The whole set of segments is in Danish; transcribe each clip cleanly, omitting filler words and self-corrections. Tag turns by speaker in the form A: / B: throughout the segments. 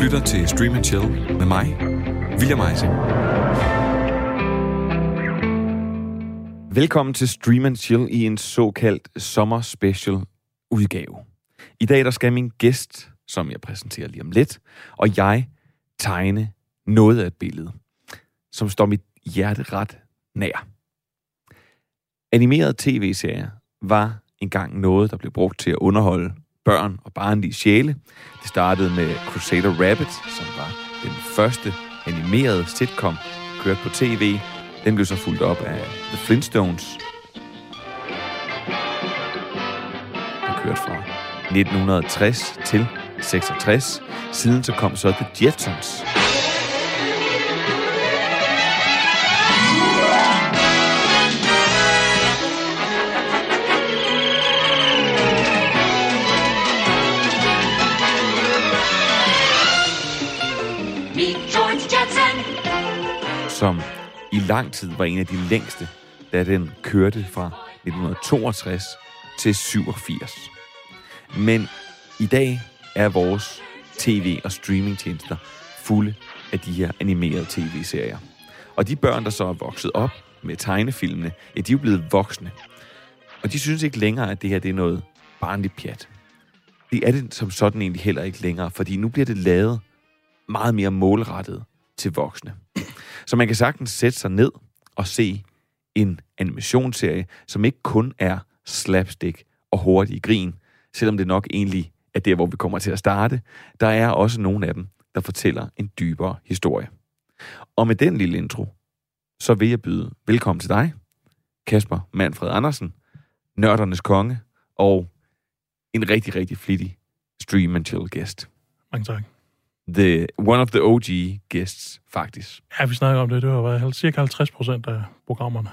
A: lytter til Stream & Chill med mig, William Eising. Velkommen til Stream & Chill i en såkaldt sommerspecial udgave. I dag der skal min gæst, som jeg præsenterer lige om lidt, og jeg tegne noget af et billede, som står mit hjerte ret nær. Animerede tv-serier var engang noget, der blev brugt til at underholde børn og barnlige sjæle. Det startede med Crusader Rabbit, som var den første animerede sitcom, kørt på tv. Den blev så fulgt op af The Flintstones, der kørte fra 1960 til 66. Siden så kom så The Jetsons. Som i lang tid var en af de længste, da den kørte fra 1962 til 87. Men i dag er vores tv- og streamingtjenester fulde af de her animerede tv-serier. Og de børn, der så er vokset op med tegnefilmene, ja, de er jo blevet voksne. Og de synes ikke længere, at det her det er noget barnligt pjat. Det er det som sådan egentlig heller ikke længere, fordi nu bliver det lavet meget mere målrettet til voksne. Så man kan sagtens sætte sig ned og se en animationsserie, som ikke kun er slapstick og hurtig grin, selvom det nok egentlig er der, hvor vi kommer til at starte. Der er også nogle af dem, der fortæller en dybere historie. Og med den lille intro, så vil jeg byde velkommen til dig, Kasper Manfred Andersen, nørdernes konge, og en rigtig, rigtig flittig Stream & Chill gæst.
B: Mange tak.
A: One of the OG guests, faktisk.
B: Ja, vi snakker om det. Det har været cirka 50% af programmerne.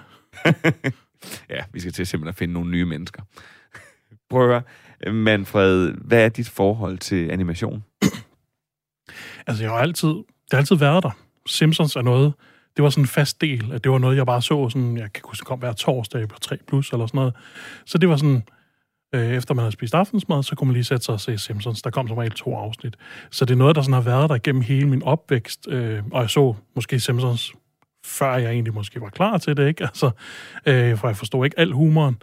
A: Ja, vi skal til simpelthen at finde nogle nye mennesker. Prøv at høre, Manfred, hvad er dit forhold til animation?
B: Altså, det har altid været der. Simpsons er noget, det var sådan en fast del, at det var noget, jeg bare så sådan, jeg kan huske, det kom hver torsdag på 3+ eller sådan noget. Så det var sådan, efter man havde spist aftensmad, så kunne man lige sætte sig og se Simpsons. Der kom som regel 2 afsnit. Så det er noget, der sådan har været der gennem hele min opvækst. Og jeg så måske Simpsons, før jeg egentlig måske var klar til det, ikke? Altså, for jeg forstod ikke al humoren.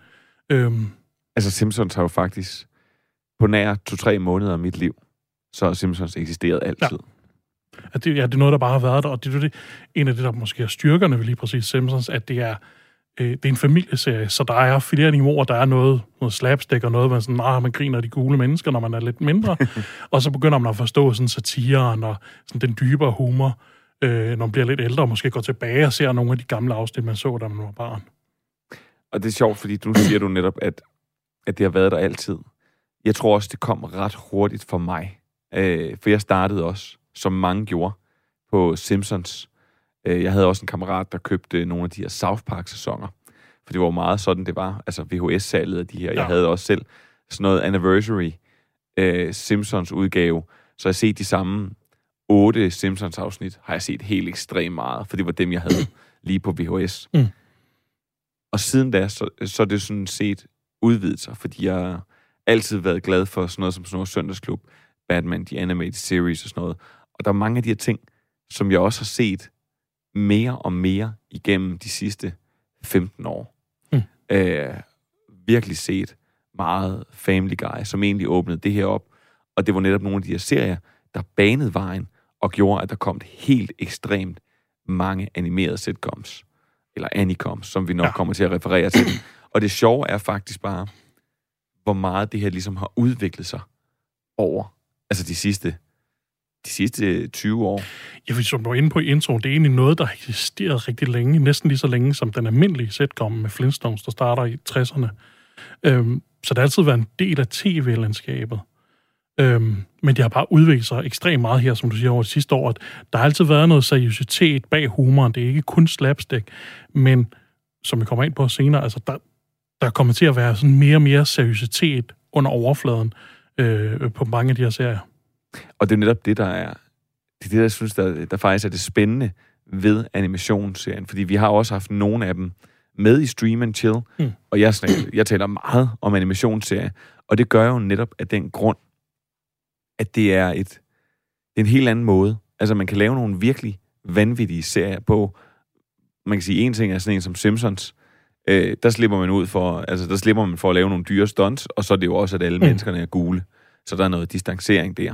A: Altså, Simpsons har jo faktisk på nær 2-3 måneder af mit liv, så har Simpsons eksisteret altid.
B: Ja. Det er noget, der bare har været der, og det er en af det, der måske er styrkerne ved lige præcis Simpsons, at det er en familieserie, så der er flere niveauer, der er noget slapstick og noget, man sådan, man griner af de gule mennesker, når man er lidt mindre, og så begynder man at forstå sådan satiren og sådan den dybere humor, når man bliver lidt ældre, og måske går tilbage og ser nogle af de gamle afsnit, man så, da man var barn.
A: Og det er sjovt, fordi nu siger du netop, at det har været der altid. Jeg tror også, det kom ret hurtigt for mig, for jeg startede også, som mange gjorde, på Simpsons. Jeg havde også en kammerat, der købte nogle af de her South Park-sæsoner. For det var meget sådan, det var. Altså VHS-salget af de her. Ja. Jeg havde også selv sådan noget Anniversary Simpsons-udgave. Så jeg har set de samme 8 Simpsons-afsnit, har jeg set helt ekstremt meget. For det var dem, jeg havde lige på VHS. Mm. Og siden da, så er det sådan set udvidet sig. Fordi jeg har altid været glad for sådan noget som sådan noget Søndagsklub, Batman, The Animated Series og sådan noget. Og der er mange af de her ting, som jeg også har set mere og mere igennem de sidste 15 år. Mm. Virkelig set meget Family Guy, som egentlig åbnede det her op. Og det var netop nogle af de her serier, der banede vejen og gjorde, at der kom helt ekstremt mange animerede sitcoms. Eller Anicoms, som vi nok kommer til at referere til. Og det sjove er faktisk bare, hvor meget det her ligesom har udviklet sig over altså de sidste 20 år.
B: Ja, hvis du var inde på introen, det er egentlig noget, der har eksisteret rigtig længe, næsten lige så længe som den almindelige sitcom med Flintstones, der starter i 60'erne. Så det har altid været en del af tv-landskabet. Men det har bare udviklet sig ekstremt meget her, som du siger, over det sidste år. Der har altid været noget seriøsitet bag humoren. Det er ikke kun slapstick, men som vi kommer ind på senere, altså der kommer til at være sådan mere og mere seriøsitet under overfladen på mange af de her serier. Og
A: det er netop det, jeg synes, der faktisk er det spændende ved animationsserien. Fordi vi har også haft nogle af dem med i Stream & Chill, og jeg taler meget om animationsserie, og det gør jo netop af den grund, at det er er en helt anden måde. Altså, man kan lave nogle virkelig vanvittige serier på. Man kan sige, en ting er sådan en som Simpsons. Der slipper man for at lave nogle dyre stunts, og så er det jo også, at alle menneskerne er gule. Så der er noget distancering der.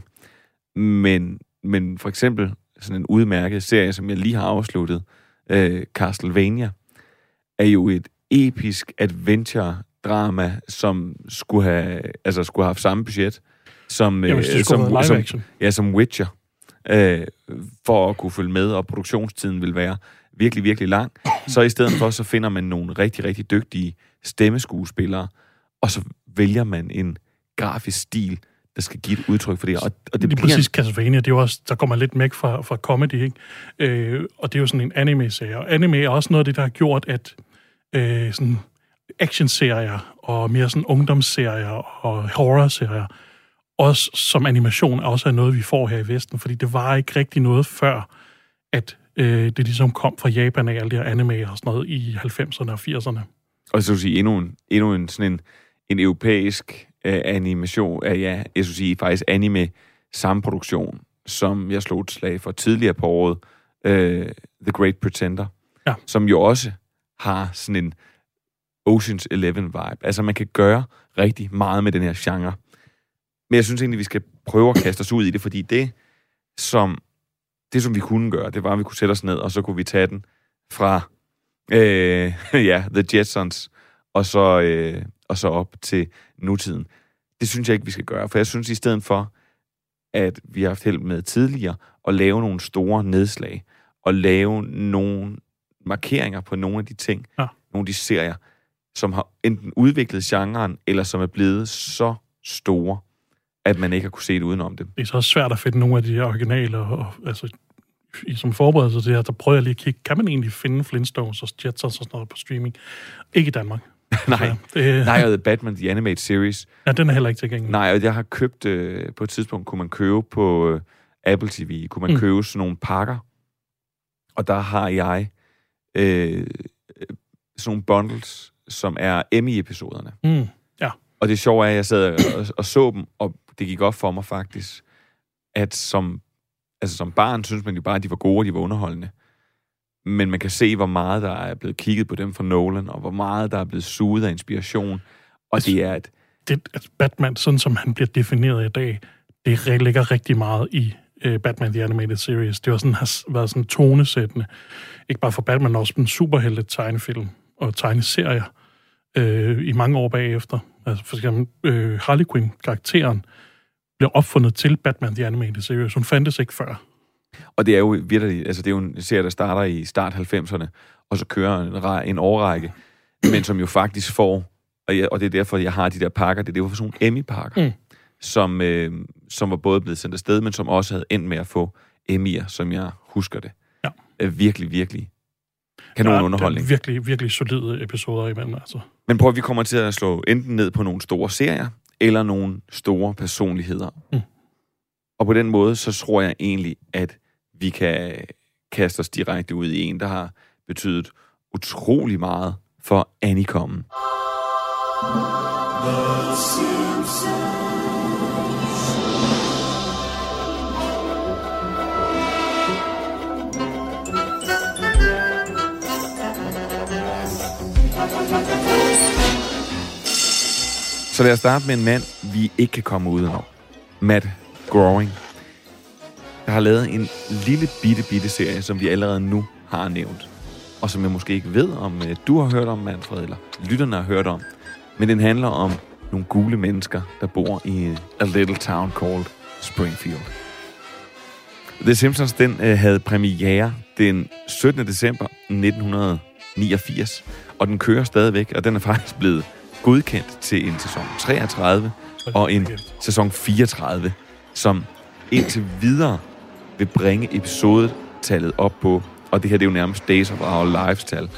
A: Men for eksempel sådan en udmærket serie, som jeg lige har afsluttet, Castlevania, er jo et episk adventure-drama, som skulle have haft samme budget som Witcher, for at kunne følge med, og produktionstiden vil være virkelig, virkelig lang. Så i stedet for, så finder man nogle rigtig, rigtig dygtige stemmeskuespillere, og så vælger man en grafisk stil, der skal give et udtryk for det. Og det
B: bliver præcis Castlevania, det er jo også, der går man lidt væk fra comedy, ikke? Og det er jo sådan en anime-serie. Og anime er også noget af det, der har gjort, at sådan action-serier og mere sådan ungdomsserier og horror-serier, også som animation, også er noget, vi får her i Vesten, fordi det var ikke rigtig noget før, at det ligesom kom fra Japan af alle de her anime og sådan noget i 90'erne og 80'erne.
A: Og så vil sige, endnu en sådan en europæisk animation, jeg skulle sige faktisk anime samproduktion, som jeg slog et slag for tidligere på året, The Great Pretender, som jo også har sådan en Ocean's 11-vibe. Altså, man kan gøre rigtig meget med den her genre. Men jeg synes egentlig, vi skal prøve at kaste os ud i det, fordi det, som vi kunne gøre, det var, at vi kunne sætte os ned, og så kunne vi tage den fra The Jetsons, og så op til nutiden. Det synes jeg ikke, vi skal gøre, for jeg synes i stedet for, at vi har haft held med tidligere, at lave nogle store nedslag, og lave nogle markeringer på nogle af de ting, nogle af de serier, som har enten udviklet genren, eller som er blevet så store, at man ikke har kunne se det udenom det.
B: Det er så svært at finde nogle af de her originaler, og altså, som forberedelse til det her, der prøver jeg lige at kigge, kan man egentlig finde Flintstones og Jetsons og sådan noget på streaming? Ikke i Danmark.
A: Nej, og The Batman, The Animated Series.
B: Ja, den er heller ikke tilgængelig.
A: Nej, og jeg har købt, på et tidspunkt kunne man købe på Apple TV, kunne man købe sådan nogle pakker, og der har jeg sådan nogle bundles, som er Emmy-episoderne.
B: Ja.
A: Og det sjove er, at jeg sad og så dem, og det gik op for mig faktisk, at som barn synes man jo bare, at de var gode, og de var underholdende. Men man kan se, hvor meget der er blevet kigget på dem fra Nolan, og hvor meget der er blevet suget af inspiration. Og det er
B: Batman, sådan som han bliver defineret i dag, det ligger rigtig meget i Batman The Animated Series. Det har været sådan tonesættende. Ikke bare for Batman, men også en superhelte tegnefilm og tegneserier i mange år bagefter. Altså for eksempel Harley Quinn-karakteren blev opfundet til Batman The Animated Series. Hun fandtes ikke før.
A: Og det er jo virkelig, altså det er jo en serie, der starter i start 90'erne, og så kører en årrække, men som jo faktisk får, og det er derfor, jeg har de der pakker, det er jo for sådan nogle Emmy-pakker, som var både blevet sendt afsted, men som også havde endt med at få Emmy'er, som jeg husker det. Ja. Virkelig, virkelig kanon underholdning.
B: Ja, virkelig, virkelig solide episoder imellem, altså.
A: Men prøv, vi kommer til at slå enten ned på nogle store serier, eller nogle store personligheder. Og på den måde, så tror jeg egentlig, at vi kan kaste os direkte ud i en, der har betydet utrolig meget for Anycommen. Så lad os starte med en mand, vi ikke kan komme udenom. Matt Groening, der har lavet en lille bitte serie, som vi allerede nu har nævnt, og som jeg måske ikke ved, om du har hørt om, Manfred, eller lytterne har hørt om. Men den handler om nogle gule mennesker, der bor i a little town called Springfield. The Simpsons, den havde premiere den 17. december 1989, og den kører stadigvæk, og den er faktisk blevet godkendt til en sæson 33 og en sæson 34, som indtil videre vil bringe episodetallet op på, og det her det er jo nærmest Days of Our Lives-tal,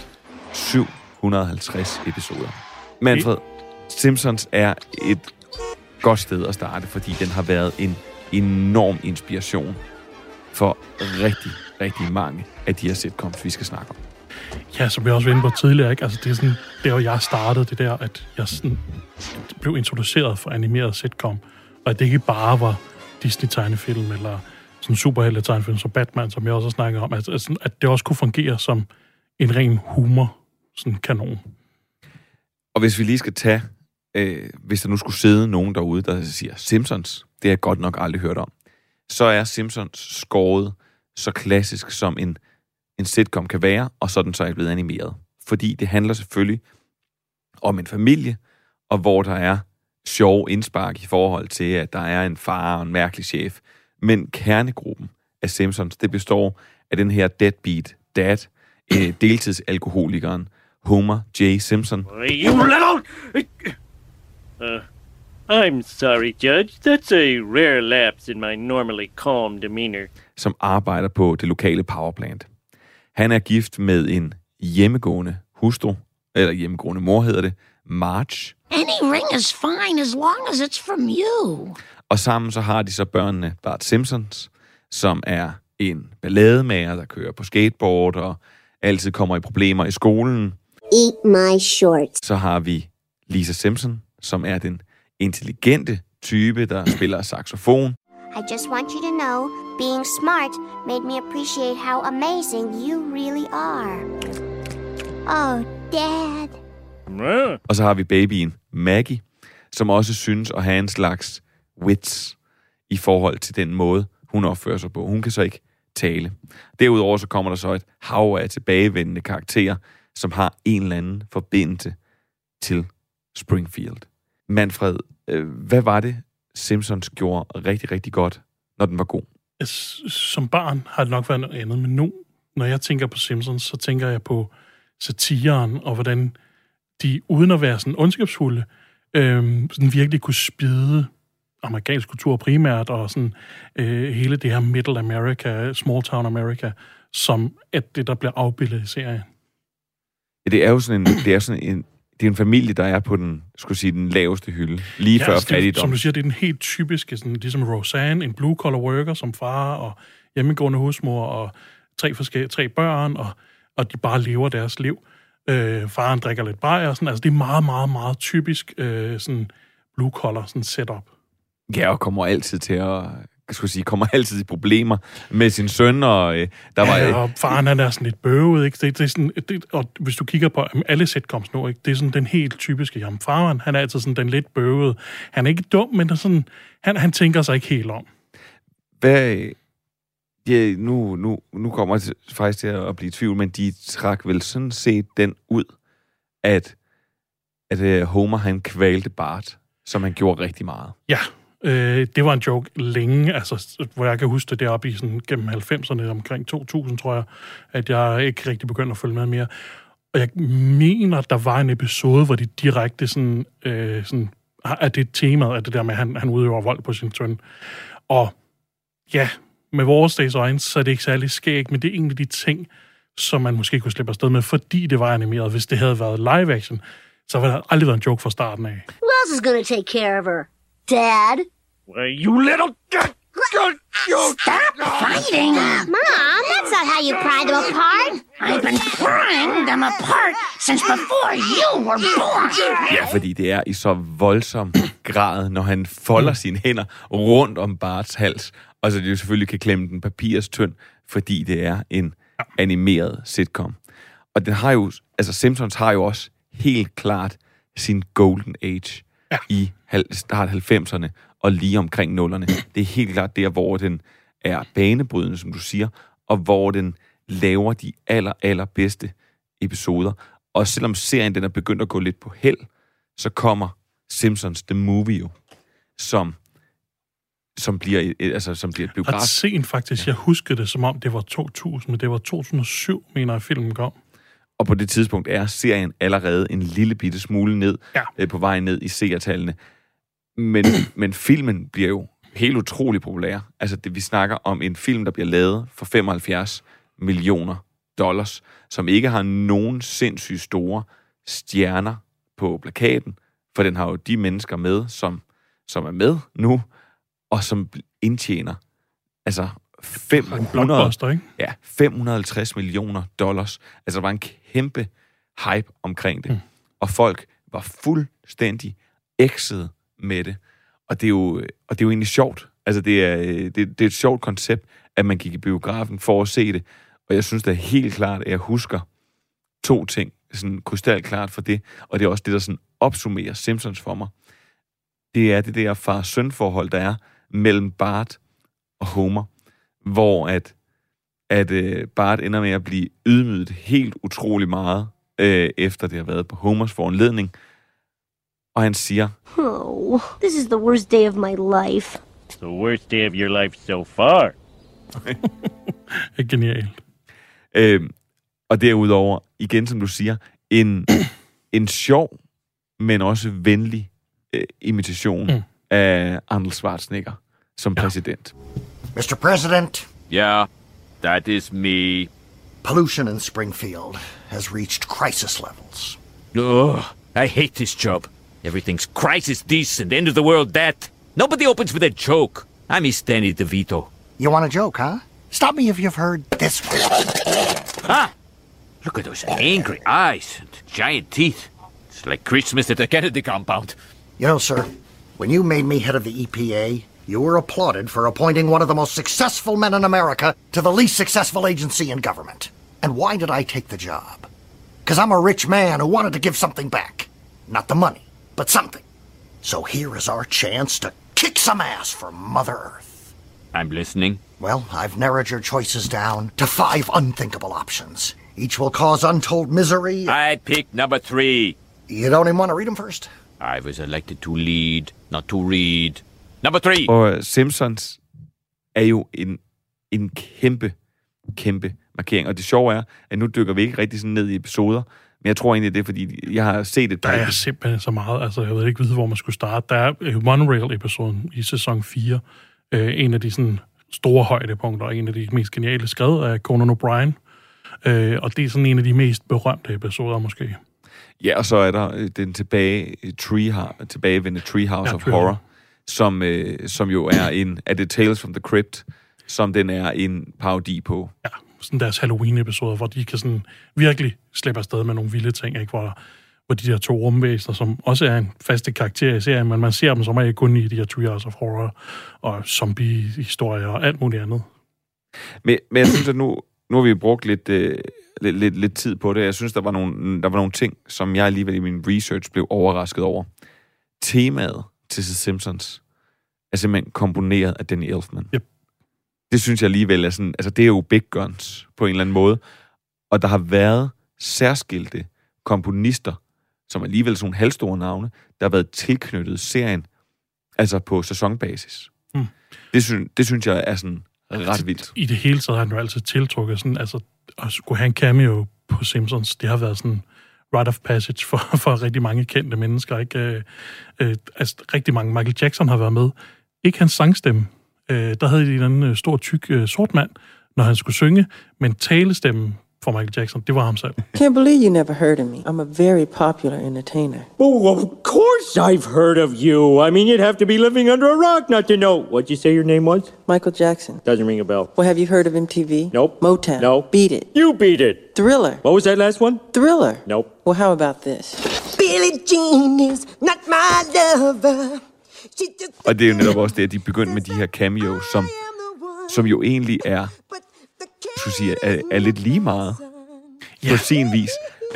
A: 750 episoder. Manfred, Simpsons er et godt sted at starte, fordi den har været en enorm inspiration for rigtig, rigtig mange af de her sitcoms, vi skal snakke om.
B: Ja, som jeg også var inde på tidligere, ikke? Altså, det er sådan, der hvor jeg startede det der, at jeg sådan blev introduceret for animeret sitcom, og at det ikke bare var Disney-tegnefilm, eller sådan superheltetegnfilm som Batman, som jeg også har snakket om, at det også kunne fungere som en ren humor, sådan kanon.
A: Og hvis vi lige skal tage, hvis der nu skulle sidde nogen derude, der siger, Simpsons, det har jeg godt nok aldrig hørt om, så er Simpsons skåret så klassisk, som en sitcom kan være, og sådan så er det blevet animeret. Fordi det handler selvfølgelig om en familie, og hvor der er sjove indspark i forhold til, at der er en far og en mærkelig chef. Men kernegruppen af Simpsons, det består af den her deadbeat dad, deltidsalkoholikeren Homer J. Simpson.
C: You little... I'm sorry, Judge. That's a rare lapse in my normally calm demeanor.
A: Som arbejder på det lokale powerplant. Han er gift med en hjemmegående hustru, eller hjemmegående mor hedder det, Marge.
D: Any ring is fine as long as it's from you.
A: Og sammen så har de så børnene Bart Simpsons, som er en ballademager, der kører på skateboard og altid kommer i problemer i skolen.
E: Eat my shorts.
A: Så har vi Lisa Simpson, som er den intelligente type, der spiller saxofon.
E: I just want you to know, being smart made me appreciate how amazing you really are. Oh, Dad.
A: Og så har vi babyen Maggie, som også synes at have en slags wits i forhold til den måde, hun opfører sig på. Hun kan så ikke tale. Derudover så kommer der så et hav af tilbagevendende karakterer, som har en eller anden forbindelse til Springfield. Manfred, hvad var det, Simpsons gjorde rigtig, rigtig godt, når den var god?
B: Som barn har det nok været noget andet, men nu, når jeg tænker på Simpsons, så tænker jeg på satiren, og hvordan de, uden at være sådan ondskabsfulde, sådan virkelig kunne spide amerikansk kultur primært, og sådan hele det her Middle America, Small Town America, som at det, der bliver afbildet i serien. Ja,
A: det er jo sådan en familie, der er på den, den laveste hylde, lige før fattigdom.
B: Som du siger, det er den helt typiske, sådan, ligesom Roseanne, en blue-collar worker som far, og hjemmegående husmor, og tre børn, og de bare lever deres liv. Faren drikker lidt bajer, sådan, altså det er meget, meget, meget typisk sådan blue-collar sådan setup.
A: Ja, og kommer altid til problemer med sin søn, og der var...
B: og faren han er sådan lidt bøvet, ikke? Det er sådan, og hvis du kigger på alle sitcoms nu, ikke? Det er sådan den helt typiske, jamen faren, han er altid sådan den lidt bøvede. Han er ikke dum, men er sådan, han tænker sig ikke helt om.
A: Nu kommer jeg faktisk til at blive i tvivl, men de trak vel sådan set den ud, at Homer, han kvalte Bart, som han gjorde rigtig meget.
B: Ja, det var en joke længe, altså, hvor jeg kan huske det deroppe i sådan, gennem 90'erne, omkring 2000, tror jeg, at jeg ikke rigtig begyndte at følge med mere. Og jeg mener, der var en episode, hvor de direkte sådan at det temaet af det der med, at han udøver vold på sin søn. Og ja, med vores dags øjne, så er det ikke særlig skægt, men det er en af de ting, som man måske kunne slippe afsted med, fordi det var animeret. Hvis det havde været live action, så ville der aldrig været en joke fra starten af.
D: Who else is gonna take care of her? Dad?
C: You little...
D: Stop fighting!
E: Mom, that's not how you pry them apart.
D: I've been prying them apart since before you were born.
A: Ja, fordi det er i så voldsom grad, når han folder sine hænder rundt om Barts hals, og så det jo selvfølgelig kan klemme den papirstynd, fordi det er en animeret sitcom. Og den har jo, altså Simpsons har jo også helt klart sin golden age i start 90'erne og lige omkring 0'erne. Det er helt klart der, hvor den er banebrydende, som du siger, og hvor den laver de allerbedste episoder. Og selvom serien den er begyndt at gå lidt på held, så kommer Simpsons The Movie jo, som bliver et biograf.
B: Ret sent faktisk. Jeg husker det, som om det var 2000, men det var 2007, mener jeg, filmen kom.
A: Og på det tidspunkt er serien allerede en lille bitte smule ned, på vej ned i seertallene. Men filmen bliver jo helt utrolig populær. Altså, vi snakker om en film, der bliver lavet for $75 million, som ikke har nogen sindssygt store stjerner på plakaten, for den har jo de mennesker med, som er med nu, og som indtjener altså $550 millioner. Altså, der var en kæmpe hype omkring det. Og folk var fuldstændig ækset med det. Og det er jo egentlig sjovt, Altså, det er et sjovt koncept, at man gik i biografen for at se det. Og jeg synes da helt klart, at jeg husker 2 ting, sådan krystalklart for det, og det er også det, der sådan opsummerer Simpsons for mig. Det er det der far-søn-forhold, der er mellem Bart og Homer, hvor at Bart ender med at blive ydmyget helt utrolig meget, efter det har været på Homers foranledning. Og han siger,
E: Oh, this is the worst day of my life.
C: The worst day of your life so far.
B: Genialt.
A: Og derudover, igen som du siger, en sjov, men også venlig imitation af Arnold Schwarzenegger som præsident.
F: Mr. President,
G: Yeah, that is me.
F: pollution in Springfield has reached crisis levels.
G: Ugh, I hate this job. Everything's crisis this and end of the world that. Nobody opens with a joke. I miss Danny DeVito.
F: You want a joke, huh? Stop me if you've heard this one.
G: Ah! Look at those angry eyes and giant teeth. It's like Christmas at the Kennedy compound.
F: You know, sir, when you made me head of the EPA, you were applauded for appointing one of the most successful men in America to the least successful agency in government. And why did I take the job? Because I'm a rich man who wanted to give something back. Not the money, but something. So here is our chance to kick some ass for Mother Earth.
G: I'm listening.
F: Well, I've narrowed your choices down to 5 unthinkable options. Each will cause untold misery.
G: I picked number 3.
F: You don't even want to read them first?
G: I was elected to lead, not to read. Number 3.
A: Og Simpsons er jo en kæmpe markering. Og det sjove er, at nu dykker vi ikke rigtig sådan ned i episoder, men jeg tror egentlig, det er, fordi jeg har set et par...
B: Der er simpelthen så meget. Altså, jeg ved ikke vide, hvor man skulle starte. Der er Monorail-episoden i sæson 4. En af de sådan store højdepunkter, og en af de mest geniale skrevet af Conan O'Brien. Og det er sådan en af de mest berømte episoder, måske.
A: Ja, og så er der den tilbagevendende Treehouse of Horror, som jo er The Tales from the Crypt, som den er en parodi på.
B: Ja, sådan deres Halloween-episoder, hvor de kan sådan virkelig slippe afsted med nogle vilde ting, ikke? Hvor de der 2 rumvæsener, som også er en faste karakter i serien, men man ser dem som regel kun i de her Treehouse of Horror og zombie-historier og alt muligt andet.
A: Men jeg synes, at nu har vi brugt lidt tid på det. Jeg synes, der var nogle ting, som jeg alligevel i min research blev overrasket over. Temaet til The Simpsons er simpelthen komponeret af Danny Elfman.
B: Yep.
A: Det synes jeg alligevel er sådan, altså det er jo big guns på en eller anden måde. Og der har været særskilte komponister, som alligevel sådan nogle halvstore navne, der har været tilknyttet serien, altså på sæsonbasis. Det synes jeg er sådan ret vildt.
B: I det hele taget har han jo altid tiltrukket sådan, altså at skulle have en cameo på Simpsons, det har været sådan rite of passage for rigtig mange kendte mennesker, ikke? Altså rigtig mange. Michael Jackson har været med. Ikke hans sangstemme. Der havde de en stor, tyk, sort mand, når han skulle synge, men talestemmen for Michael Jackson, det var ham selv.
H: Can't believe you never heard of me. I'm a very popular entertainer.
I: Oh, of course I've heard of you. I mean, you'd have to be living under a rock not to know. What'd you say your name was?
H: Michael Jackson.
I: Doesn't ring a bell.
H: Well, have you heard of MTV?
I: Nope.
H: Motown?
I: No.
H: Beat It?
I: You beat it.
H: Thriller?
I: What was that last one?
H: Thriller?
I: Nope.
H: Well, how about this?
J: Billie Jean is not my lover.
A: Og det er jo netop også det, at de begyndte med de her cameos, som jo egentlig er, skulle sige, er lidt lige meget på sin vis.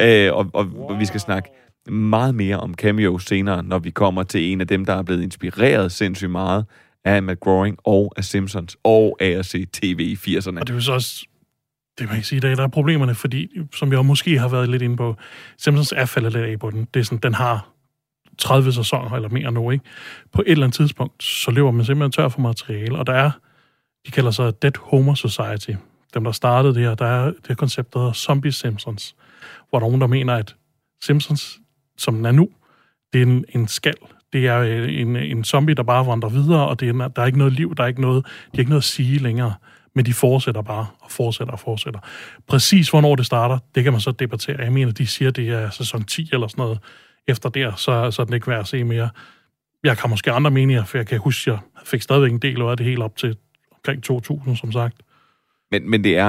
A: Og vi skal snakke meget mere om cameos senere, når vi kommer til en af dem, der er blevet inspireret sindssygt meget af Matt Groening og af Simpsons og af at se tv i 80'erne.
B: Og det er jo så også, det man kan sige, der er problemerne, fordi, som vi også måske har været lidt inde på, Simpsons er faldet lidt af på den. Det er sådan, den har 30 sæsoner eller mere nu, ikke? På et eller andet tidspunkt, så løber man simpelthen tør for materiale, og der er, de kalder sig Dead Homer Society, dem der startede det her, der er det koncept, der hedder Zombie Simpsons, hvor der er nogen, der mener, at Simpsons, som den er nu, det er en skal. Det er en zombie, der bare vandrer videre, og der er ikke noget liv, de har ikke noget at sige længere, men de fortsætter bare og fortsætter. Præcis hvornår det starter, det kan man så debattere. Jeg mener, de siger, det er sæson 10 eller sådan noget. Efter der, så er den ikke værd at se mere. Jeg kan måske andre meninger, for jeg kan huske, at jeg fik stadigvæk en del af det helt op til omkring 2000, som sagt.
A: Men det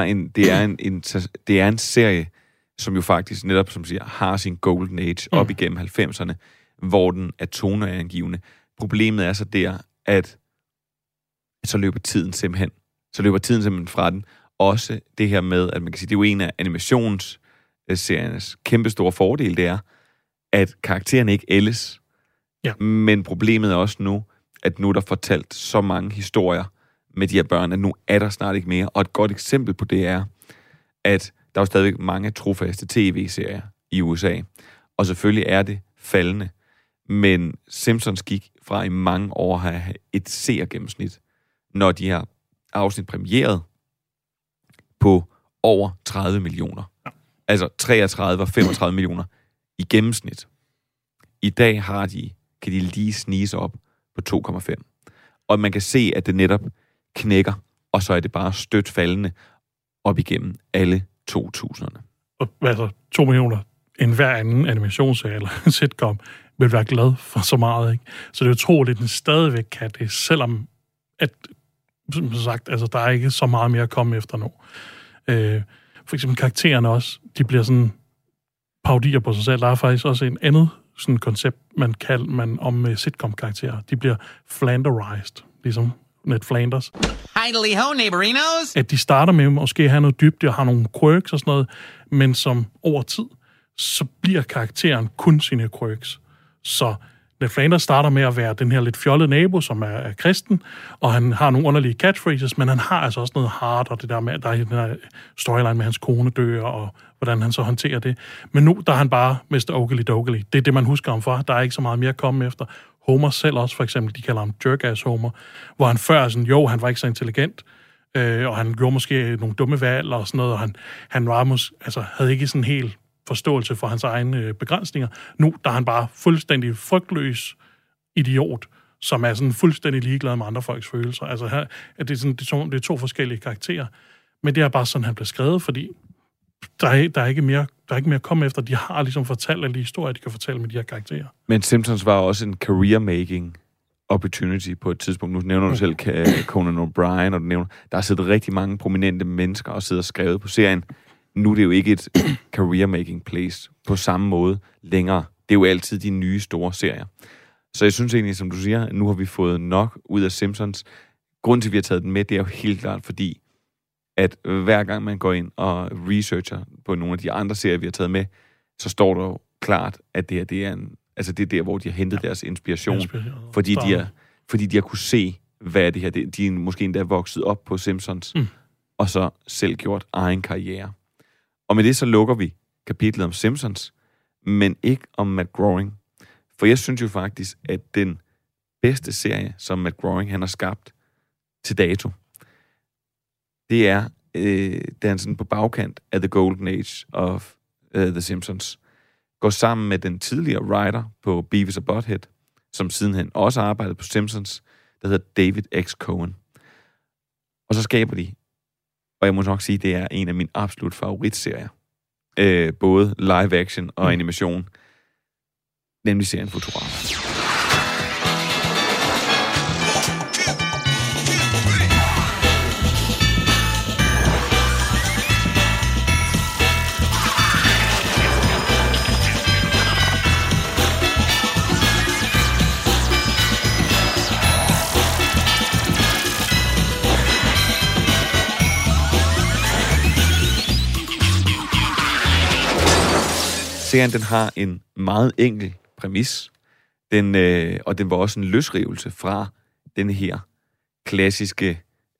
A: er en serie, som jo faktisk netop, som siger, har sin golden age op igennem 90'erne, hvor den er toneangivende. Problemet er så der, at så løber tiden simpelthen fra den. Også det her med, at man kan sige, det er jo en af animationsseriernes kæmpe store fordel, det er, at karaktererne ikke ældes.
B: Ja.
A: Men problemet er også nu, at nu er der fortalt så mange historier med de her børn, at nu er der snart ikke mere. Og et godt eksempel på det er, at der er jo stadigvæk mange trofaste tv-serier i USA. Og selvfølgelig er det faldende. Men Simpsons gik fra i mange år at have et seergennemsnit, når de her afsnit premieret på over 30 millioner. Ja. Altså 33 og 35 millioner i gennemsnit. I dag kan de lige snige sig op på 2,5. Og man kan se, at det netop knækker, og så er det bare stødt faldende op igennem alle 2000'erne.
B: Og altså 2 millioner, enhver anden animationsserie eller sitcom vil være glad for så meget, ikke? Så det er utroligt, at den stadigvæk kan det, selvom at, som sagt, altså, der er ikke så meget mere at komme efter nu. For eksempel karaktererne også, de bliver sådan parodier på sig selv. Der er faktisk også en andet sådan koncept, man om sitcom-karakterer. De bliver flanderized, ligesom Ned Flanders.
K: Idly ho, neighborinos! At
B: de starter med måske at have noget dybde og har nogle quirks og sådan noget, men som over tid, så bliver karakteren kun sine quirks. Så Ned Flanders starter med at være den her lidt fjollede nabo, som er kristen, og han har nogle underlige catchphrases, men han har altså også noget hard, og det der med, der er den her storyline med hans kone dør, og hvordan han så håndterer det. Men nu, der er han bare Mr. Oakley Doakley. Det er det, man husker ham for. Der er ikke så meget mere at komme efter. Homer selv også, for eksempel, de kalder ham Jerkass Homer, hvor han før sådan, han var ikke så intelligent, og han gjorde måske nogle dumme valg og sådan noget, og han var havde ikke sådan helt forståelse for hans egne begrænsninger. Nu, der er han bare fuldstændig frygtløs idiot, som er sådan fuldstændig ligeglad med andre folks følelser. Altså her, at det er to forskellige karakterer. Men det er bare sådan, han bliver skrevet, fordi der er ikke mere at komme efter. De har ligesom fortalt alle de historier, de kan fortælle med de her karakterer.
A: Men Simpsons var også en career-making opportunity på et tidspunkt. Nu nævner du selv Conan O'Brien, og du nævner, der har siddet rigtig mange prominente mennesker og sidder og skrevet på serien. Nu er det jo ikke et career-making place på samme måde længere. Det er jo altid de nye store serier. Så jeg synes egentlig, som du siger, nu har vi fået nok ud af Simpsons. Grunden til, at vi har taget den med, det er jo helt klart, fordi at hver gang man går ind og researcher på nogle af de andre serier, vi har taget med, så står der jo klart, at det her, det er der, hvor de har hentet deres inspiration. Fordi de har kunne se, hvad er det her. De er måske endda vokset op på Simpsons, og så selv gjort egen karriere. Og med det så lukker vi kapitlet om Simpsons, men ikke om Matt Groening. For jeg synes jo faktisk, at den bedste serie, som Matt Groening han har skabt til dato, det er, da han sådan på bagkant af The Golden Age of The Simpsons går sammen med den tidligere writer på Beavis og Butthead, som sidenhen også arbejdede på Simpsons, der hedder David X. Cohen. Og så skaber de, og jeg må nok sige, det er en af mine absolut favoritserier, både live action og animation, nemlig serien Futurama. Serien, den har en meget enkel præmis, og den var også en løsrivelse fra den her klassiske,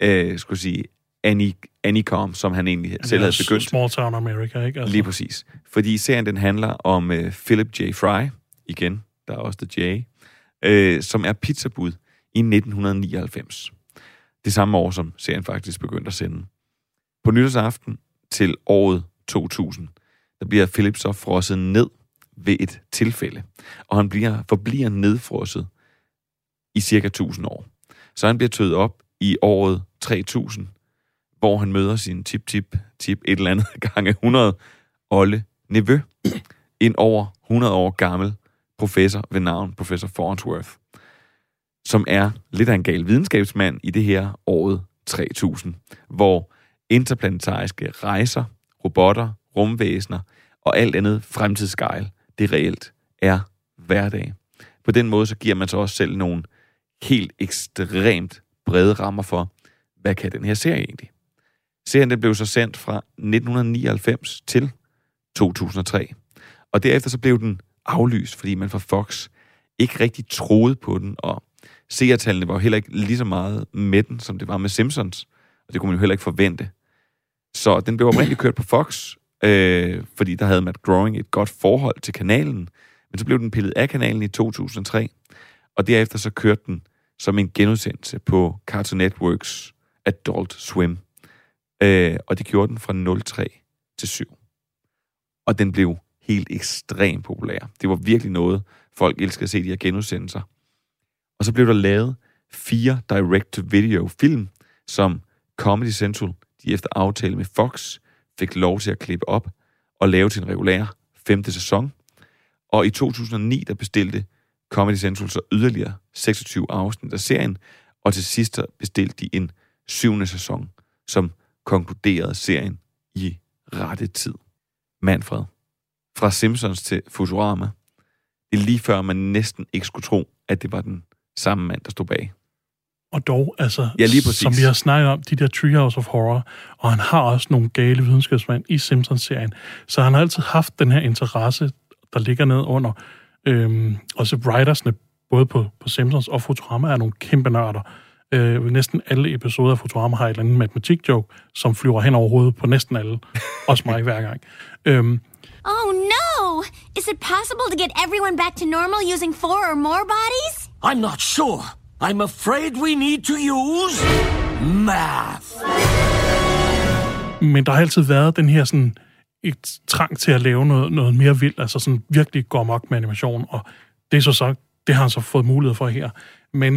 A: Anycom, som han egentlig selv havde begyndt.
B: Small Town America, ikke? Altså.
A: Lige præcis. Fordi serien, den handler om Philip J. Fry, igen, der er også The J, som er pizzabud i 1999. Det samme år, som serien faktisk begyndte at sende. På nytårsaften til året 2000, der bliver Philip så frosset ned ved et tilfælde. Og han forbliver nedfrosset i cirka 1000 år. Så han bliver tøet op i året 3000, hvor han møder sin tip et eller andet gange 100 Olle nevø. En over 100 år gammel professor ved navn Professor Farnsworth, som er lidt af en gal videnskabsmand i det her året 3000, hvor interplanetariske rejser, robotter, rumvæsener og alt andet fremtidsgejl, det reelt er hverdag. På den måde så giver man så også selv nogle helt ekstremt brede rammer for, hvad kan den her serie egentlig? Serien den blev så sendt fra 1999 til 2003. Og derefter så blev den aflyst, fordi man fra Fox ikke rigtig troede på den, og seertallene var jo heller ikke lige så meget med den, som det var med Simpsons, og det kunne man jo heller ikke forvente. Så den blev oprindeligt kørt på Fox, fordi der havde Matt Groening et godt forhold til kanalen, men så blev den pillet af kanalen i 2003, og derefter så kørte den som en genudsendelse på Cartoon Networks Adult Swim, og det gjorde den fra 03 til 7. Og den blev helt ekstremt populær. Det var virkelig noget, folk elskede at se de her genudsendelser. Og så blev der lavet 4 direct-to-video-film, som Comedy Central, de efter aftale med Fox, fik lov til at klippe op og lave til en regulær 5. sæson. Og i 2009, der bestilte Comedy Central så yderligere 26 afsnit af serien, og til sidst bestilte de en 7. sæson, som konkluderede serien i rette tid. Manfred, fra Simpsons til Futurama, det er lige før, man næsten ikke skulle tro, at det var den samme mand, der stod bag.
B: Og dog, altså,
A: ja, lige præcis.
B: Som vi har snakket om, de der Treehouse of Horror, og han har også nogle gale videnskabsmænd i Simpsons-serien, så han har altid haft den her interesse, der ligger ned under. Også writersne, både på Simpsons og Futurama, er nogle kæmpe nørder. Næsten alle episoder af Futurama har et eller andet matematik-joke, som flyver hen over hovedet på næsten alle. Også mig hver gang.
E: Oh no! Is it possible to get everyone back to normal using 4 or more bodies?
J: I'm not sure. I'm afraid we need to use math.
B: Men der har altid været den her sådan et trang til at lave noget mere vildt, altså sådan virkelig gå amok med animation, og det er så det har han så fået mulighed for her. Men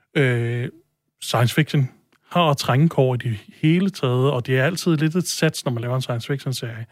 B: science fiction har trængekår i det hele taget, og det er altid lidt et sats, når man laver en science fiction-serie.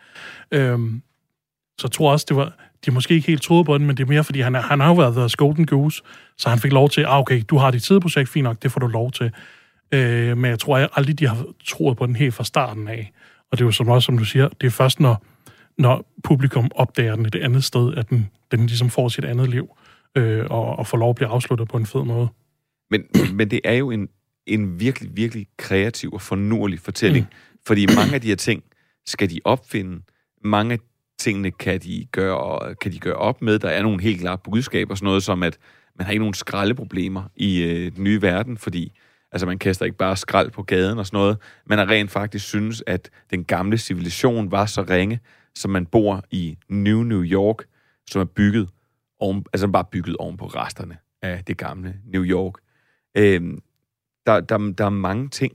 B: Så jeg tror også, de måske ikke helt troede på den, men det er mere, fordi han har jo været The Golden Goose, så han fik lov til, okay, du har dit sideprojekt, fint nok, det får du lov til. Men jeg tror aldrig, de har troet på den helt fra starten af. Og det er jo som du siger, det er først, når publikum opdager den et andet sted, at den ligesom får sit andet liv, og får lov at blive afsluttet på en fed måde.
A: Men det er jo en virkelig, virkelig kreativ og fornurlig fortælling, fordi mange af de her ting skal de opfinde, mange af tingene kan de gøre op med. Der er nogle helt klare budskaber, sådan noget som, at man har ikke nogen skraldeproblemer i den nye verden, fordi altså man kaster ikke bare skrald på gaden og sådan noget. Man har rent faktisk synes, at den gamle civilisation var så ringe, som man bor i New York, som er bygget bare bygget oven på resterne af det gamle New York. Der er mange ting,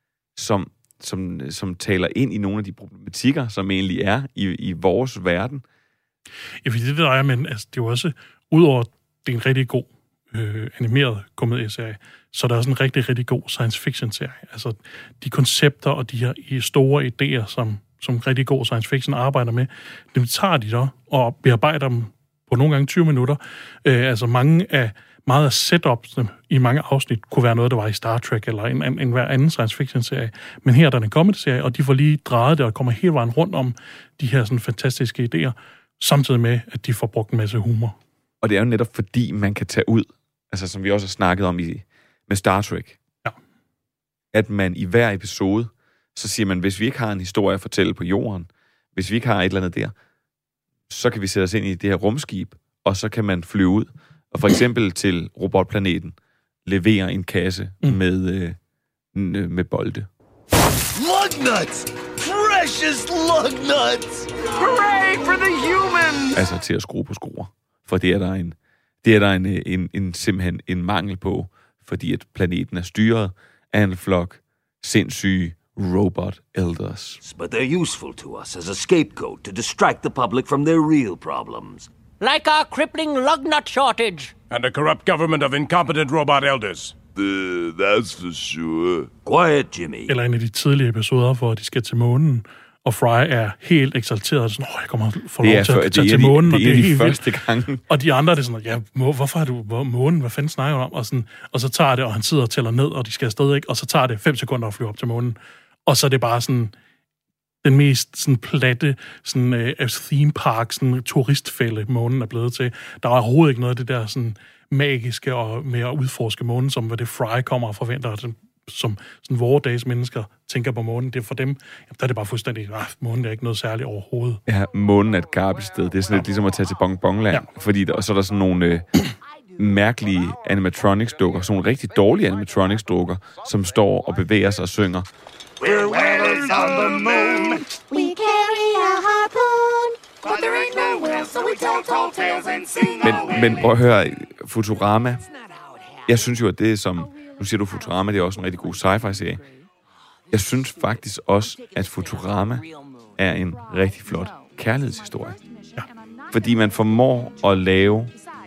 A: som taler ind i nogle af de problematikker, som egentlig er i vores verden.
B: Ja, fordi det der er, men altså, det er jo også, udover det er en rigtig god animeret komedieserie, så der er også en rigtig, rigtig god science fiction-serie. Altså, de koncepter og de her store idéer, som rigtig god science fiction arbejder med, dem tager de så og bearbejder dem på nogle gange 20 minutter. Altså meget af setupsene i mange afsnit kunne være noget, der var i Star Trek eller en hver anden science fiction-serie. Men her er der en comedy-serie, og de får lige drejet det og kommer hele vejen rundt om de her sådan fantastiske idéer, samtidig med, at de får brugt en masse humor.
A: Og det er jo netop fordi, man kan tage ud, altså som vi også har snakket om med Star Trek,
B: ja.
A: At man i hver episode, så siger man, hvis vi ikke har en historie at fortælle på jorden, hvis vi ikke har et eller andet der, så kan vi sætte os ind i det her rumskib, og så kan man flyve ud, og for eksempel til robotplaneten levere en kasse med bolde.
L: Lugnuts! Precious lugnuts! Hooray for the humans!
A: Altså til at skrue på skruer. For det er der simpelthen en mangel på, fordi at planeten er styret af en flok sindssyge robot elders.
L: But they're useful to us as a scapegoat to distract the public from their real problems.
K: Like our crippling lugnut shortage.
M: And a corrupt government of incompetent robot elders.
L: That's for sure. Quiet, Jimmy.
B: Eller en af de tidlige episoder, hvor de skal til månen, og Fry er helt eksalteret, sådan, jeg kommer for lov til at tage til månen, og det er helt vildt.
A: Gang.
B: Og de andre, det er sådan, hvorfor har du månen, hvad fanden snakker du om? Og så tager det, og han sidder og tæller ned, og de skal afsted, ikke? Og så tager det 5 sekunder at flyve op til månen. Og så er det bare sådan den mest sådan platte sådan theme park, sådan turistfælde, månen er blevet til. Der er overhovedet ikke noget af det der sådan magiske og med at udforske månen, som hvad det Fry kommer og forventer, som sådan vore dages mennesker tænker på månen. Det er for dem, der er det bare fuldstændig, månen er ikke noget særligt overhovedet.
A: Ja, månen er et garbested. Det er sådan lidt ligesom at tage til Bongbongland, fordi og så er der sådan nogle mærkelige animatronics-dukker, sådan nogle rigtig dårlige animatronics-dukker, som står og bevæger sig og synger.
D: We're whalers on the moon. We carry a harpoon, but there ain't no whale, so we tell tall tales and sing.
A: Men prøv at høre, Futurama. Jeg synes jo, at det er som... Nu siger du Futurama, det er også en rigtig god sci-fi-serie. Jeg synes faktisk også, at Futurama er en rigtig flot kærlighedshistorie. Ja. Fordi man formår at lave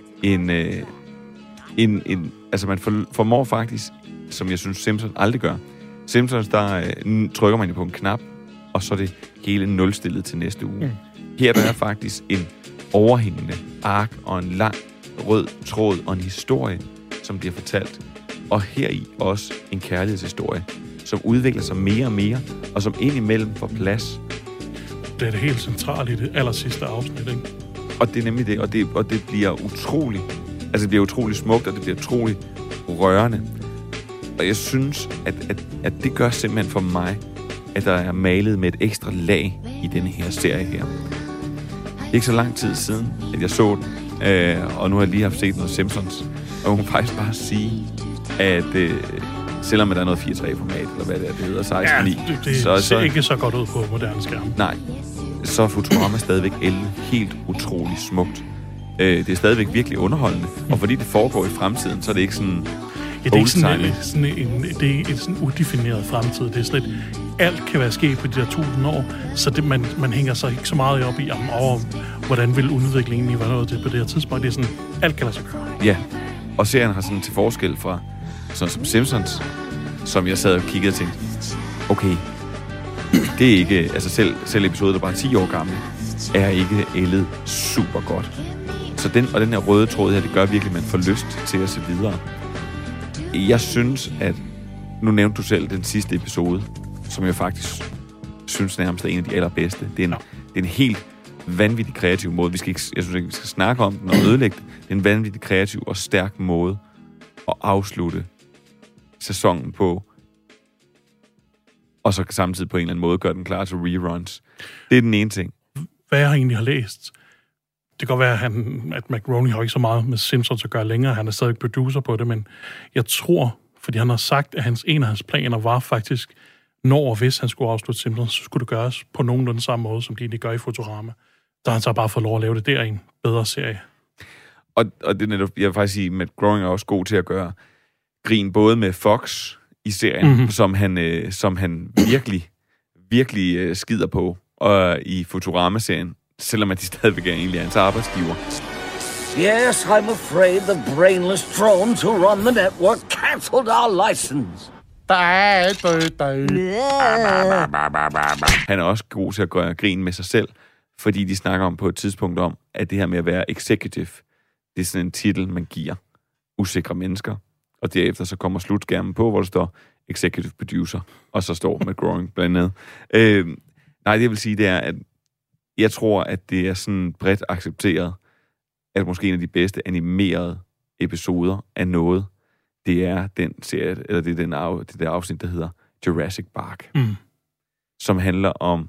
A: altså man formår faktisk, som jeg synes Simpsons aldrig gør. Simpsons, der trykker man jo på en knap, og så er det hele nulstillet til næste uge. Her der er faktisk en overhængende ark og en lang rød tråd og en historie, som bliver fortalt. Og heri også en kærlighedshistorie, som udvikler sig mere og mere, og som indimellem får plads.
B: Det er det helt centrale i det allersidste afsnit, ikke?
A: Og det er nemlig det, og det bliver utrolig, altså det bliver utrolig smukt, og det bliver utrolig rørende. Og jeg synes, at det gør simpelthen for mig, at der er malet med et ekstra lag i denne her serie her. Det er ikke så lang tid siden, at jeg så den, og nu har jeg lige haft set noget Simpsons, og hun kan faktisk bare sige, at selvom der er noget 4:3-format, eller hvad det er, det hedder 16:9.
B: Ja, det ser ikke så godt ud på moderne skærm.
A: Nej, så er Futurama stadigvæk helt utrolig smukt. Det er stadigvæk virkelig underholdende, og fordi det foregår i fremtiden, så er det ikke sådan...
B: Ja, det er ikke det er sådan udefineret fremtid. Det er sådan et, alt kan være sket på de der 1000 år, så det, man hænger sig ikke så meget op i, hvordan vil udviklingen egentlig være noget til på det her tidspunkt. Det er sådan, alt kan lade sig gøre.
A: Ja, og serien har sådan til forskel fra sådan som Simpsons, som jeg sad og kiggede og tænkte, okay, det er ikke, altså selv episode, der bare er 10 år gammel, er ikke ældet super godt. Så den her røde tråd her, det gør virkelig, at man får lyst til at se videre. Jeg synes, at nu nævnte du selv den sidste episode, som jeg faktisk synes nærmest er en af de allerbedste. Det er en helt vanvittig kreativ måde. Jeg synes ikke, vi skal snakke om den og ødelægge det. Det er en vanvittig kreativ og stærk måde at afslutte sæsonen på, og så samtidig på en eller anden måde gøre den klar til reruns. Det er den ene ting.
B: Hvad jeg egentlig har læst, det kan godt være, at McRoney har ikke så meget med Simpsons at gøre længere. Han er stadig producer på det, men jeg tror, fordi han har sagt, at en af hans planer var faktisk, når og hvis han skulle afslutte Simpsons, så skulle det gøres på nogenlunde samme måde, som de egentlig gør i Futurama. Der har han så bare fået lov at lave det der i en bedre serie.
A: Og det er netop, jeg vil faktisk sige, at Matt Groening er også god til at gøre grin både med Fox i serien, som han virkelig skider på, og i Futurama-serien, selvom at de stadigvæk egentlig er hans arbejdsgiver.
J: Yes, I'm afraid the brainless drones who run the network cancelled our license.
A: Han er også god til at gøre grin med sig selv, fordi de snakker om på et tidspunkt om, at det her med at være executive, det er sådan en titel, man giver usikre mennesker, og derefter så kommer slutskærmen på, hvor der står executive producer, og så står Matt Groening blandt andet. Nej, det jeg vil sige, det er, at jeg tror, at det er sådan bredt accepteret, at måske en af de bedste animerede episoder af noget, det er den serie, eller det er det der afsnit, der hedder Jurassic Park, som handler om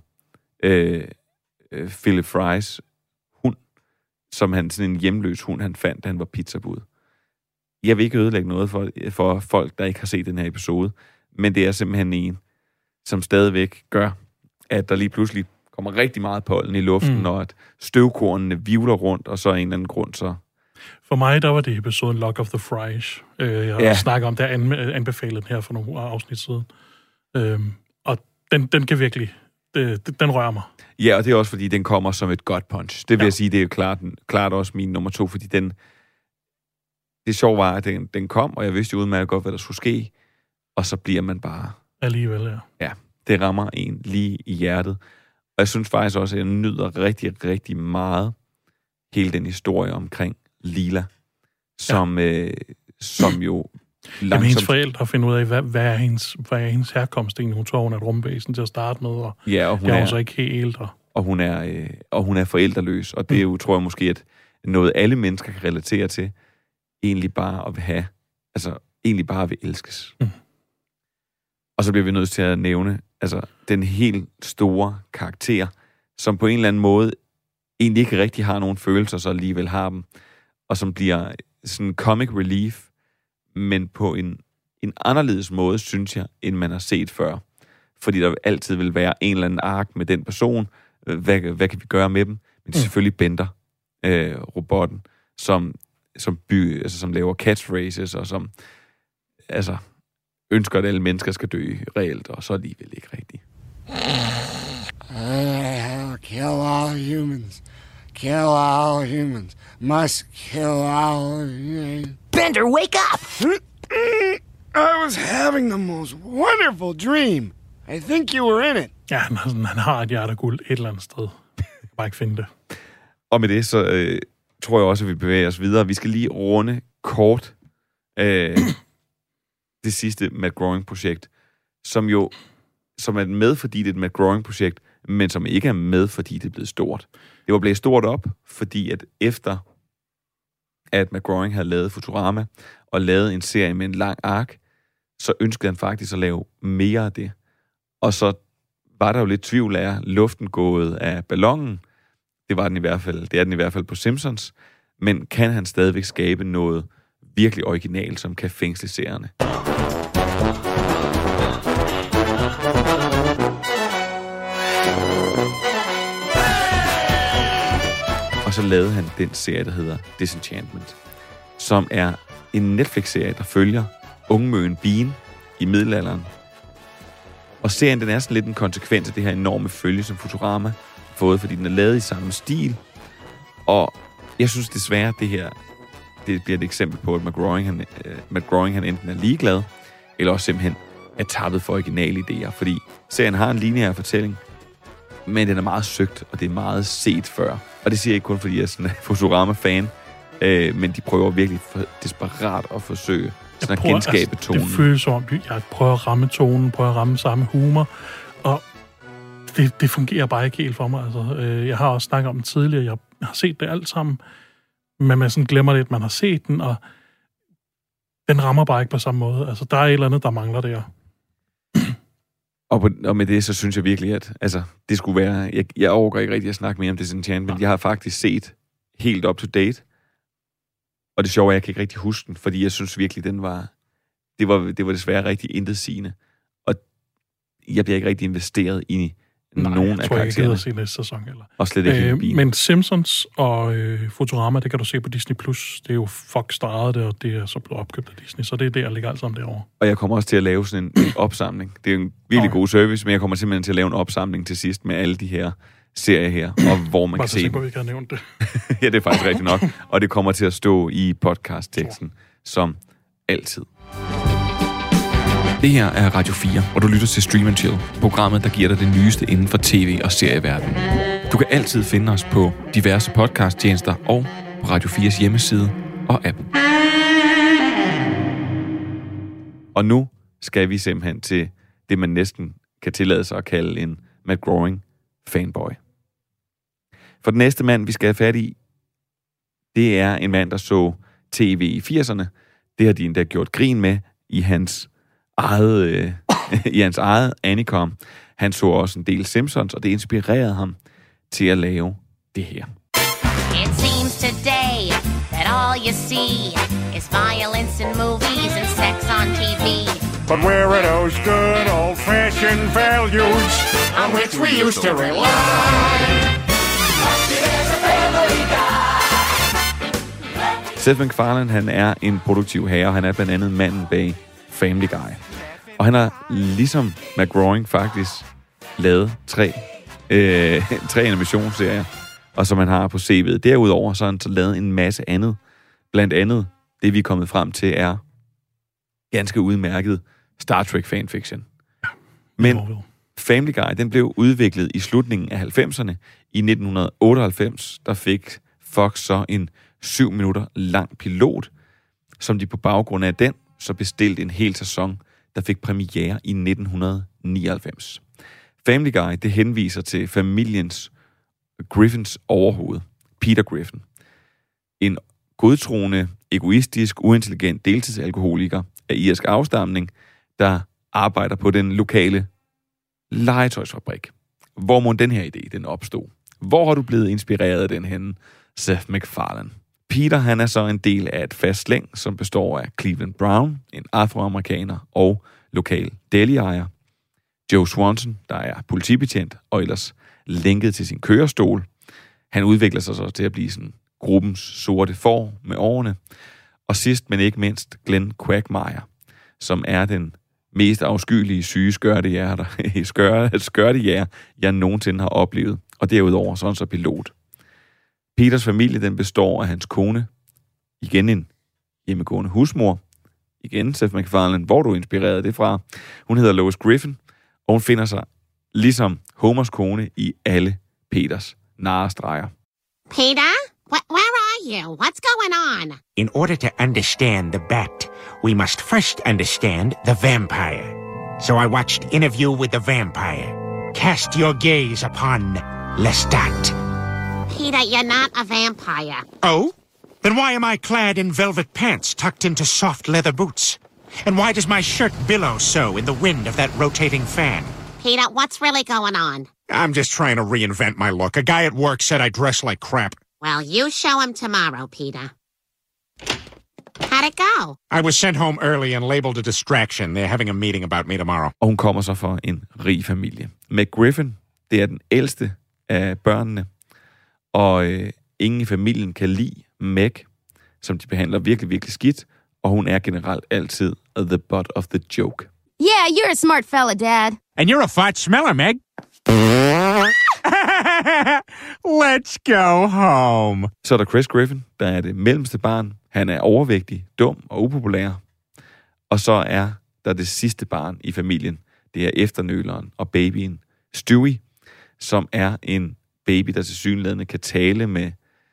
A: Philip Frys hund, som han sådan en hjemløs hund, han fandt, da han var pizzabud. Jeg vil ikke ødelægge noget for folk, der ikke har set den her episode, men det er simpelthen en, som stadigvæk gør, at der lige pludselig kommer rigtig meget pollen i luften, og at støvkornene vivler rundt, og så en eller anden grund så...
B: For mig, der var det episoden Lock of the Fries. Jeg snakker om, der anbefalede den her for nogle afsnit siden. Og den kan virkelig... Den rører mig.
A: Ja, og det er også, fordi den kommer som et godt punch. Det vil jeg sige, det er jo klart også min nummer 2, fordi den... Det sjove var, at den kom, og jeg vidste jo udmærket godt, hvad der skulle ske, og så bliver man bare...
B: Alligevel, ja.
A: Ja, det rammer en lige i hjertet. Og jeg synes faktisk også, at jeg nyder rigtig, rigtig meget hele den historie omkring Lila, som jo langsomt...
B: Jamen, hendes forældre finder ud af, hvad er hendes herkomst egentlig. Hun tror, hun er et rumvæsen til at starte med, og hun er så ikke helt.
A: Og hun er forældreløs, og det er jo, tror jeg måske, at noget alle mennesker kan relatere til. egentlig bare at have, altså egentlig bare vil elskes. Og så bliver vi nødt til at nævne, altså den helt store karakter, som på en eller anden måde egentlig ikke rigtig har nogen følelser, så alligevel har dem, og som bliver sådan comic relief, men på en anderledes måde, synes jeg, end man har set før. Fordi der altid vil være en eller anden ark med den person. Hvad kan vi gøre med dem? Men det er selvfølgelig Bender, robotten, som laver catchphrases, og som ønsker, at alle mennesker skal dø reelt, og så alligevel ikke rigtigt.
N: Kill all humans. Kill all humans. Must kill all humans.
K: Bender, wake up!
N: I was having the most wonderful dream. I think you were in it.
B: Ja, han har et hjerteguld et eller andet sted. Jeg kan bare ikke finde det.
A: Og med det, så tror jeg også, at vi bevæger os videre. Vi skal lige runde kort det sidste Matt Groening-projekt, som er med, fordi det er et Matt Groening-projekt, men som ikke er med, fordi det er blevet stort. Det var blevet stort op, fordi at efter at Matt Groening havde lavet Futurama og lavet en serie med en lang ark, så ønskede han faktisk at lave mere af det. Og så var der jo lidt tvivl af luften gået af ballonen. Det er den i hvert fald på Simpsons. Men kan han stadigvæk skabe noget virkelig originalt, som kan fængsle seerne? Og så lavede han den serie, der hedder Disenchantment, som er en Netflix-serie, der følger ungmøen Bean i middelalderen. Og serien, den er sådan lidt en konsekvens af det her enorme følge, som Futurama har fået, fordi den er lavet i samme stil. Og jeg synes desværre, at det bliver et eksempel på, at Matt Groening han enten er ligeglad, eller også simpelthen er tappet for originale idéer. Fordi serien har en lineær fortælling, men den er meget søgt, og det er meget set før. Og det siger jeg ikke kun, fordi jeg er sådan en Futurama-fan, men de prøver virkelig desperat at forsøge sådan at genskabe tonen.
B: Det føles som, jeg prøver at ramme tonen, prøver at ramme samme humor, og det fungerer bare ikke helt for mig. Altså, jeg har også snakket om det tidligere, jeg har set det alt sammen, men man sådan glemmer lidt, at man har set den, og den rammer bare ikke på samme måde. Altså, der er et eller andet, der mangler der.
A: Og med det, så synes jeg virkelig, at det skulle være... Jeg overgår ikke rigtig at snakke mere om Disenchantment, men jeg har faktisk set helt up to date. Og det sjove er, at jeg kan ikke rigtig huske den, fordi jeg synes virkelig, det var desværre rigtig intetsigende. Og jeg bliver ikke rigtig investeret i nogen af karaktererne.
B: Jeg tror ikke, jeg se næste sæson. Eller.
A: Og slet ikke
B: men Simpsons og Futurama, det kan du se på Disney+. Det er jo Fox, der ejede det, og det er så blevet opkøbt af Disney, så det er der, jeg ligger alt sammen derovre. Og
A: jeg kommer også til at lave sådan en opsamling. Det er en virkelig god service, men jeg kommer simpelthen til at lave en opsamling til sidst med alle de her serier her, og hvor man kan se
B: dem. Vi ikke har nævnt det.
A: Ja, det er faktisk rigtigt nok. Og det kommer til at stå i podcast-teksten, som altid. Det her er Radio 4, og du lytter til Stream & Chill, programmet, der giver dig det nyeste inden for tv- og serieverdenen. Du kan altid finde os på diverse podcast-tjenester og på Radio 4's hjemmeside og app. Og nu skal vi simpelthen til det, man næsten kan tillade sig at kalde en Matt Groening fanboy. For den næste mand, vi skal have fat i, det er en mand, der så tv i 80'erne. Det har de endda gjort grin med i hans eget Anicom. Han så også en del Simpsons, og det inspirerede ham til at lave det her.
O: It seems today that all you see is violence in movies and sex on TV.
M: But where are those good old-fashioned values on which we used to rely?
A: Seth MacFarlane, han er en produktiv herre, og han er blandt andet manden bag Family Guy. Og han har, ligesom Matt Groening, faktisk lavet tre animationsserier, og som han har på CV'et. Derudover så har han så lavet en masse andet. Blandt andet, det vi er kommet frem til, er ganske udmærket Star Trek fanfiction. Men Family Guy, den blev udviklet i slutningen af 90'erne. I 1998, der fik Fox så en 7 minutter lang pilot, som de på baggrund af den så bestilte en hel sæson, der fik premiere i 1999. Family Guy, det henviser til familiens Griffins overhoved, Peter Griffin. En godtroende, egoistisk, uintelligent deltidsalkoholiker af irsk afstamning, der arbejder på den lokale legetøjsfabrik. Hvor må den her idé, den opstod? Hvor har du blevet inspireret af den henne, Seth MacFarlane? Peter, han er så en del af et fast slæng, som består af Cleveland Brown, en afroamerikaner og lokal deli-ejer. Joe Swanson, der er politibetjent og ellers lænket til sin kørestol. Han udvikler sig så til at blive sådan gruppens sorte får med årene. Og sidst, men ikke mindst, Glenn Quagmire, som er den mest afskyelige syge skørtejæger, jeg nogensinde har oplevet. Og derudover så er han så pilot. Peters familie, den består af hans kone, igen en hjemmegående husmor, igen Seth MacFarlane, hvor du inspirerede det fra. Hun hedder Lois Griffin, og hun finder sig ligesom Homers kone i alle Peters narestreger.
O: Peter? Where are you? What's going on?
P: In order to understand the bat, we must first understand the vampire. So I watched Interview with the Vampire. Cast your gaze upon Lestat.
O: Peter, you're not a vampire.
P: Oh? Then why am I clad in velvet pants tucked into soft leather boots? And why does my shirt billow so in the wind of that rotating fan?
O: Peter, what's really going on?
P: I'm just trying to reinvent my look. A guy at work said I dress like crap.
O: Well, you show him tomorrow, Peter. How'd it go?
P: I was sent home early and labeled a distraction. They're having a meeting about me tomorrow.
A: Og hun kommer så fra en rig familie. Meg Griffin, det er den ældste af børnene, og ingen i familien kan lide Meg, som de behandler virkelig, virkelig skidt, og hun er generelt altid the butt of the joke.
Q: Yeah, you're a smart fella, Dad.
P: And you're a fart smeller, Meg. Let's go home.
A: Så er der Chris Griffin, der er det mellemste barn. Han er overvægtig, dum og upopulær. Og så er der det sidste barn i familien. Det er efternøleren og babyen Stewie, som er en baby, der tilsyneladende kan tale med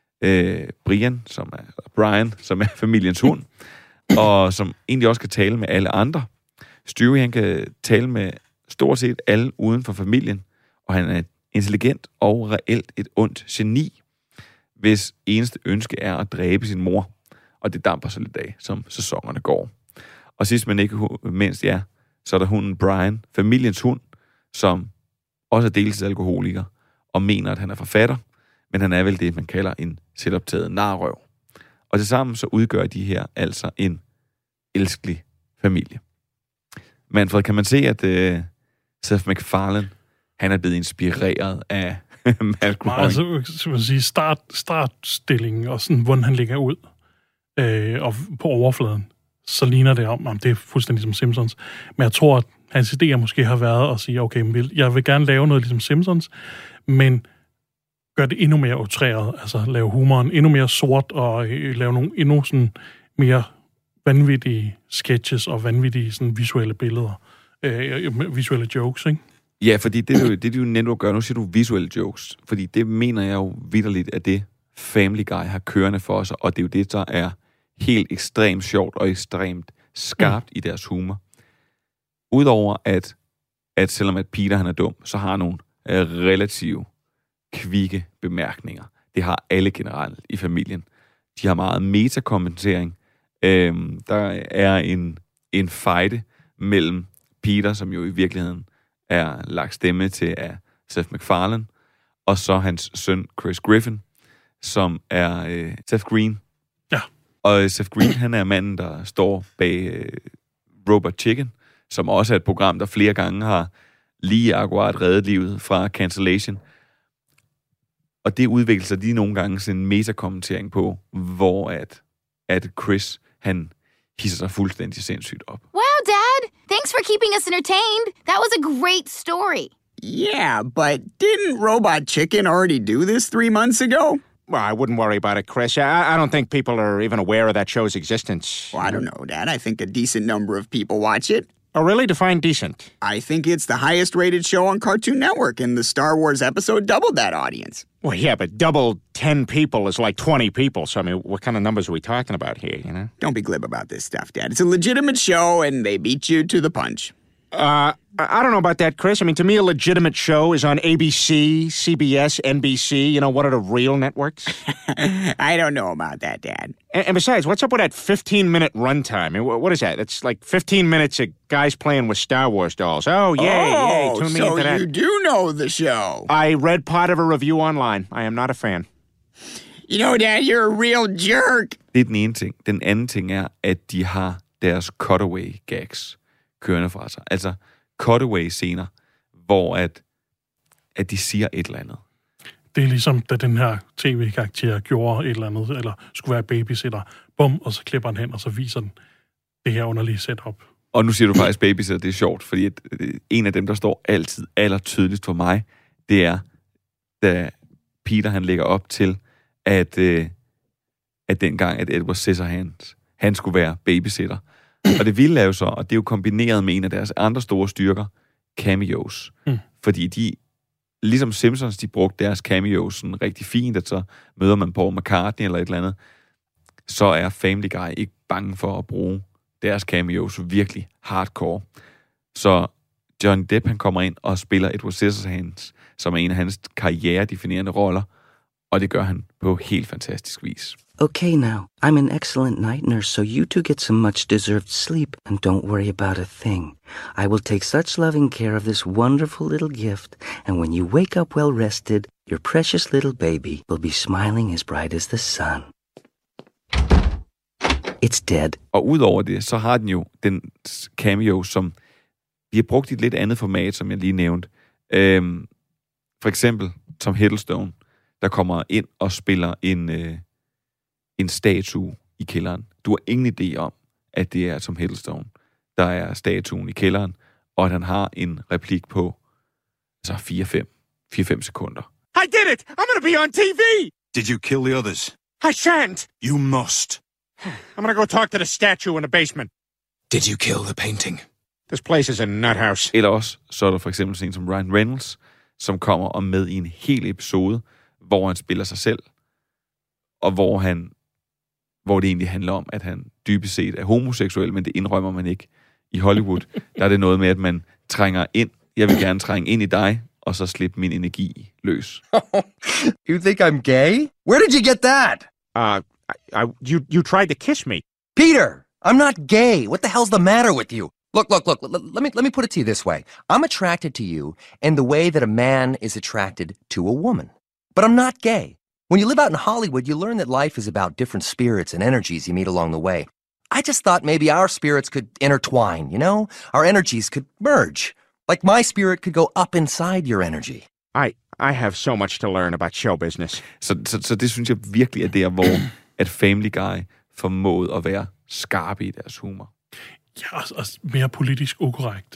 A: Brian, som er familiens hund, og som egentlig også kan tale med alle andre. Stewie, han kan tale med stort set alle uden for familien, og han er intelligent og reelt et ondt geni, hvis eneste ønske er at dræbe sin mor. Og det damper så lidt af, som sæsonerne går. Og sidst men ikke mindst, ja, så er der hunden Brian, familiens hund, som også er deltidsalkoholiker, og mener, at han er forfatter, men han er vel det, man kalder en selvoptaget narrøv. Og tilsammen så udgør de her altså en elskelig familie. Manfred, kan man se, at Seth MacFarlane, han er blevet inspireret af Malcolm?
B: Altså, så vil sige, startstillingen og sådan, hvordan han ligger ud og på overfladen, så ligner det om, det er fuldstændig som Simpsons. Men jeg tror, at hans idéer måske har været at sige, okay, jeg vil gerne lave noget ligesom Simpsons, men gør det endnu mere utræret, altså lave humoren endnu mere sort, og lave nogle endnu sådan mere vanvittige sketches og vanvittige sådan visuelle billeder, visuelle jokes, ikke?
A: Ja, fordi det de jo netop gør, nu siger du visuelle jokes, fordi det mener jeg jo vitterligt, at det Family Guy har kørende for sig, og det er jo det, der er helt ekstremt sjovt og ekstremt skarpt i deres humor. Udover at selvom at Peter han er dum, så har nogle relativt kvikke bemærkninger. Det har alle generelt i familien. De har meget metakommentering. Der er en fejde mellem Peter, som jo i virkeligheden er lagt stemme til af Seth MacFarlane, og så hans søn Chris Griffin, som er Seth Green.
B: Ja.
A: Og Seth Green, han er manden, der står bag Robot Chicken, som også er et program, der flere gange har lige akkurat reddet livet fra cancellation. Og det udvikler sig lige nogle gange sådan en metakommentering på, hvor at Chris, han hisser sig fuldstændig sindssygt op.
Q: Wow, Dad! Thanks for keeping us entertained. That was a great story.
R: Yeah, but didn't Robot Chicken already do this 3 months ago?
P: Well, I wouldn't worry about it, Chris. I don't think people are even aware of that show's existence.
R: Well, I don't know, Dad. I think a decent number of people watch it.
P: Oh, really? Define decent.
R: I think it's the highest-rated show on Cartoon Network, and the Star Wars episode doubled that audience.
P: Well, yeah, but double 10 people is like 20 people, so I mean, what kind of numbers are we talking about here, you know?
R: Don't be glib about this stuff, Dad. It's a legitimate show, and they beat you to the punch.
P: I don't know about that, Chris. I mean, to me, a legitimate show is on ABC, CBS, NBC. You know, what are the real networks?
R: I don't know about that, Dad.
P: And besides, what's up with that 15-minute runtime? I mean, what is that? It's like 15 minutes of guys playing with Star Wars dolls. Oh, yay. Tune me
R: so
P: into that.
R: You do know the show.
P: I read part of a review online. I am not a fan.
R: You know, Dad, you're a real jerk.
A: Det er den ene ting. Den anden ting er, at de har deres cutaway gags kørende fra sig. Altså cutaway-scener, hvor at de siger et eller andet.
B: Det er ligesom, da den her tv-karakter gjorde et eller andet, eller skulle være babysitter. Bum, og så klipper han hen, og så viser den det her underlige setup.
A: Og nu siger du faktisk babysitter, det er sjovt, fordi at en af dem, der står altid allertydeligst for mig, det er, da Peter han lægger op til, at dengang, at Edward Scissorhands, han skulle være babysitter. Og det vilde er jo så, og det er jo kombineret med en af deres andre store styrker, cameos. Fordi de, ligesom Simpsons, de brugte deres cameos sådan rigtig fint, at så møder man Paul McCartney eller et eller andet, så er Family Guy ikke bange for at bruge deres cameos virkelig hardcore. Så Johnny Depp, han kommer ind og spiller Edward Scissorhands, som er en af hans karrieredefinerende roller, og det gør han på helt fantastisk vis.
S: Okay now, I'm an excellent night nurse, so you two get some much-deserved sleep, and don't worry about a thing. I will take such loving care of this wonderful little gift, and when you wake up well-rested, your precious little baby will be smiling as bright as the sun. It's dead.
A: Og udover det, så har den jo den cameo, som de har brugt i et lidt andet format, som jeg lige nævnte. For eksempel Tom Hiddleston, der kommer ind og spiller en statue i kælderen. Du har ingen idé om, at det er Tom Hiddleston, der er statuen i kælderen, og at han har en replik på 4-5 sekunder.
P: I did it! I'm gonna be on TV!
T: Did you kill the others?
P: I shan't!
T: You must.
P: I'm gonna go talk to the statue in the basement.
T: Did you kill the painting?
P: This place is a nut house.
A: Eller også, så er der for eksempel sådan en som Ryan Reynolds, som kommer og med i en hel episode, hvor han spiller sig selv, og hvor det egentlig handler om, at han dybest set er homoseksuel, men det indrømmer man ikke i Hollywood. Der er det noget med, at man trænger ind. Jeg vil gerne trænge ind i dig, og så slippe min energi løs.
U: You think I'm gay? Where did you get that?
P: You tried to kiss me.
U: Peter, I'm not gay. What the hell's the matter with you? Look. Let me put it to you this way. I'm attracted to you in the way that a man is attracted to a woman. But I'm not gay. When you live out in Hollywood, you learn that life is about different spirits and energies you meet along the way. I just thought maybe our spirits could intertwine, you know? Our energies could merge. Like my spirit could go up inside your energy.
P: I have so much to learn about show business.
A: Så det synes jeg virkelig er der, hvor at Family Guy formåede at være skarpe i deres humor.
B: Ja, og mere politisk ukorrekt.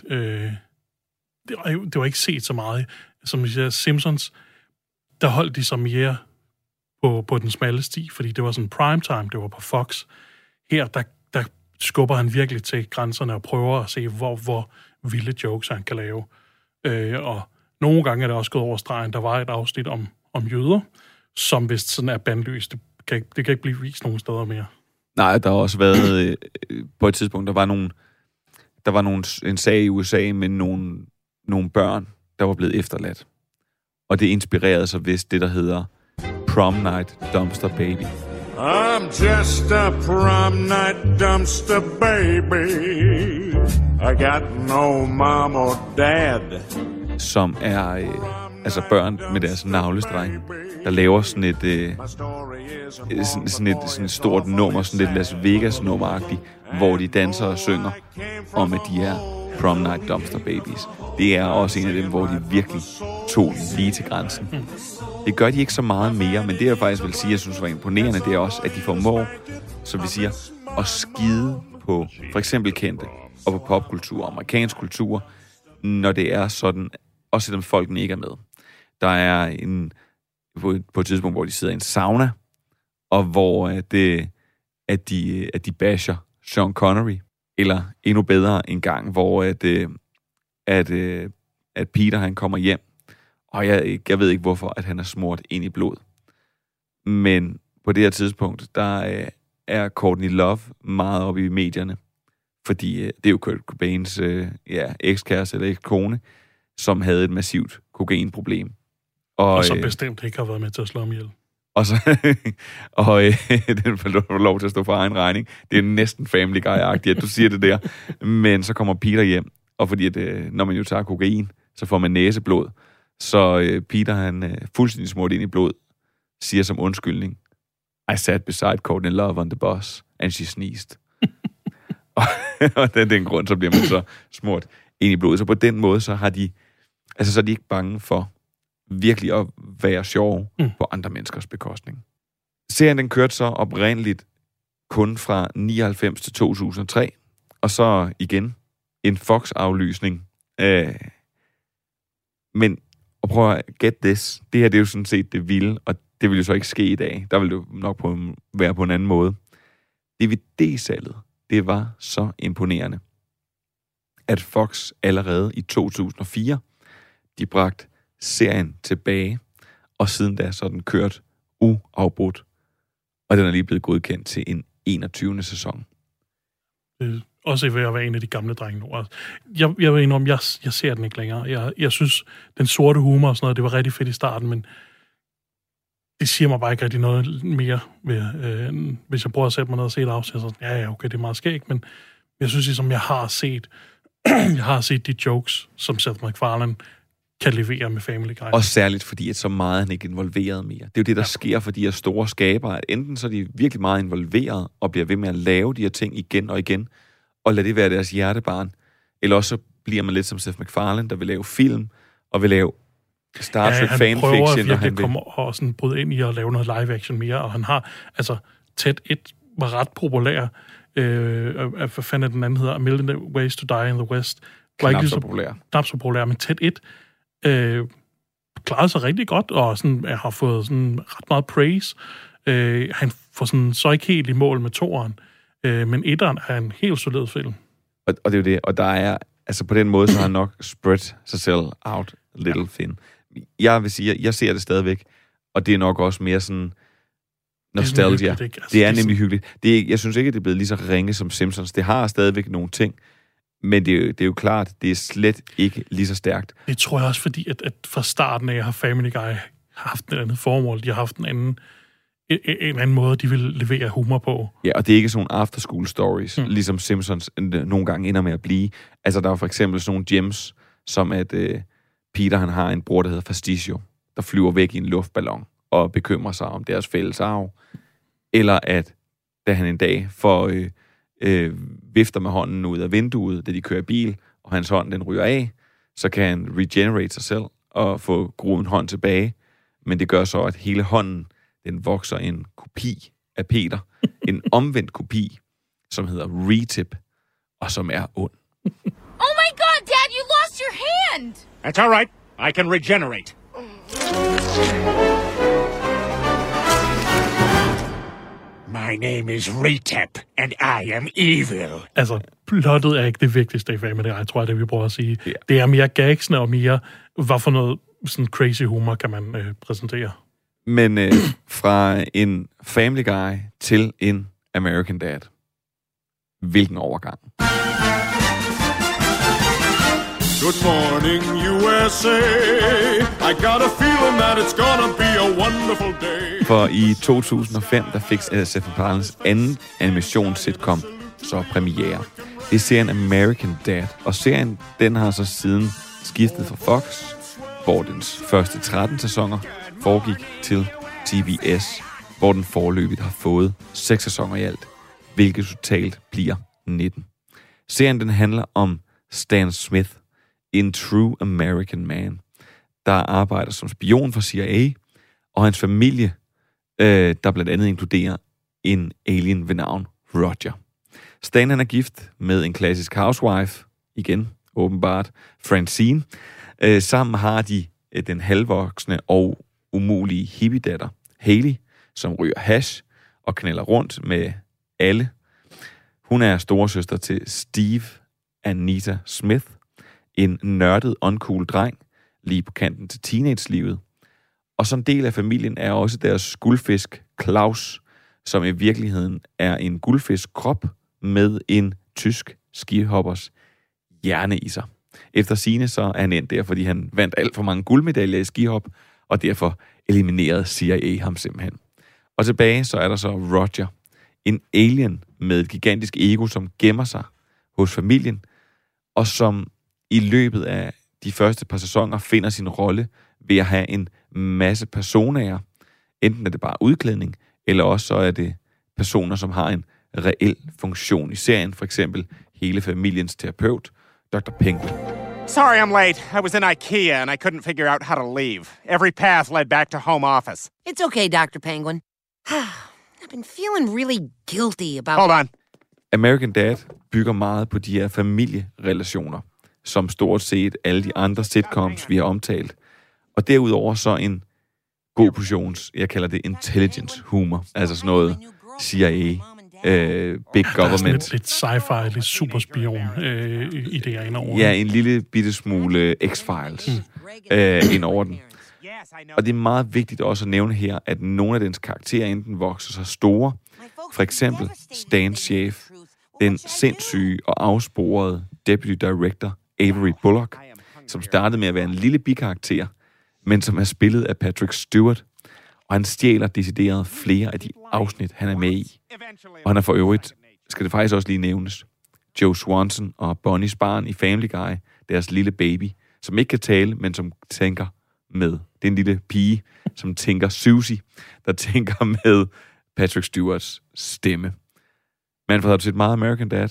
B: Det var ikke set så meget. Som jeg siger, Simpsons, der holdt de sig mere på den smalle sti, fordi det var sådan primetime, det var på Fox. Her, der skubber han virkelig til grænserne og prøver at se, hvor vilde jokes han kan lave. Og nogle gange er det også gået over stregen. Der var et afsnit om jøder, som vist sådan er bandløst. Det kan ikke blive vist nogen steder mere.
A: Nej, der har også været på et tidspunkt, der var en sag i USA med nogle børn, der var blevet efterladt. Og det inspirerede så vist det, der hedder Prom Night Dumpster Baby.
M: I'm just a prom night dumpster baby. I got no mom or dad.
A: Som er børn med deres navlestreng, der laver sådan et stort nummer, sådan lidt Las Vegas nummeragtigt, hvor de danser og synger om, at de er Prom Night Dumpster Babies. Det er også en af dem, hvor de virkelig tog lige til grænsen. Det gør de ikke så meget mere, men det jeg faktisk vil sige, jeg synes var imponerende, det er også, at de formår, som vi siger, at skide på for eksempel kendte og på popkultur, amerikansk kultur, når det er sådan, også selvom folkene ikke er med. Der er på et tidspunkt, hvor de sidder i en sauna, og hvor at de basher Sean Connery, eller endnu bedre en gang, hvor at Peter han kommer hjem, og jeg ved ikke hvorfor, at han er smurt ind i blod. Men på det her tidspunkt, der er Courtney Love meget oppe i medierne, Fordi det er jo Kurt Cobains ekskæreste eller ekskone, som havde et massivt kokainproblem.
B: Og som bestemt ikke har været med til at slå ham ihjel.
A: Og den får lov til at stå for egen regning. Det er næsten Family Guy-agtigt, at du siger det der. Men så kommer Peter hjem, og fordi at, når man jo tager kokain, så får man næseblod. Så Peter, han fuldstændig smurt ind i blod, siger som undskyldning, I sat beside Courtney Love on the bus, and she sneezed. og det er den grund, så bliver man så smurt ind i blodet. Så på den måde, så har de, altså så er de ikke bange for virkelig at være sjov på andre menneskers bekostning. Serien den kørte så oprindeligt kun fra 99 til 2003, og så igen en Fox-aflysning. Men og prøv at get this. Det her det er jo sådan set det vilde, og det vil jo så ikke ske i dag. Der vil det jo nok være på en anden måde. DVD-salget, det var så imponerende, at Fox allerede i 2004, de bragte serien tilbage, og siden da så den kørt uafbrudt, og den er lige blevet godkendt til en 21. sæson.
B: Også ved at være en af de gamle drenge nu. Jeg vil indrømme, jeg ser den ikke længere. Jeg synes, den sorte humor og sådan noget, det var rigtig fedt i starten, men det siger mig bare ikke rigtig noget mere, hvis jeg prøver at sætte mig ned og se et afsnit, så ja, okay, det er meget skægt, men jeg synes ligesom, jeg har set de jokes, som Seth MacFarlane kan levere med Family Guy.
A: Og særligt fordi, at så meget han ikke er involveret mere. Det er jo det, der sker for de her store skabere, at enten så er de virkelig meget involveret og bliver ved med at lave de her ting igen og igen, og lad det være deres hjertebarn, eller også så bliver man lidt som Seth MacFarlane, der vil lave film og vil lave Star Trek fanfiction.
B: Han prøver at komme og sådan bryde ind i at lave noget live action mere, og han har, altså, Ted 1 var ret populær. Hvad fanden den anden hedder? A Million Ways to Die in the West.
A: Knap så populær.
B: Men Ted 1 klarede sig rigtig godt, og sådan, har fået sådan ret meget praise. Han får sådan, så ikke helt i mål med toeren, men etteren er en helt solid film.
A: Og det er jo det, og der er, altså på den måde, så har han nok spread sig selv out a little thin. Jeg vil sige, jeg ser det stadigvæk, og det er nok også mere sådan nostalgia. Det er nemlig hyggeligt. Jeg synes ikke, at det er blevet lige så ringe som Simpsons. Det har stadigvæk nogle ting, men det er jo klart, det er slet ikke lige så stærkt.
B: Det tror jeg også, fordi at fra starten af har Family Guy haft et andet formål. De har haft en anden måde, de vil levere humor på.
A: Ja, og det er ikke sådan nogle after-school stories, ligesom Simpsons nogle gange ender med at blive. Altså, der er for eksempel sådan nogle gems, som at Peter, han har en bror, der hedder Fasticio, der flyver væk i en luftballon og bekymrer sig om deres fælles arv. Eller at, da han en dag får vifter med hånden ud af vinduet, da de kører bil, og hans hånd, den ryger af, så kan han regenerate sig selv og få groet en hånd tilbage. Men det gør så, at hele hånden, den vokser en kopi af Peter. En omvendt kopi, som hedder Retip, og som er ond.
Q: Oh my god, Dad, you lost your hand!
P: That's all right. I can regenerate. My name is Retep, and I am evil.
B: Altså, plottet er ikke det vigtigste i Family Guy, tror jeg, det vi prøver at sige. Yeah. Det er mere gagsene og mere, hvad for noget sådan crazy humor kan man præsentere.
A: Men fra en Family Guy til en American Dad. Hvilken overgang?
M: Good morning, USA. I got a feeling that it's gonna be a wonderful day.
A: For i 2005, der fik Seth MacFarlanes anden animations-sitcom så premiere. Det er serien American Dad, og serien, den har så siden skiftet fra Fox, hvor dens første 13 sæsoner foregik til TBS, hvor den foreløbigt har fået 6 sæsoner i alt, hvilket totalt bliver 19. Serien, den handler om Stan Smith, en true American man, der arbejder som spion for CIA, og hans familie, der blandt andet inkluderer en alien ved navn Roger. Stan, han er gift med en klassisk housewife, igen åbenbart, Francine. Sammen har de den halvvoksne og umulige hippie-datter, Haley, som ryger hash og knælder rundt med alle. Hun er storesøster til Steve Anita Smith, en nørdet, uncool dreng, lige på kanten til teenage-livet. Og som del af familien er også deres guldfisk, Klaus, som i virkeligheden er en guldfisk-krop med en tysk skihoppers hjerne i sig. Efter sigende så er han endt der, fordi han vandt alt for mange guldmedaljer i skihop, og derfor eliminerede CIA ham simpelthen. Og tilbage så er der så Roger, en alien med et gigantisk ego, som gemmer sig hos familien, og som i løbet af de første par sæsoner finder sin rolle ved at have en masse personager. Enten er det bare udklædning, eller også så er det personer, som har en reel funktion i serien. For eksempel hele familiens terapeut, Dr. Penguin.
C: Sorry I'm late. I was in IKEA and I couldn't figure out how to leave. Every path led back to home office.
V: It's okay, Dr. Penguin. I've been feeling really guilty about...
C: Hold on.
A: American Dad bygger meget på de her familierelationer, som stort set alle de andre sitcoms, vi har omtalt. Og derudover så en god portions, jeg kalder det intelligence humor, altså sådan noget CIA, big government.
B: Lidt sci-fi, lidt superspion-idéer ind over.
A: Ja, en lille bitte smule X-Files ind over den. Og det er meget vigtigt også at nævne her, at nogle af dens karakterer enten vokser så store. For eksempel Stan Chef, den sindssyge og afsporede deputy director Avery Bullock, som startede med at være en lille bikarakter, men som er spillet af Patrick Stewart, og han stjæler decideret flere af de afsnit, han er med i. Og han er for øvrigt, skal det faktisk også lige nævnes, Joe Swanson og Bonnies barn i Family Guy, deres lille baby, som ikke kan tale, men som tænker med. Det er en lille pige, som tænker Susie, der tænker med Patrick Stewarts stemme. Manfred, har du set meget American Dad?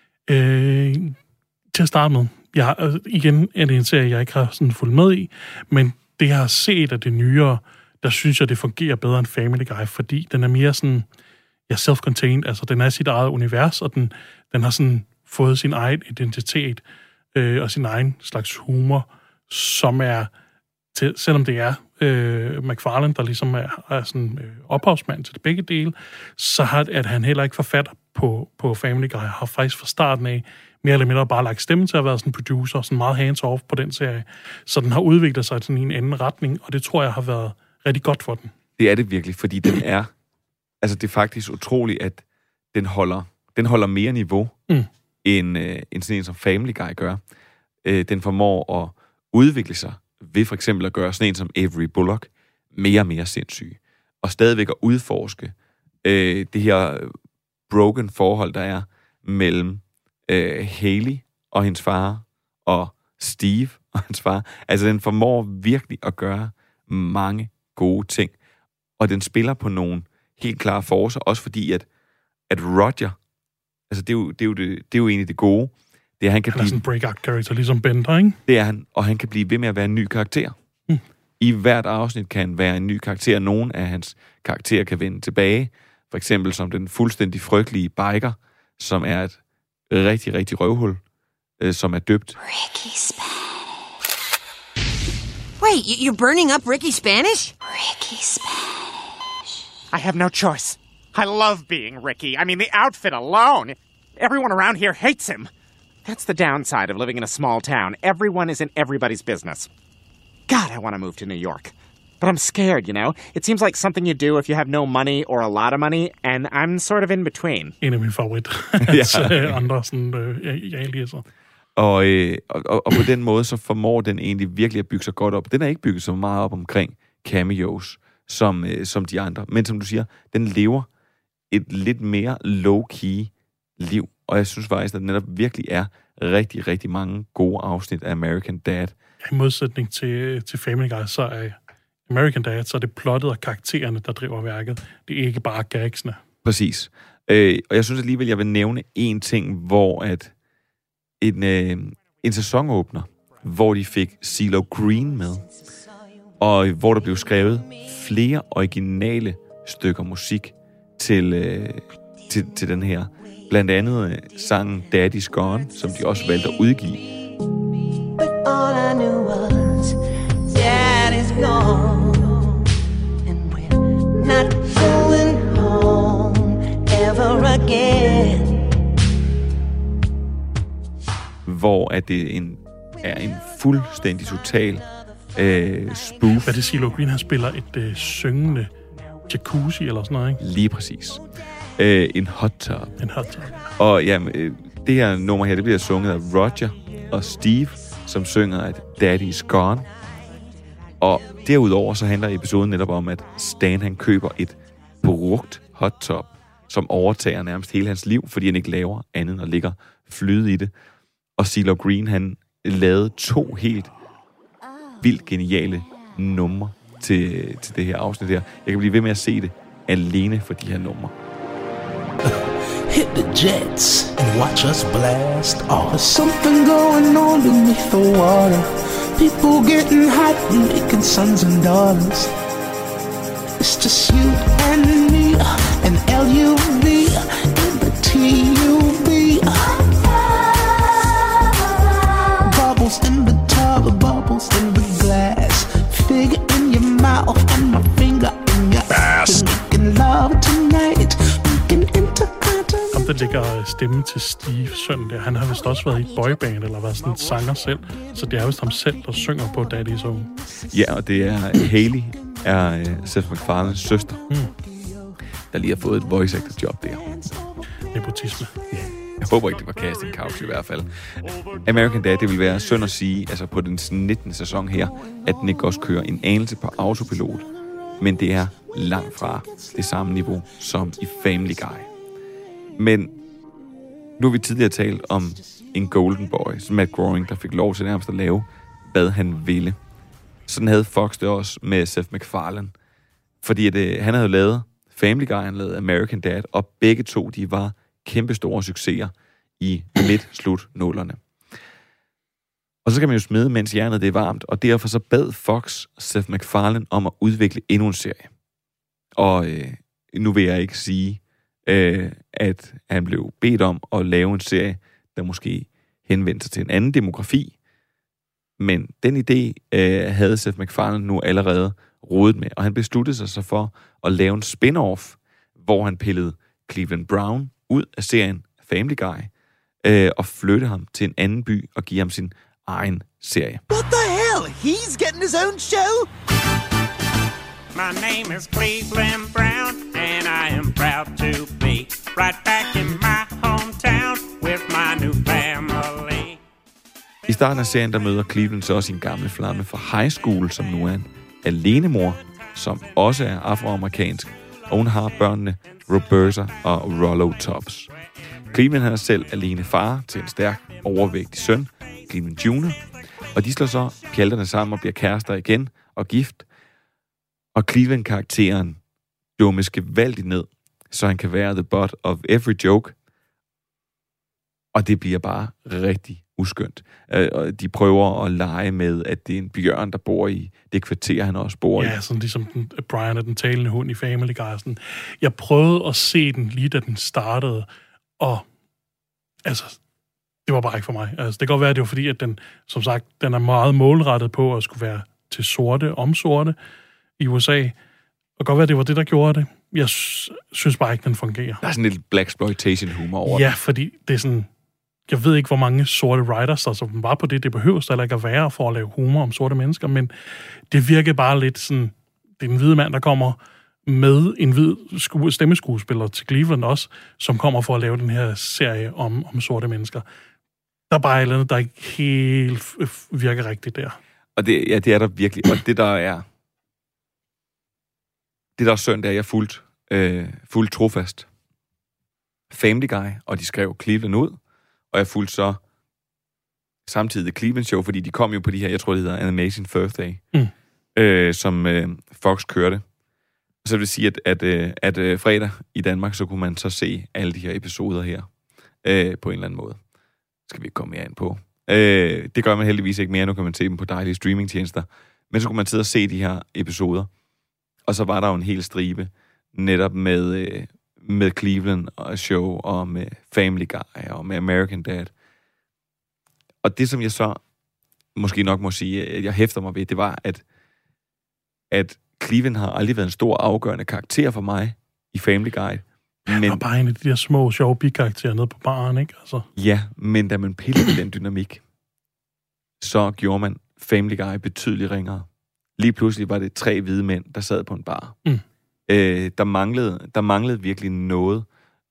B: Til at starte med. Igen er det en serie, jeg ikke har sådan fulgt med i, men det, jeg har set af det nyere, der synes jeg, det fungerer bedre end Family Guy, fordi den er mere sådan, self-contained, altså den er sit eget univers, og den har sådan fået sin egen identitet og sin egen slags humor, som er, selvom det er McFarlane, der ligesom er sådan ophavsmand til det begge dele, så at han heller ikke forfatter på Family Guy, har faktisk fra starten af mere eller mindre bare lagt stemme til at være sådan en producer, sådan meget hands-off på den serie. Så den har udviklet sig sådan i en anden retning, og det tror jeg har været rigtig godt for den.
A: Det er det virkelig, fordi den er, altså det er faktisk utroligt, at den holder mere niveau, end sådan en som Family Guy gør. Den formår at udvikle sig ved for eksempel at gøre sådan en som Avery Bullock mere og mere sindssyg, og stadigvæk at udforske det her broken forhold, der er mellem Haley og hendes far, og Steve og hans far. Altså, den formår virkelig at gøre mange gode ting. Og den spiller på nogle helt klare forcer, også fordi, at Roger, altså, det er jo egentlig det gode. Det er, han kan
B: blive sådan en breakout-character, ligesom Bender, ikke?
A: Det er han, og han kan blive ved med at være en ny karakter. I hvert afsnit kan han være en ny karakter. Nogle af hans karakterer kan vende tilbage. For eksempel som den fuldstændig frygtelige biker, som er et rigtig, rigtig røvhul, som er døbt.
V: Ricky Spanish. Wait, you're burning up Ricky Spanish?
C: Ricky Spanish. I have no choice. I love being Ricky. I mean, the outfit alone. Everyone around here hates him. That's the downside of living in a small town. Everyone is in everybody's business. God, I want to move to New York. But I'm scared, you know? It seems like something you do if you have no money or a lot of money, and I'm sort of in between.
B: En af mine favorit. Andre sådan, aliaser.
A: Og på den måde, så formår den egentlig virkelig at bygge sig godt op. Den er ikke bygget så meget op omkring cameos, som de andre. Men som du siger, den lever et lidt mere low-key liv. Og jeg synes faktisk, at der netop virkelig er rigtig, rigtig mange gode afsnit af American Dad.
B: I modsætning til Family Guy, så er American Dad, så er det plottet og karaktererne, der driver værket. Det er ikke bare gagsene.
A: Præcis. Og jeg synes alligevel, jeg vil nævne en ting, hvor at en sæsonåbner, hvor de fik CeeLo Green med, og hvor der blev skrevet flere originale stykker musik til den her. Blandt andet sangen Daddy's Gone, som de også valgte at udgive.
D: But all I knew was Daddy's gone, and we're not going home ever again.
A: Hvor at det er en fuldstændig total spoof.
B: Hvad det CeeLo Green, han spiller et syngende jacuzzi eller sådan noget, ikke?
A: Lige præcis. En hot tub.
B: En hot tub.
A: Og jamen, Det her nummer her, det bliver sunget af Roger og Steve, som synger, at Daddy's Gone. Og derudover så handler episoden netop om, at Stan han køber et brugt hot top, som overtager nærmest hele hans liv, fordi han ikke laver andet end at ligge flyde i det. Og CeeLo Green, han lavede 2 helt vildt geniale numre til det her afsnit her. Jeg kan blive ved med at se det alene for de her numre.
F: Hit the jets and watch us blast off. There's something going on beneath the water. People getting hot and making sons and daughters. It's just you and me and LUV in the TUB. Bubbles in the tub, bubbles in the glass. Figure in your mouth and my finger in your ass. Making love tonight, making intercontinental.
B: Ham, der lægger stemme til Steve, søn der, han har vist også været i et boyband, eller været sådan en sanger selv. Så det er vist ham selv, der synger på Daddy's Home.
A: Ja, og det er Hayley, er Seth MacFarlanes søster, der lige har fået et voice actor job der.
B: Nepotisme.
A: Jeg håber ikke, det var casting couch i hvert fald. American Dad, det vil være synd at sige, altså på den 19. sæson her, at den ikke også kører en anelse på autopilot. Men det er langt fra det samme niveau som i Family Guy. Men nu har vi tidligere talt om en golden boy, som Matt Groening, der fik lov til nærmest at lave, hvad han ville. Sådan havde Fox det også med Seth MacFarlane. Fordi han havde lavet Family Guy, han lavede American Dad, og begge to, de var kæmpestore succeser i midt-slut-nullerne. Og så kan man jo smide, mens jernet det er varmt, og derfor så bad Fox Seth MacFarlane om at udvikle endnu en serie. Og nu vil jeg ikke sige, at han blev bedt om at lave en serie, der måske henvendte sig til en anden demografi, men den idé havde Seth MacFarlane nu allerede rodet med, og han besluttede sig så for at lave en spin-off, hvor han pillede Cleveland Brown ud af serien Family Guy, og flytte ham til en anden by og give ham sin egen serie.
D: What the hell? He's getting his own show?
G: My name is Cleveland Brown, and I am proud to be right back in my hometown with my new family.
A: I starten af serien, der møder Cleveland så sin gamle flamme fra high school, som nu er en alenemor, som også er afroamerikansk, og hun har børnene Roberta og Rollo Tubbs. Cleveland er selv alene far til en stærk, overvægtig søn, Cleveland Jr., og de slår så pjalterne sammen og bliver kærester igen og gift, og Cleveland-karakteren dummes gevaldigt ned, så han kan være the butt of every joke, og det bliver bare rigtig uskyndt. De prøver at lege med, at det er en bjørn, der bor i det kvarter, han også bor i.
B: Ja, sådan ligesom Brian er den talende hund i Family Guy. Jeg prøvede at se den lige da den startede, og altså, det var bare ikke for mig. Altså, det kan godt være, at det var fordi, at den, som sagt, den er meget målrettet på at skulle være til sorte, om sorte i USA. Og godt være, at det var det, der gjorde det. Jeg synes bare ikke, den fungerer.
A: Der er sådan lidt blaxploitation-humor over
B: Ja,
A: det.
B: fordi det er sådan... Jeg ved ikke, hvor mange sorte writers, der som var på det. Det behøves der ikke at være for at lave humor om sorte mennesker, men det virker bare lidt sådan... Det er en hvid mand, der kommer med en hvid stemmeskuespiller til Cleveland også, som kommer for at lave den her serie om sorte mennesker. Der er bare et eller andet, der ikke helt virker rigtigt der.
A: Og det er der virkelig. Og det, der er synd, det er, jeg fuldt trofast Family Guy, og de skrev Cleveland ud, og jeg fulgte så samtidig Cleveland Show, fordi de kom jo på de her, jeg tror, det hedder Animation Thursday, som Fox kørte. Og så vil det sige, at fredag i Danmark, så kunne man så se alle de her episoder her på en eller anden måde. Skal vi ikke komme mere ind på. Det gør man heldigvis ikke mere, nu kan man se dem på dejlige streamingtjenester. Men så kunne man sidde og se de her episoder. Og så var der jo en hel stribe netop med Cleveland og Show, og med Family Guy, og med American Dad. Og det, som jeg så måske nok må sige, at jeg hæfter mig ved, det var, at Cleveland har aldrig været en stor afgørende karakter for mig i Family Guy.
B: Men og bare en af de der små, sjove bikarakterer nede på baren, ikke? Altså.
A: Ja, men da man pillede den dynamik, så gjorde man Family Guy betydeligt ringere. Lige pludselig var det 3 hvide mænd, der sad på en bar. Der manglede virkelig noget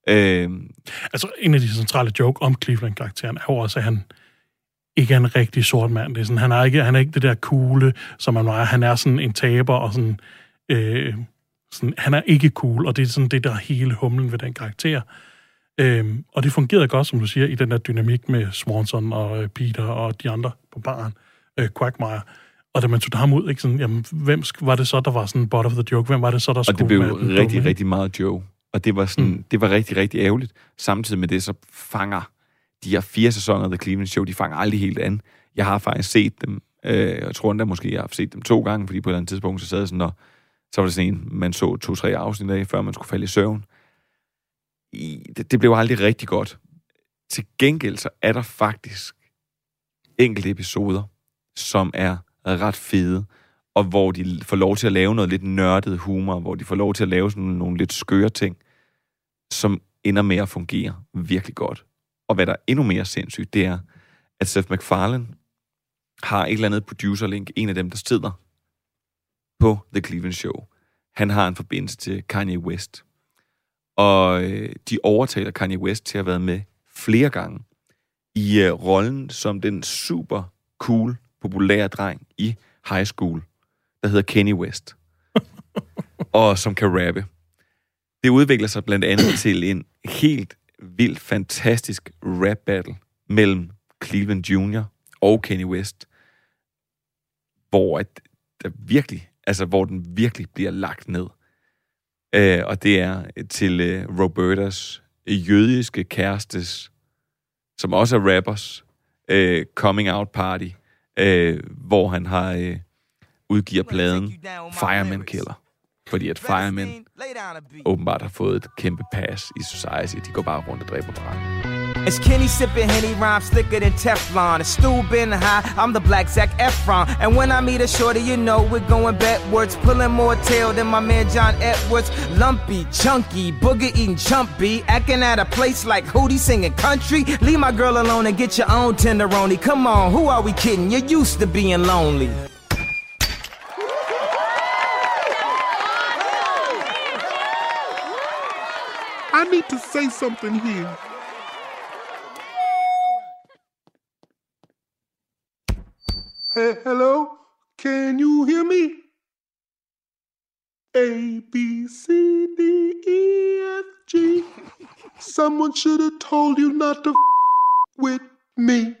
B: Altså, en af de centrale joke om Cleveland-karakteren er jo også, at han ikke er en rigtig sort mand. Det er sådan, han er ikke det der coole, som man var. Han er sådan en taber, og sådan, han er ikke cool, og det er sådan det, der er hele humlen ved den karakter. Og det fungerede godt, som du siger, i den der dynamik med Swanson og Peter og de andre på baren, Quagmire. Og da man tog ham ud, ikke sådan, jamen, hvem var det så, der var sådan butt of the joke? Hvem var det så, der skulle
A: med? Og det blev rigtig, rigtig meget Joe. Og det var sådan, det var rigtig, rigtig ærgerligt. Samtidig med det, så fanger de her 4 sæsoner af The Cleveland Show, de fanger aldrig helt an. Jeg har faktisk set dem, jeg tror endda måske, jeg har set dem 2 gange, fordi på et eller andet tidspunkt, så sad jeg sådan, og så var det sådan en, man så 2-3 afsnit af, før man skulle falde i søvn. Det blev aldrig rigtig godt. Til gengæld, så er der faktisk enkelte episoder, som er ret fede, og hvor de får lov til at lave noget lidt nørdet humor, hvor de får lov til at lave sådan nogle lidt skøre ting, som ender med at fungere virkelig godt. Og hvad der er endnu mere sindssygt, det er, at Seth MacFarlane har et eller andet producerlink, en af dem, der sidder på The Cleveland Show. Han har en forbindelse til Kanye West. Og de overtaler Kanye West til at have været med flere gange i rollen som den super cool, populære dreng i high school, der hedder Kenny West, og som kan rappe. Det udvikler sig blandt andet til en helt vildt fantastisk rap battle mellem Cleveland Jr. og Kenny West, hvor den virkelig bliver lagt ned. Og det er til Robertas jødiske kærestes, som også er rappers, coming out party, hvor han har udgiver pladen Fireman Killer. Fordi at Fireman åbenbart har fået et kæmpe pass i society. De går bare rundt og dræber bare.
H: It's Kenny sipping Henny rhyme slicker than Teflon. It's Stu been high, I'm the black Zac Efron. And when I meet a shorty, you know we're going backwards. Pulling more tail than my man John Edwards. Lumpy, chunky, booger eating chumpy. Acting at a place like Hootie singing country. Leave my girl alone and get your own tenderoni. Come on, who are we kidding? You're used to being lonely.
I: I need to say something here. Hey, hello? Can you hear me? A, B, C, D, E, F, G. Someone should have told you not to with me.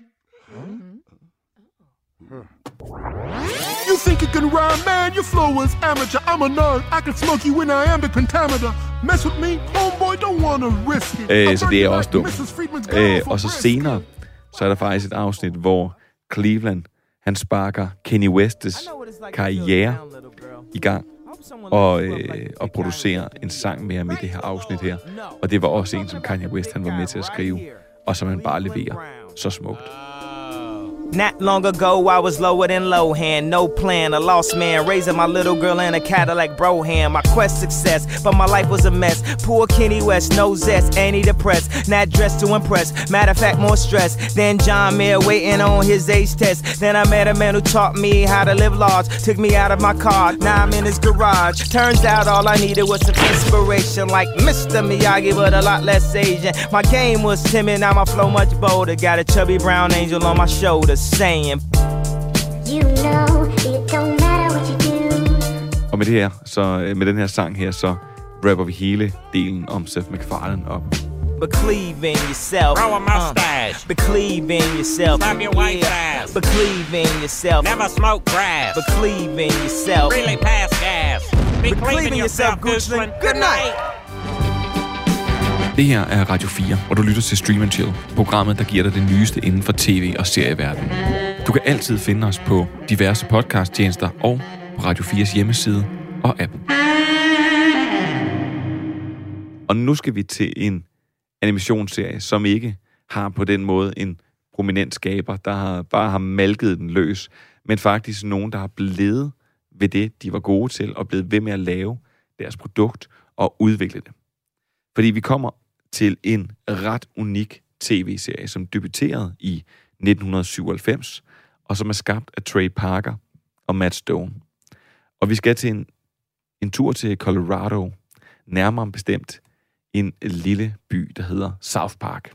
I: You think you can rhyme, man? Your flow is amateur. I'm a nerd. I can smoke you when I am the pentameter. Mess with me, homeboy, don't wanna risk it.
A: Så det er også dumt. Og så senere, så er der faktisk et afsnit, hvor Cleveland, han sparker Kenny Wests karriere i gang og producerer en sang med ham i det her afsnit her. Og det var også en, som Kanye West han var med til at skrive, og som han bare leverer så smukt.
H: Not long ago, I was lower than Lohan, no plan, a lost man, raising my little girl in a Cadillac Broham. My quest success, but my life was a mess. Poor Kenny West, no zest, ain't he depressed? Not dressed to impress, matter of fact, more stress than John Mayer waiting on his age test. Then I met a man who taught me how to live large, took me out of my car, now I'm in his garage. Turns out all I needed was some inspiration, like Mr. Miyagi, but a lot less Asian. My game was timid, now my flow much bolder. Got a chubby brown angel on my shoulders. Saying,
E: you know, it don't matter what you do.
A: Og med det her, så med den her sang her, så rapper vi hele delen om Seth MacFarlane op.
H: Believe in yourself.
G: Grow a mustache.
H: Believe in yourself.
G: Slap your wife's ass.
H: Believe in yourself.
G: Never smoke grass.
H: Believe in yourself.
G: Really pass gas. Believe in yourself, Goochland. Good night.
A: Det her er Radio 4, hvor du lytter til Stream & Chill, programmet, der giver dig det nyeste inden for tv- og serieverdenen. Du kan altid finde os på diverse podcasttjenester og på Radio 4's hjemmeside og app. Og nu skal vi til en animationsserie, som ikke har på den måde en prominent skaber, der bare har malket den løs, men faktisk nogen, der har blevet ved det, de var gode til, og blevet ved med at lave deres produkt og udvikle det. Fordi vi kommer til en ret unik tv-serie, som debuterede i 1997, og som er skabt af Trey Parker og Matt Stone. Og vi skal til en tur til Colorado, nærmere bestemt en lille by, der hedder South Park.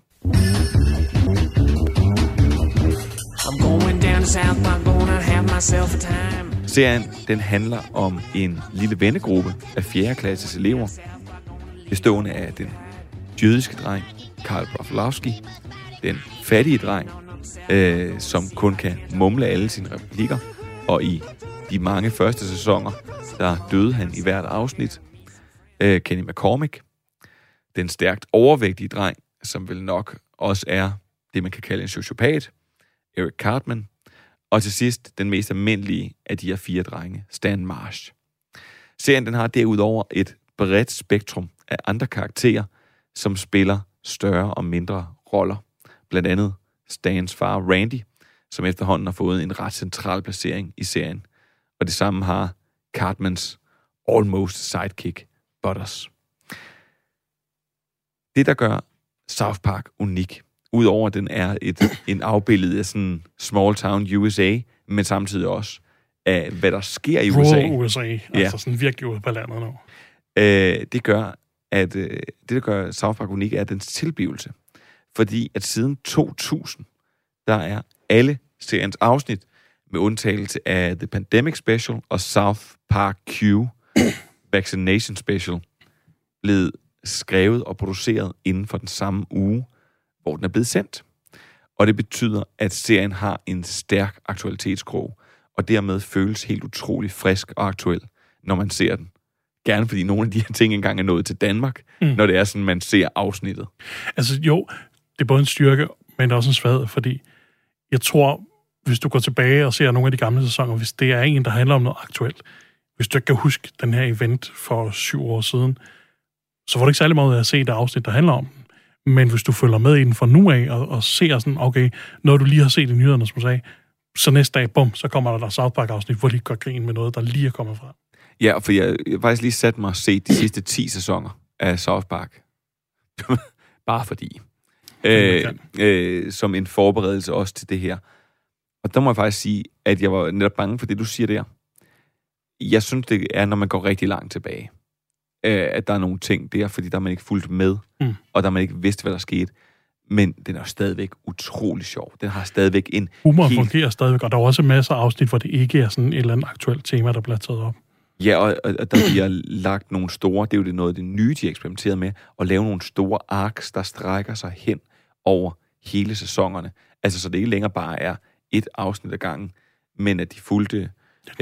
G: I'm going down to South Park, gonna have myself a time.
A: Serien, den handler om en lille vennegruppe af 4. klasses elever, bestående af den jødiske dreng, Karl Broflovski, den fattige dreng, som kun kan mumle alle sine replikker, og i de mange første sæsoner, der døde han i hvert afsnit, Kenny McCormick, den stærkt overvægtige dreng, som vel nok også er det, man kan kalde en sociopat, Eric Cartman, og til sidst den mest almindelige af de her 4 drenge, Stan Marsh. Serien den har derudover et bredt spektrum af andre karakterer, som spiller større og mindre roller. Blandt andet Stans far Randy, som efterhånden har fået en ret central placering i serien. Og det samme har Cartmans almost sidekick, Butters. Det, der gør South Park unik, udover at den er en afbillede af sådan small town USA, men samtidig også af, hvad der sker i USA.
B: USA, altså sådan virkelig ude på landet nu.
A: Det der gør South Park unik, er dens tilblivelse. Fordi at siden 2000, der er alle seriens afsnit, med undtagelse af The Pandemic Special og South Park Q, Vaccination Special, blevet skrevet og produceret inden for den samme uge, hvor den er blevet sendt. Og det betyder, at serien har en stærk aktualitetskrog, og dermed føles helt utrolig frisk og aktuel, når man ser den. Gerne fordi nogle af de her ting engang er nået til Danmark, når det er sådan, man ser afsnittet.
B: Altså jo, det er både en styrke, men også en svaghed, fordi jeg tror, hvis du går tilbage og ser nogle af de gamle sæsoner, hvis det er en, der handler om noget aktuelt, hvis du ikke kan huske den her event for 7 år siden, så var det ikke særlig meget at se det afsnit, der handler om den. Men hvis du følger med i den fra nu af, og ser sådan, okay, når du lige har set i nyhederne, som du sagde, så næste dag, bum, så kommer der South Park-afsnit, hvor de gør grin med noget, der lige er kommet fra.
A: Ja, for jeg faktisk lige sat mig og set de sidste 10 sæsoner af South Park. Bare fordi. Som en forberedelse også til det her. Og der må jeg faktisk sige, at jeg var netop bange for det, du siger der. Jeg synes, det er, når man går rigtig langt tilbage, at der er nogle ting der, fordi der er man ikke fulgt med, og der er man ikke vidst, hvad der skete. Men den er stadigvæk utrolig sjov. Den har stadigvæk en
B: humor fungerer stadigvæk, og der er også masser af afsnit, hvor det ikke er sådan et eller andet aktuelt tema, der bliver taget op.
A: Ja, og der bliver lagt nogle store, det er jo det noget af det nye, de har eksperimenteret med, at lave nogle store arcs, der strækker sig hen over hele sæsonerne. Altså, så det ikke længere bare er et afsnit ad gangen, men at de fulgte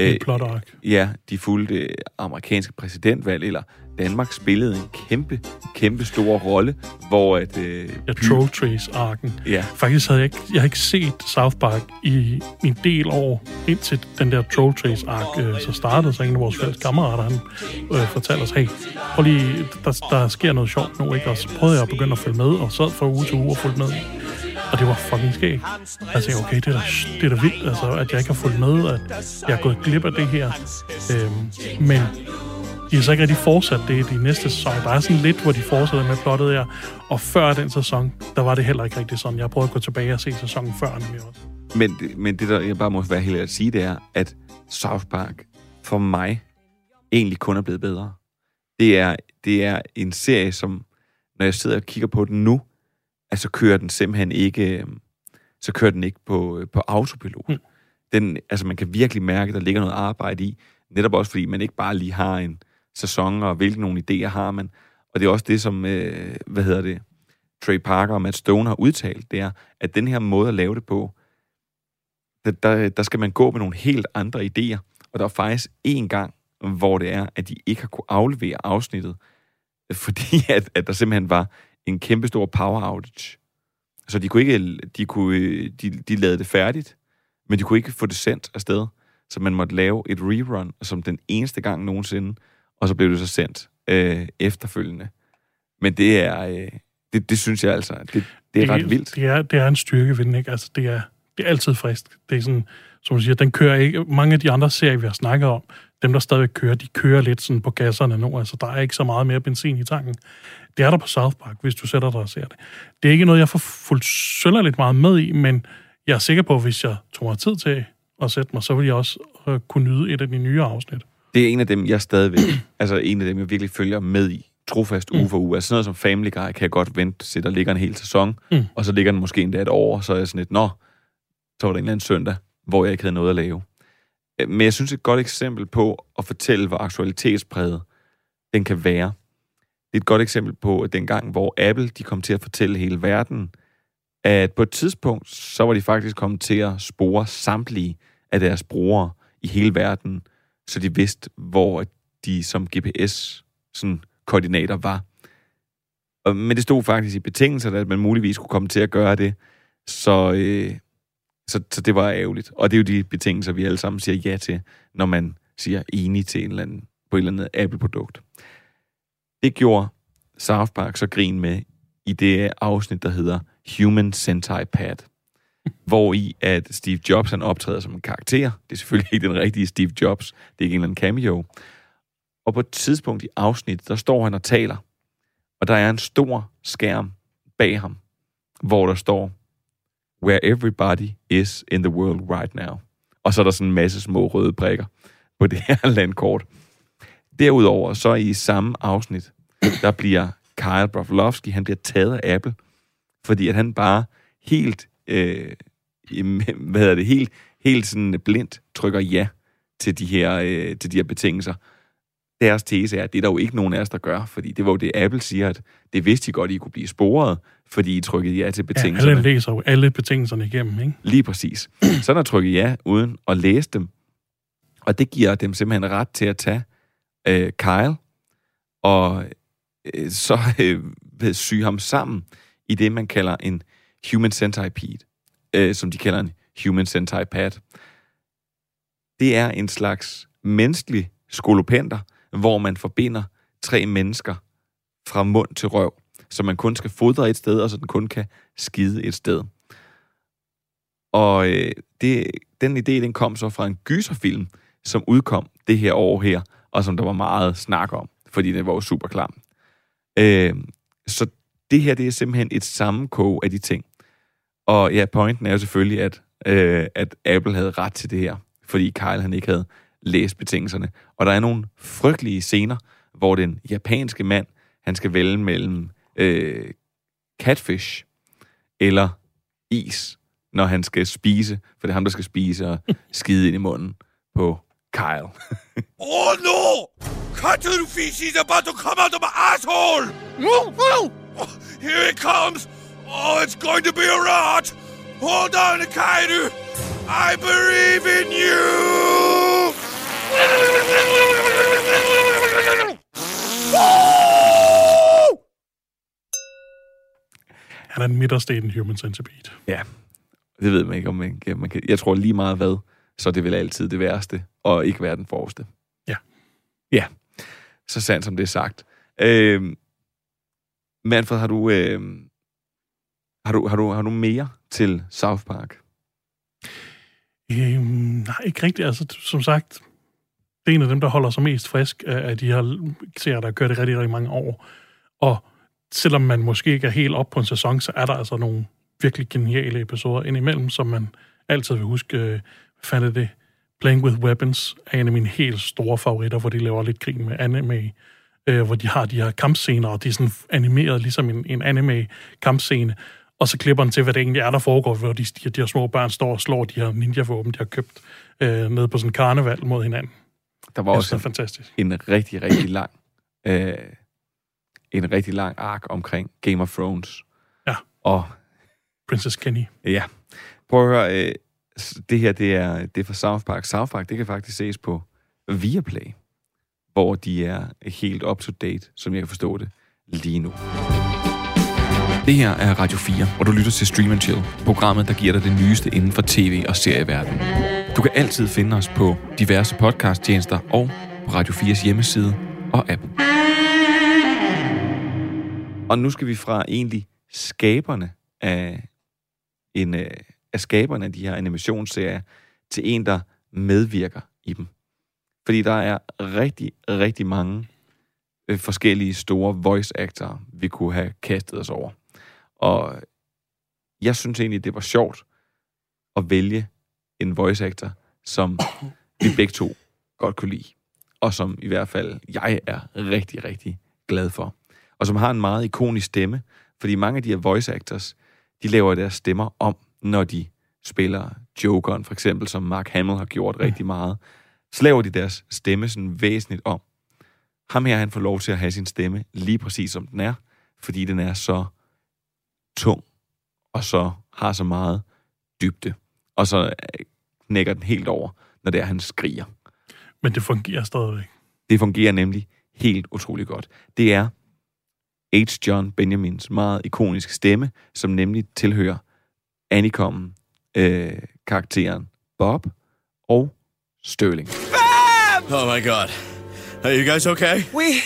A: de fulgte amerikanske præsidentvalg, eller Danmark spillede en kæmpe stor rolle, hvor at
B: Troll Trace-arken.
A: Ja.
B: Faktisk havde jeg ikke set South Park i en del år, indtil den der Troll Trace-ark så startede, så en af vores fælles kammerater, han fortalte os, hey, prøv lige, der sker noget sjovt nu, ikke? Og så prøvede jeg at begynde at følge med, og sad fra uge til uge og fulgte med. Og det var fucking skægt. Jeg tænkte, okay, det er da vildt, altså, at jeg ikke har fulgt med, at jeg har gået glip af det her. Men de har så ikke rigtig fortsat det i de næste sæson. Der er sådan lidt, hvor de fortsætter med plottet her. Og før den sæson, der var det heller ikke rigtig sådan. Jeg prøvede at gå tilbage og se sæsonen før nemlig også.
A: Men det, der jeg bare må være helt at sige, det er, at South Park for mig egentlig kun er blevet bedre. Det er en serie, som, når jeg sidder og kigger på den nu, altså kører den simpelthen ikke, så kører den ikke på autopilot. Altså man kan virkelig mærke, at der ligger noget arbejde i, netop også fordi man ikke bare lige har en sæson, og hvilke nogle idéer har man. Og det er også det, som, Trey Parker og Matt Stone har udtalt, det er, at den her måde at lave det på, der skal man gå med nogle helt andre idéer. Og der er faktisk en gang, hvor det er, at de ikke har kunne aflevere afsnittet, fordi at der simpelthen var en kæmpe stor power outage. Så de lavede det færdigt, men de kunne ikke få det sendt afsted. Så man måtte lave et rerun, som den eneste gang nogensinde, og så blev det så sendt efterfølgende. Men det er, det synes jeg altså, det er ret vildt.
B: Det er en styrke ved den, ikke? Altså, det er altid frisk. Det er sådan, som du siger, den kører ikke. Mange af de andre serier, vi har snakket om, dem, der stadigvæk kører, de kører lidt sådan på gasserne nu. Altså, der er ikke så meget mere benzin i tanken. Det er der på South Park, hvis du sætter dig og ser det. Det er ikke noget, jeg får fuldt lidt meget med i, men jeg er sikker på, at hvis jeg tog mig tid til at sætte mig, så vil jeg også kunne nyde et af de nye afsnit.
A: Det er en af dem, jeg stadigvæk, altså en af dem, jeg virkelig følger med i trofast uge for uge. Altså sådan noget som Family Guy kan jeg godt vente til, der ligger en hel sæson, og så ligger den måske endda et år, så er jeg sådan lidt, så var der en eller anden søndag, hvor jeg ikke havde noget at lave. Men jeg synes, et godt eksempel på at fortælle, hvor aktualitetspræget den kan være. Det er et godt eksempel på, at dengang, hvor Apple de kom til at fortælle hele verden, at på et tidspunkt, så var de faktisk kommet til at spore samtlige af deres brugere i hele verden, så de vidste, hvor de som GPS-koordinater var. Men det stod faktisk i betingelserne, at man muligvis kunne komme til at gøre det, så det var ærgerligt. Og det er jo de betingelser, vi alle sammen siger ja til, når man siger enig til på et eller andet Apple-produkt. Det gjorde South Park så grin med i det afsnit, der hedder Human Centipede, hvor i at Steve Jobs han optræder som en karakter. Det er selvfølgelig ikke den rigtige Steve Jobs. Det er ikke en eller anden cameo. Og på et tidspunkt i afsnit, der står han og taler, og der er en stor skærm bag ham, hvor der står Where everybody is in the world right now. Og så er der sådan en masse små røde prikker på det her landkort. Derudover, så i samme afsnit, der bliver Kyle Broflovski, han bliver taget af Apple, fordi at han bare helt, helt sådan blindt trykker ja til de her betingelser. Deres tese er, at det er der jo ikke nogen af os, der gør, fordi det var jo det, Apple siger, at det vidste de godt, I kunne blive sporet, fordi I trykkede ja til betingelserne.
B: Ja, alle læser jo alle betingelserne igennem, ikke?
A: Lige præcis. Så er der trykket ja, uden at læse dem, og det giver dem simpelthen ret til at tage Kyle, og så sy ham sammen i det, man kalder en human centipede, som de kalder en human centipede. Det er en slags menneskelig skolopenter, hvor man forbinder 3 mennesker fra mund til røv, så man kun skal fodre et sted, og så den kun kan skide et sted. Og den idé, den kom så fra en gyserfilm, som udkom det her år her, og som der var meget snak om, fordi det var jo super klam. Så det her, det er simpelthen et sammenkog af de ting. Og ja, pointen er jo selvfølgelig, at Apple havde ret til det her, fordi Kyle han ikke havde læst betingelserne. Og der er nogle frygtelige scener, hvor den japanske mand, han skal vælge mellem catfish eller is, når han skal spise, for det er ham, der skal spise og skide ind i munden på Kyle.
J: Oh no! Cuttlefish is about to come out of my asshole! Oh, here it comes! Oh, it's going to be a rot! Hold on, Kaido! I believe in you!
B: Han er den midterste i den human centipede.
A: Ja, det ved man ikke, om man kan. Jeg tror lige meget hvad, så det vil altid det værste, og ikke være den forreste.
B: Ja.
A: Ja, så sandt som det er sagt. Manfred, har du mere til South Park?
B: Nej, ikke rigtigt. Altså, som sagt, det er en af dem, der holder sig mest frisk af de her serier, der har kørt i rigtig, rigtig mange år. Og selvom man måske ikke er helt op på en sæson, så er der altså nogle virkelig geniale episoder indimellem, som man altid vil huske. Fandt det Playing with Weapons er en af mine helt store favoritter, hvor de laver lidt grin med anime, hvor de har de her kampscener, og de er sådan animeret ligesom en anime-kampscene, og så klipper den til, hvad det egentlig er, der foregår, hvor de her små børn står og slår de her ninja-våben, de har købt nede på sådan en karneval mod hinanden.
A: Der var også
B: fantastisk.
A: En rigtig lang ark omkring Game of Thrones.
B: Ja.
A: Og
B: Princess Kenny.
A: Ja. Prøv at høre, det her, det er fra South Park. South Park, det kan faktisk ses på Viaplay, hvor de er helt up to date, som jeg kan forstå det, lige nu. Det her er Radio 4, og du lytter til Stream & Chill, programmet, der giver dig det nyeste inden for tv- og serieverdenen. Du kan altid finde os på diverse podcasttjenester og på Radio 4's hjemmeside og app. Og nu skal vi fra egentlig skaberne af skaberne af de her animationsserier til en, der medvirker i dem. Fordi der er rigtig, rigtig mange forskellige store voice actorer, vi kunne have kastet os over. Og jeg synes egentlig, det var sjovt at vælge en voice actor, som vi begge to godt kunne lide. Og som i hvert fald jeg er rigtig, rigtig glad for. Og som har en meget ikonisk stemme, fordi mange af de her voice actors, de laver deres stemmer om, når de spiller Jokeren, for eksempel, som Mark Hamill har gjort rigtig meget. Så laver de deres stemme sådan væsentligt om. Ham her, han får lov til at have sin stemme lige præcis som den er, fordi den er så tung, og så har så meget dybde. Og så knækker den helt over, når det er, han skriger.
B: Men det fungerer stadigvæk.
A: Det fungerer nemlig helt utrolig godt. Det er H. John Benjamins meget ikoniske stemme, som nemlig tilhører Anycommen, karakteren Bob og Sterling.
K: Bob! Oh my god. Are you guys okay?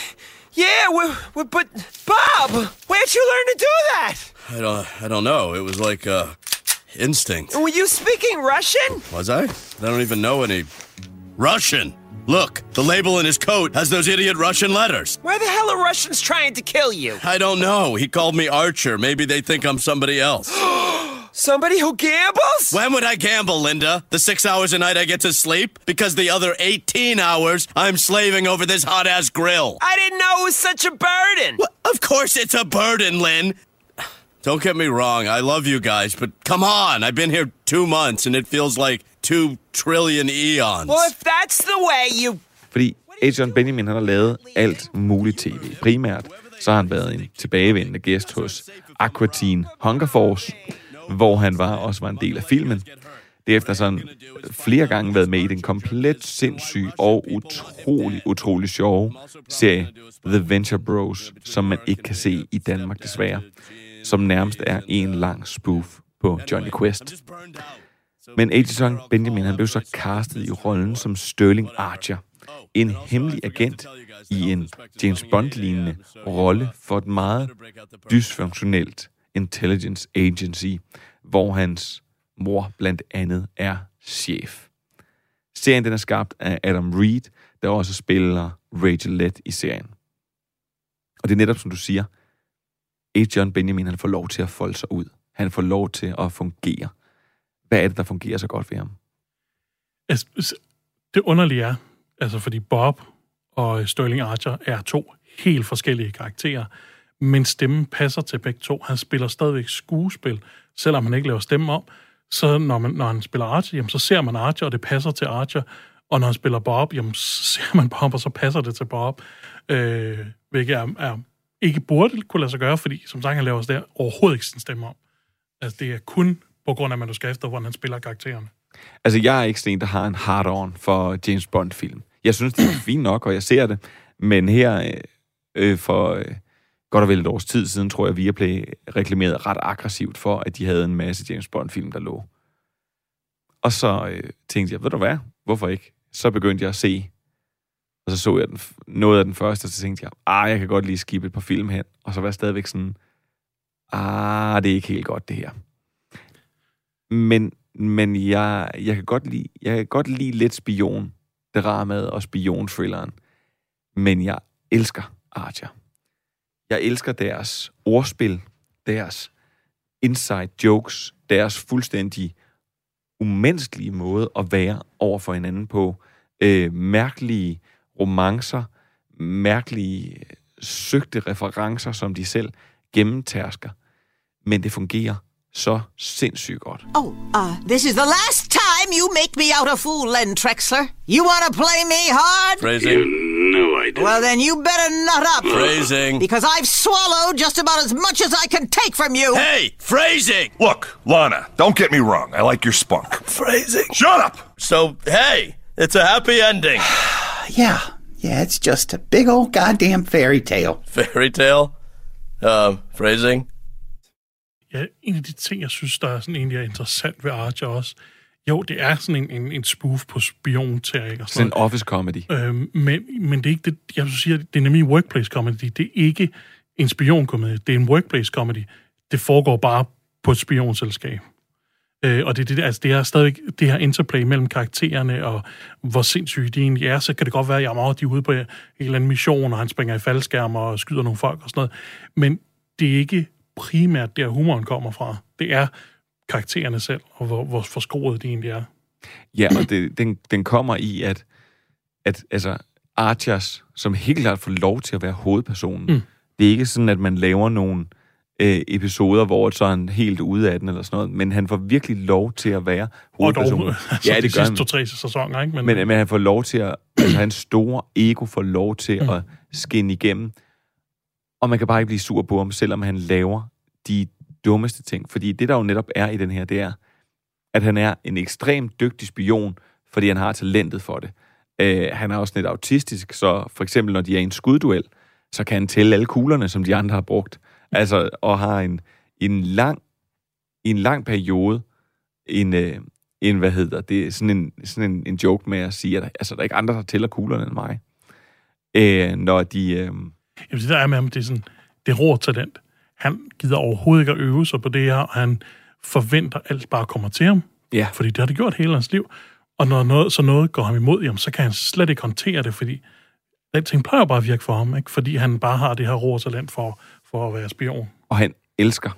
H: We're but Bob, where'd you learn to do that?
K: I don't know. It was like instinct.
H: Were you speaking Russian?
K: Was I? I don't even know any Russian. Look, the label in his coat has those idiot Russian letters.
H: Why the hell are Russians trying to kill you?
K: I don't know. He called me Archer. Maybe they think I'm somebody else.
H: Somebody who gambles?
K: When would I gamble, Linda? The 6 hours a night I get to sleep? Because the other 18 hours I'm slaving over this hot-ass grill.
H: I didn't know it was such a burden.
K: Well, of course it's a burden, Lynn. Don't get me wrong, I love you guys, but come on, I've been here 2 months, and it feels like 2 trillion eons.
H: Well, if that's the way you...
A: Fordi H. John Benjamin, han har lavet alt muligt tv. Primært så har han været en tilbagevendende gæst hos Aqua Teen Hunger Force, hvor han også var en del af filmen. Derefter så han flere gange været med i den komplet sindssyge og utrolig sjove serie The Venture Bros, som man ikke kan se i Danmark desværre, som nærmest er en lang spoof på Johnny Quest. Men H. John Benjamin, han blev så castet i rollen som Sterling Archer, en hemmelig agent i en James Bond-lignende rolle for et meget dysfunktionelt intelligence agency, hvor hans mor blandt andet er chef. Serien den er skabt af Adam Reed, der også spiller Rachel Lett i serien. Og det er netop, som du siger, H. John Benjamin, han får lov til at folde sig ud. Han får lov til at fungere. Hvad er det, der fungerer så godt ved ham?
B: Altså, det underlige er, altså fordi Bob og Sterling Archer er 2 helt forskellige karakterer, men stemmen passer til begge 2. Han spiller stadigvæk skuespil, selvom han ikke laver stemme om. Så når han spiller Archer, jamen, så ser man Archer, og det passer til Archer. Og når han spiller Bob, jamen, så ser man Bob, og så passer det til Bob. Hvilket er ikke burde kunne lade sig gøre, fordi som sagt, han laver der overhovedet ikke sin stemme om. Altså, det er kun på grund af manuskriptet, hvordan han spiller karaktererne.
A: Altså, jeg er ikke sådan en, der har en hard-on for James Bond-film. Jeg synes, det er fint nok, og jeg ser det. Men her for godt og vel et års tid siden, tror jeg, Viaplay reklamerede ret aggressivt for, at de havde en masse James Bond-film, der lå. Og så tænkte jeg, ved du hvad? Hvorfor ikke? Så begyndte jeg at se, og så så jeg noget af den første, og så tænkte jeg, jeg kan godt lige skippe et par film hen. Og så var jeg stadigvæk sådan, det er ikke helt godt, det her. Men jeg kan godt lide lidt spiondramaet og spionthrilleren. Men jeg elsker Archer. Jeg elsker deres ordspil, deres inside jokes, deres fuldstændig umenneskelige måde at være over for hinanden på. Mærkelige romancer, mærkelige søgte referencer, som de selv gennemtærsker. Men det fungerer så sindssygt godt.
V: This is the last time you make me out a fool, Len Trexler. You want to play me hard?
K: Phrasing?
V: No, I don't. Well, then you better nut up.
K: Phrasing?
V: Because I've swallowed just about as much as I can take from you.
K: Hey, phrasing!
L: Look, Lana, don't get me wrong. I like your spunk.
K: Phrasing?
L: Shut up!
K: So, hey, it's a happy ending.
W: Yeah, it's just a big old goddamn fairy tale.
K: Fairy tale? Phrasing?
B: Ja, en af de ting, jeg synes, der er sådan egentlig er interessant ved Archer også, jo, det er sådan en spoof på spion-teater.
A: Sådan en office comedy.
B: Men det er ikke det, jeg siger, det er nemlig workplace comedy. Det er ikke en spionkomedie, det er en workplace comedy. Det foregår bare på et spionselskab. Og det er stadigvæk det her interplay mellem karaktererne, og hvor sindssyge de egentlig er. Så kan det godt være, at de er ude på en eller anden mission, og han springer i faldskærm og skyder nogle folk og sådan noget. Men det er ikke primært der humoren kommer fra. Det er karaktererne selv, og hvor forskroet de egentlig er.
A: Ja, og den kommer i, at altså, Archers, som helt klart får lov til at være hovedpersonen. Mm. Det er ikke sådan, at man laver nogle episoder, hvor så er han helt ude af den eller sådan noget, men han får virkelig lov til at være hovedpersonen.
B: Altså, ja, det gør de sidste 2-3 sæsoner, ikke?
A: Men han får lov til at... altså, hans store ego får lov til at skinne igennem, og man kan bare ikke blive sur på ham, selvom han laver de dummeste ting. Fordi det, der jo netop er i den her, det er, at han er en ekstremt dygtig spion, fordi han har talentet for det. Han er også lidt autistisk, så for eksempel, når de er i en skudduel, så kan han tælle alle kuglerne, som de andre har brugt. Altså, og har i en lang periode hvad hedder det, sådan en joke med at sige, at altså, der er ikke andre, der tæller kuglerne end mig. Når de...
B: Jamen, det der er med ham, det er sådan, det rå talent. Han gider overhovedet ikke at øve sig på det her, og han forventer, at alt bare kommer til ham.
A: Ja.
B: Fordi det har det gjort hele hans liv. Og når noget går ham imod, jamen, så kan han slet ikke håndtere det, fordi den ting plejer bare at virke for ham, ikke? Fordi han bare har det her rå talent for at være spion.
A: Og han elsker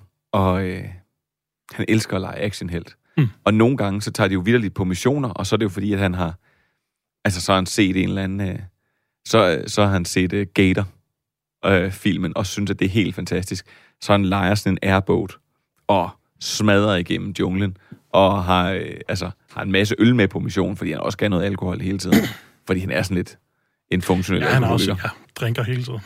A: at lege actionhelt. Mm. Og nogle gange, så tager de jo vitterligt på missioner, og så er det jo fordi, at han har... altså, så har han set en eller anden... så har han set Gator-filmen, og synes, at det er helt fantastisk. Så han leger sådan en airboat, og smadrer igennem junglen, og har en masse øl med på missionen, fordi han også skal have noget alkohol hele tiden. Fordi han er sådan lidt en funktionel alkoholiker.
B: Han drinker hele tiden.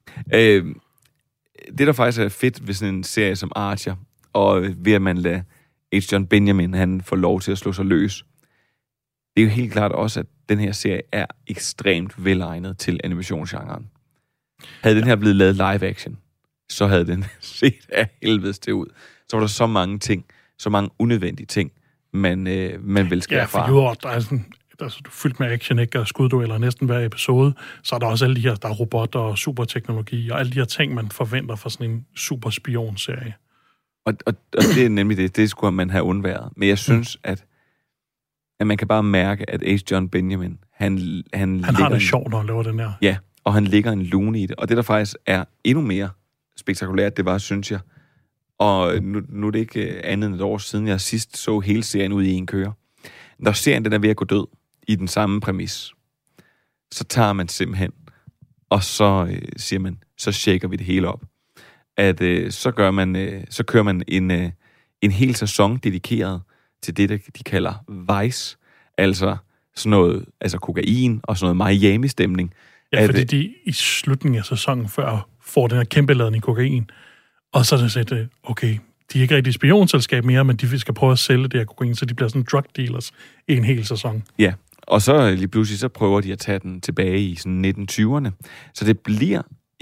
A: Det, der faktisk er fedt ved sådan en serie som Archer, og ved at man lader H. John Benjamin, han får lov til at slå sig løs, det er jo helt klart også, at den her serie er ekstremt velegnet til animationsgenren. Havde den her blevet lavet live action, så havde den set af helvedes det ud. Så var der så mange ting, så mange unødvendige ting, man vil skære fra.
B: Ja, for der er sådan... altså, du er fyldt med action, ikke? Og skuddueller næsten hver episode, så er der også alle de her, der er robotter og superteknologi, og alle de her ting, man forventer fra sådan en superspion-serie.
A: Og det er nemlig det skulle man have undværet. Men jeg synes, at man kan bare mærke, at H. John Benjamin, han
B: har det sjovt, når han laver den her.
A: Ja, og han lægger en lune i det. Og det, der faktisk er endnu mere spektakulært, det var, synes jeg, og nu er det ikke andet end et år siden, jeg sidst så hele serien ud i en køre. Når serien den er ved at gå død i den samme præmis, så tager man simpelthen, og så siger man, så shaker vi det hele op. At så kører man en hel sæson dedikeret til det, de kalder Vice, altså sådan noget, altså kokain og sådan noget Miami-stemning.
B: Ja, fordi de i slutningen af sæsonen før får den her kæmpe ladning kokain, og så er det sådan, okay, de er ikke rigtig spionselskab mere, men de skal prøve at sælge det her kokain, så de bliver sådan drug dealers i en hel sæson.
A: Ja, og så lige pludselig, så prøver de at tage den tilbage i sådan 1920'erne. Så det bliver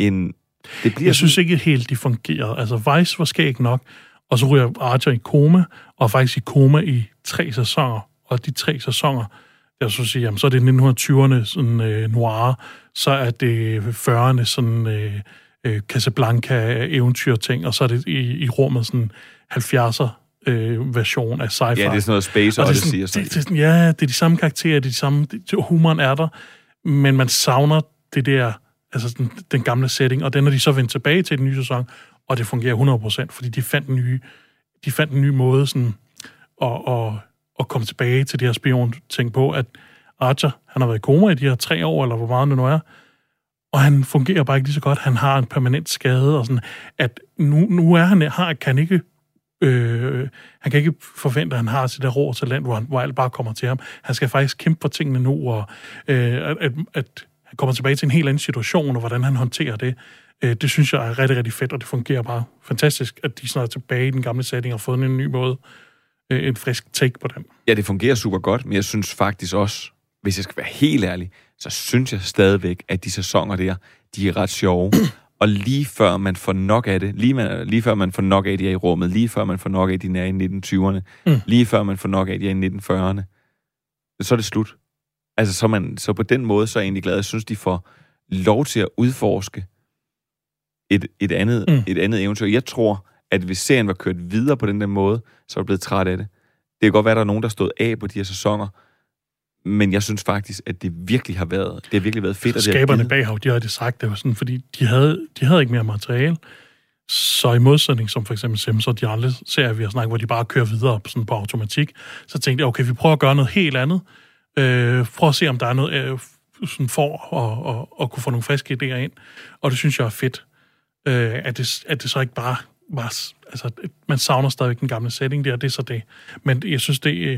B: jeg synes ikke helt, de fungerede. Altså, Vice var skæg nok, og så ryger Archer i koma, og faktisk i koma i 3 sæsoner. Og de 3 sæsoner, jeg synes sige, jamen, så er det 1920'erne sådan noir, så er det 40'erne sådan Casablanca-eventyrting, og så er det i rummet sådan 70'er version af sci-fi.
A: Ja, det er sådan noget Space Odyssey og sådan.
B: Ja, det er de samme karakterer, det er de samme, humoren er der, men man savner det der, altså den gamle setting, og den er de så vendt tilbage til den nye sæson, og det fungerer 100%, fordi de fandt en ny måde sådan at komme tilbage til det her spion-ting på, at Archer, han har været i koma i de her 3 år, eller hvor meget det nu er, og han fungerer bare ikke lige så godt. Han har en permanent skade, og sådan, at nu er han kan ikke forvente, at han har sit der rå talent, hvor alt bare kommer til ham. Han skal faktisk kæmpe for tingene nu, og at han kommer tilbage til en helt anden situation, og hvordan han håndterer det. Det synes jeg er rigtig, rigtig fedt, og det fungerer bare fantastisk, at de snart er tilbage i den gamle setting og har fået en ny måde, en frisk take på den.
A: Ja, det fungerer super godt, men jeg synes faktisk også, hvis jeg skal være helt ærlig, så synes jeg stadigvæk, at de sæsoner der, de er ret sjove. Og lige før man får nok af det, lige før man får nok af, at de er i rummet, lige før man får nok af, at de er i 1920'erne, lige før man får nok af, at de er i 1940'erne, så er det slut. Altså, så på den måde, så er jeg egentlig glad. Jeg synes, de får lov til at udforske et andet eventyr. Jeg tror, at hvis serien var kørt videre på den der måde, så er jeg blevet træt af det. Det kan godt være, at der er nogen, der stod af på de her sæsoner, men jeg synes faktisk, at det virkelig har været fedt.
B: Så skaberne baghav, de havde det sagt, det var sådan, fordi de havde ikke mere materiale. Så i modsætning som for eksempel Sims og de andre serier, vi har snakket, hvor de bare kører videre sådan på automatik, så tænkte jeg, okay, vi prøver at gøre noget helt andet. Prøv at se, om der er noget sådan får at kunne få nogle friske idéer ind. Og det synes jeg er fedt, at det så ikke bare altså, man savner stadigvæk den gamle setting der, det er så det. Men jeg synes, det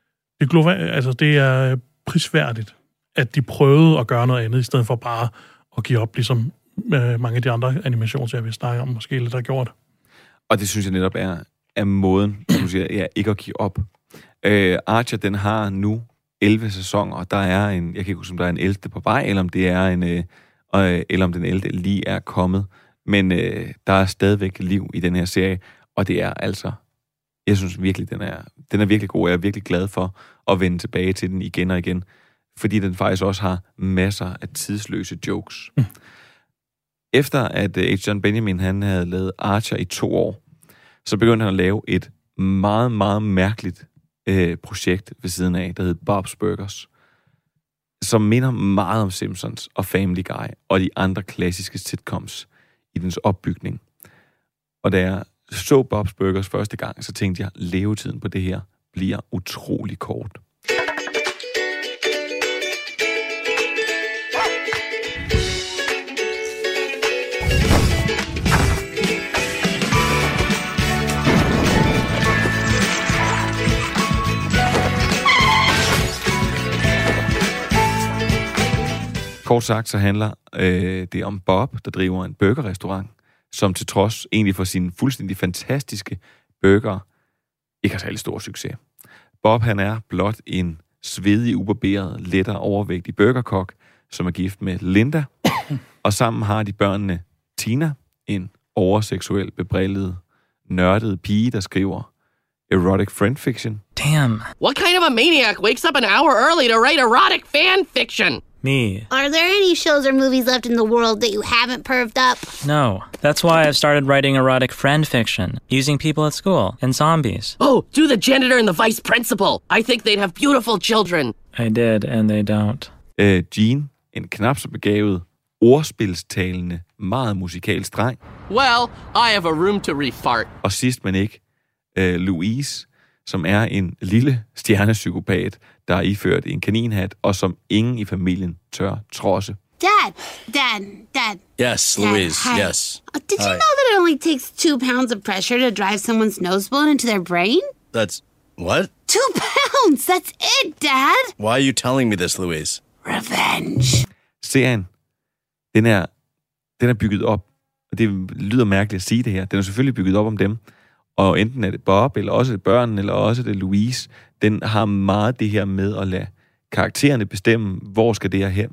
B: er prisværdigt, at de prøvede at gøre noget andet, i stedet for bare at give op, ligesom mange af de andre animationsserier, vi snakker om, måske lidt har gjort.
A: Og det synes jeg netop er måden, som du siger, ikke at give op. Archer, den har nu 11 sæsoner, og der er jeg kan ikke huske, om der er en 11. på vej, eller om det er eller om den 11. lige er kommet. Men der er stadigvæk liv i den her serie, og det er altså, jeg synes virkelig, den er virkelig god, og jeg er virkelig glad for at vende tilbage til den igen og igen, fordi den faktisk også har masser af tidsløse jokes. Efter at H. John Benjamin, han havde lavet Archer i 2 år, så begyndte han at lave et meget, meget mærkeligt projekt ved siden af, der hed Bob's Burgers, som minder meget om Simpsons og Family Guy og de andre klassiske sitcoms i dens opbygning. Og da jeg så Bob's Burgers første gang, så tænkte jeg, levetiden på det her bliver utrolig kort. Kort sagt så handler det om Bob, der driver en burgerrestaurant, som til trods egentlig for sin fuldstændig fantastiske burger ikke har særlig stor succes. Bob, han er blot en svedig, ubarberet, lettere overvægtig burgerkok, som er gift med Linda, og sammen har de børnene Tina, en overseksuel, bebrillet, nørdet pige, der skriver erotic friend fiction.
N: Damn.
O: What kind of a maniac wakes up an hour early to write erotic fan fiction?
N: Me.
E: Are there any shows or movies left in the world that you haven't perved up?
N: No. That's why I've started writing erotic friend fiction, using people at school and zombies.
O: Oh, do the janitor and the vice principal. I think they'd have beautiful children.
N: I did, and they don't.
A: Gene, en knap så begavet, ordspilstalende, meget musikalsk dreng.
O: Well, I have a room to refart.
A: Og sidst men ikke, Louise, som er en lille stjernepsykopat, der er iført en kaninhat, og som ingen i familien tør trodse.
R: Dad.
K: Yes,
R: Dad,
K: Louise,
R: hi.
K: yes.
R: Did you know that it only takes 2 pounds of pressure to drive someone's nose bone into their brain?
K: That's... what?
R: 2 pounds! That's it, Dad!
K: Why are you telling me this, Louise?
R: Revenge.
A: Serien, den er bygget op, og det lyder mærkeligt at sige det her, den er selvfølgelig bygget op om dem, og enten er det Bob, eller også er det børnene, eller også er det Louise. Den har meget det her med at lade karaktererne bestemme, hvor skal det her hen.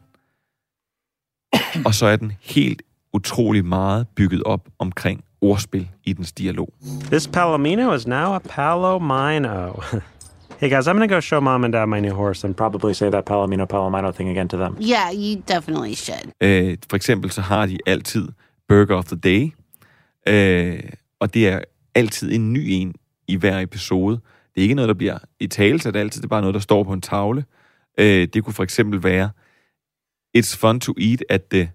A: Og så er den helt utrolig meget bygget op omkring ordspil i dens dialog.
X: This palomino is now a palomino. Hey guys, I'm gonna go show Mom and Dad my new horse and probably say that palomino thing again to them.
R: Yeah, you definitely should.
A: For eksempel så har de altid Burger of the Day, og det er altid en ny en i hver episode. Det er ikke noget, der bliver i talesat altid, det er bare noget, der står på en tavle. Det kunne for eksempel være It's fun to eat at the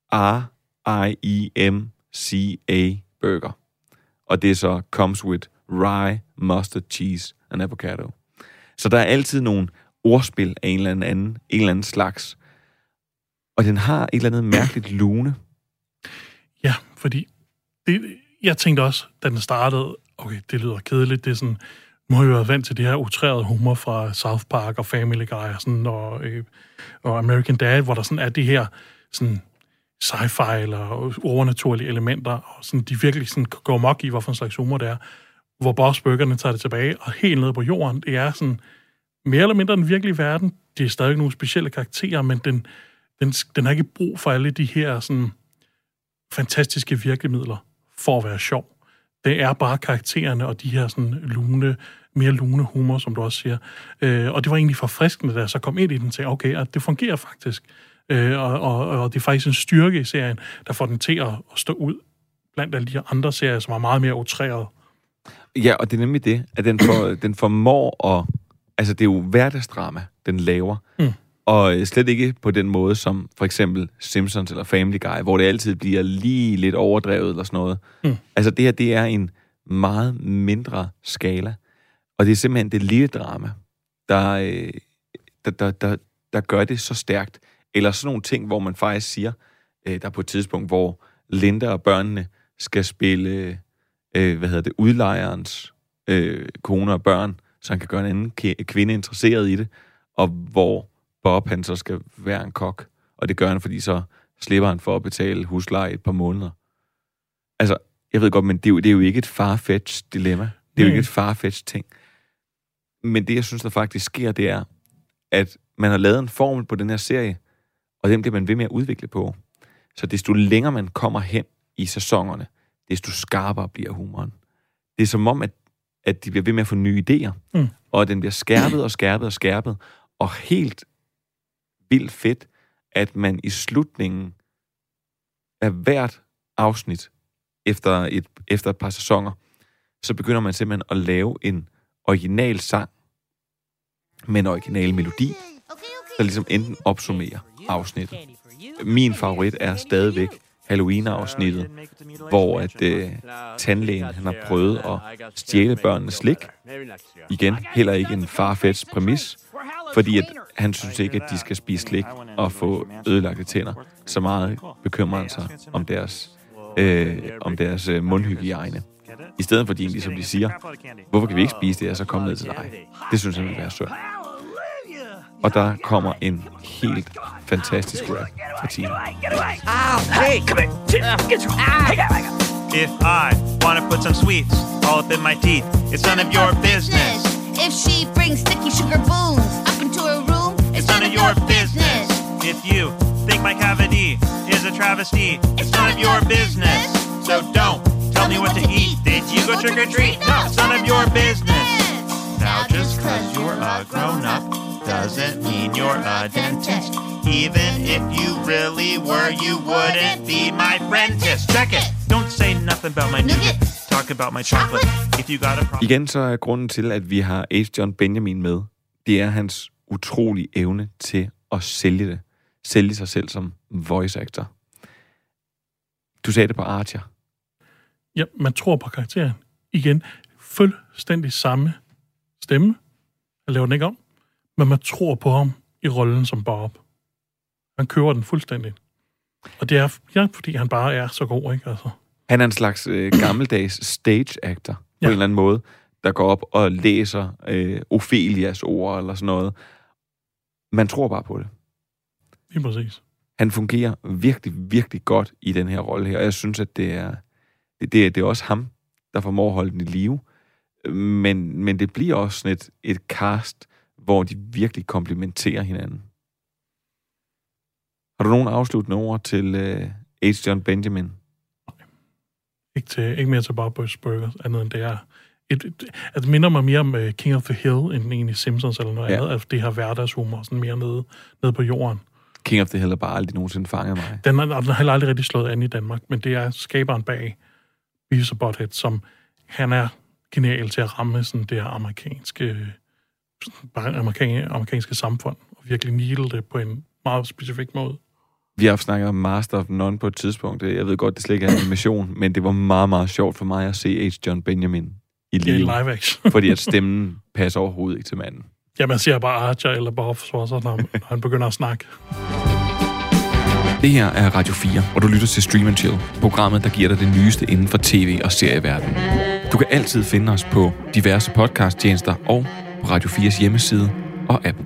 A: RIEMCA burger. Og det er så comes with rye, mustard, cheese and avocado. Så der er altid nogle ordspil af en eller anden slags. Og den har et eller andet mærkeligt lune.
B: Ja, fordi jeg tænkte også, da den startede, okay, det lyder kedeligt, det er sådan, nu har vi været vant til det her utrærede humor fra South Park og Family Guy og, sådan, og American Dad, hvor der sådan er de her sådan sci-fi eller overnaturlige elementer, og sådan, de virkelig sådan går mok i, hvorfor en slags humor det er, hvor Bob's Burgerne tager det tilbage, og helt nede på jorden, det er sådan mere eller mindre den virkelige verden. Det er stadig nogle specielle karakterer, men den har ikke brug for alle de her sådan fantastiske virkemidler for at være sjov. Det er bare karaktererne og de her sådan mere lune humor, som du også siger. Og det var egentlig forfriskende, da jeg så kom ind i den, til okay, at det fungerer faktisk. Og det er faktisk en styrke i serien, der får den til at stå ud blandt alle de her andre serier, som er meget mere utræret.
A: Ja, og det er nemlig det, at den formår at... Altså, det er jo hverdagsdrama, den laver. Og slet ikke på den måde, som for eksempel Simpsons eller Family Guy, hvor det altid bliver lige lidt overdrevet eller sådan noget. Altså, det her, det er en meget mindre skala. Og det er simpelthen det lille drama, der gør det så stærkt, Eller sådan nogle ting, hvor man faktisk siger, der er på et tidspunkt, hvor Linda og børnene skal spille, udlejerens kone og børn, så han kan gøre en anden kvinde interesseret i det, og hvor Bob, han så skal være en kok, og det gør han, fordi så slipper han for at betale husleje et par måneder. Altså, jeg ved godt, men det er jo ikke et far-fetched dilemma. Det er jo ikke et far-fetched ting. Men det, jeg synes, der faktisk sker, det er, at man har lavet en formel på den her serie, og den bliver man ved med at udvikle på. Så desto længere man kommer hen i sæsonerne, desto skarpere bliver humoren. Det er som om, at de bliver ved med at få nye idéer, og at den bliver skærpet og skærpet og skærpet, og helt vildt fedt, at man i slutningen af hvert afsnit, efter et par sæsoner, så begynder man simpelthen at lave en original sang med en original melodi, der ligesom enten opsummerer afsnittet. Min favorit er stadigvæk Halloween-afsnittet, hvor at tandlægen han har prøvet at stjæle børnenes slik. Igen, heller ikke en farfetched præmis, fordi at han synes ikke, at de skal spise slik og få ødelagte tænder. Så meget bekymrer han sig om deres mundhygiejne. I stedet for de egentlig, som de siger, hvorfor kan vi ikke spise det, og så komme ned til dig? Det synes jeg vil være synd. Og der kommer en helt fantastisk rap fra Tina.
D: Hey, come here.
Q: If I want to put some sweets all up in my teeth, it's none of your business.
S: If she brings sticky sugar boons up into her room,
Q: It's none of your business. If you think my cavity is a travesty, it's none of your business. So don't tell me what to eat. Did you go trick or treat? No, it's none of your business. Now just 'cause you're a grown up doesn't mean you're a dentist. Even if you really were, you wouldn't be my apprentice. Check it. Don't say nothing about my nougat. Talk about my chocolate. If you got a problem.
A: Igen så er grunden til, at vi har H. John Benjamin med, det er hans utrolige evne til at sælge det. Sælge sig selv som voice actor. Du sagde det på Archer.
B: Ja, man tror på karakteren. Igen, fuldstændig samme stemme. Jeg laver den ikke om. Men man tror på ham i rollen som Bob. Han kører den fuldstændig. Og det er fordi han bare er så god, ikke? Altså.
A: Han er en slags gammeldags stage actor, på en eller anden måde, der går op og læser Ophelias ord eller sådan noget. Man tror bare på det.
B: Lige præcis.
A: Han fungerer virkelig, virkelig godt i den her rolle her, og jeg synes, at det er også ham, der formår at holde den i live. Men det bliver også sådan et cast, hvor de virkelig komplementerer hinanden. Har du nogen afsluttende ord til H. John Benjamin?
B: Ikke mere til Bob's Burgers, andet end det er. Det minder mig mere om King of the Hill, end egentlig Simpsons eller noget andet. Altså, det har hverdagshumor sådan mere nede på jorden.
A: King of the Hill har bare aldrig nogensinde fanget mig.
B: Den har heller aldrig rigtig slået an i Danmark, men det er skaberen bag Beavis og Butthead, som han er genial til at ramme sådan det her amerikanske samfund, og virkelig needle det på en meget specifik måde.
A: Vi har snakket om Master of None på et tidspunkt. Jeg ved godt, det slet ikke er animation, men det var meget, meget sjovt for mig at se H. John Benjamin i
B: live action.
A: Fordi at stemmen passer overhovedet ikke til manden.
B: Ja, man siger bare Archer eller Bob Swanson, når han begynder at snakke.
A: Det her er Radio 4, og du lytter til Stream & Chill, programmet, der giver dig det nyeste inden for tv- og serieverdenen. Du kan altid finde os på diverse podcasttjenester og på Radio 4's hjemmeside og app.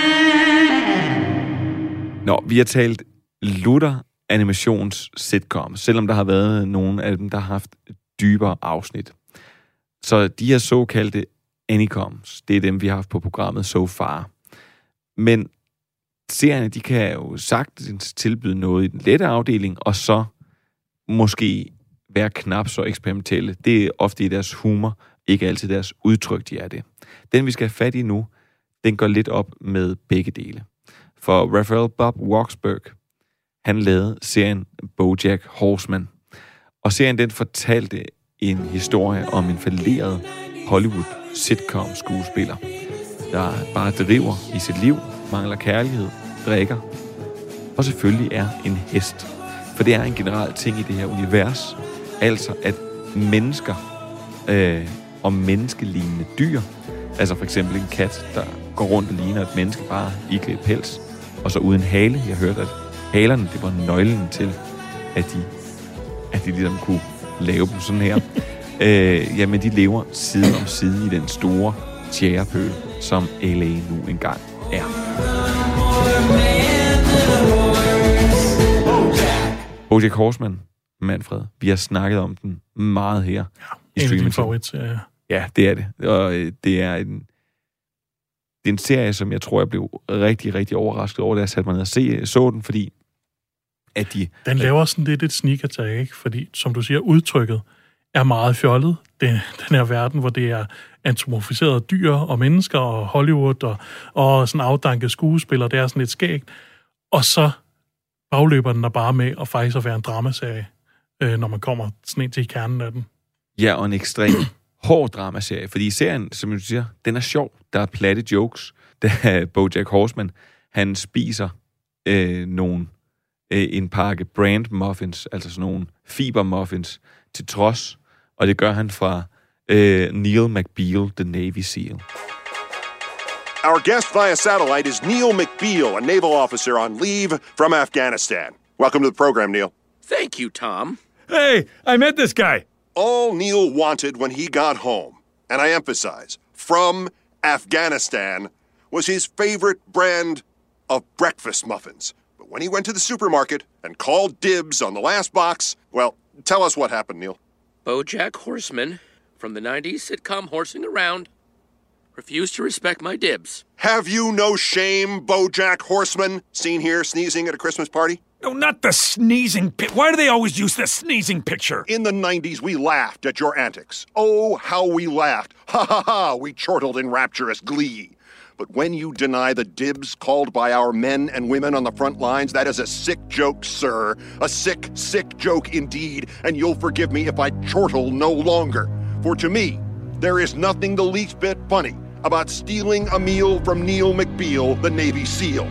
A: Nå, vi har talt lutter animations-sitcoms, selvom der har været nogle af dem, der har haft dybere afsnit. Så de her såkaldte Anycoms, det er dem, vi har haft på programmet so far. Men serierne, de kan jo sagtens tilbyde noget i den lette afdeling, og så måske være knap så eksperimentelle. Det er ofte i deres humor, ikke altid deres udtryk, de er det. Den, vi skal have fat i nu, den går lidt op med begge dele. For Raphael Bob Waksberg, han lavede serien BoJack Horseman. Og serien, den fortalte en historie om en falderet Hollywood sitcom-skuespiller, der bare driver i sit liv, mangler kærlighed, drikker, og selvfølgelig er en hest. For det er en generel ting i det her univers, altså at mennesker og menneskelignende dyr, altså for eksempel en kat, der går rundt og ligner et menneske bare iklædt pels, og så uden hale. Jeg hørte, at halerne, det var nøglen til, at de ligesom kunne lave dem sådan her. Jamen, de lever side om side i den store tjærepøl, som LA nu engang er. BoJack Horseman, Manfred, vi har snakket om den meget her i streaming. En af dine
B: favoritserier.
A: Ja, det er det. Og det er en serie, som jeg tror, jeg blev rigtig, rigtig overrasket over, da jeg satte mig ned og så den, fordi at
B: den laver sådan lidt et sneak attack, ikke? Fordi, som du siger, udtrykket er meget fjollet. Den her verden, hvor det er antropomorfiserede dyr og mennesker og Hollywood og sådan afdanket skuespillere, det er sådan lidt skægt. Og så bagløber den der bare med at faktisk at være en dramaserie, når man kommer sådan ind til kernen af den.
A: Ja, og en ekstrem hård dramaserie, fordi serien, som du siger, den er sjov. Der er platte jokes. Da BoJack Horseman, han spiser en pakke brand muffins, altså sådan nogle fibermuffins, til trods, og det gør han fra Neil McBeal, the Navy SEAL.
M: Our guest via satellite is Neil McBeal, a naval officer on leave from Afghanistan. Welcome to the program, Neil.
P: Thank you, Tom.
M: Hey, I met this guy. All Neil wanted when he got home, and I emphasize, from Afghanistan, was his favorite brand of breakfast muffins. But when he went to the supermarket and called dibs on the last box, well, tell us what happened, Neil.
P: BoJack Horseman, from the 90s sitcom Horsing Around, refused to respect my dibs.
M: Have you no shame, BoJack Horseman, seen here sneezing at a Christmas party?
J: No, not the sneezing Why do they always use the sneezing picture?
M: In the 90s, we laughed at your antics. Oh, how we laughed. Ha ha ha, we chortled in rapturous glee. But when you deny the dibs called by our men and women on the front lines, that is a sick joke, sir. A sick, sick joke indeed, and you'll forgive me if I chortle no longer. For to me, there is nothing the least bit funny about stealing a meal from Neil McBeal, the Navy SEAL.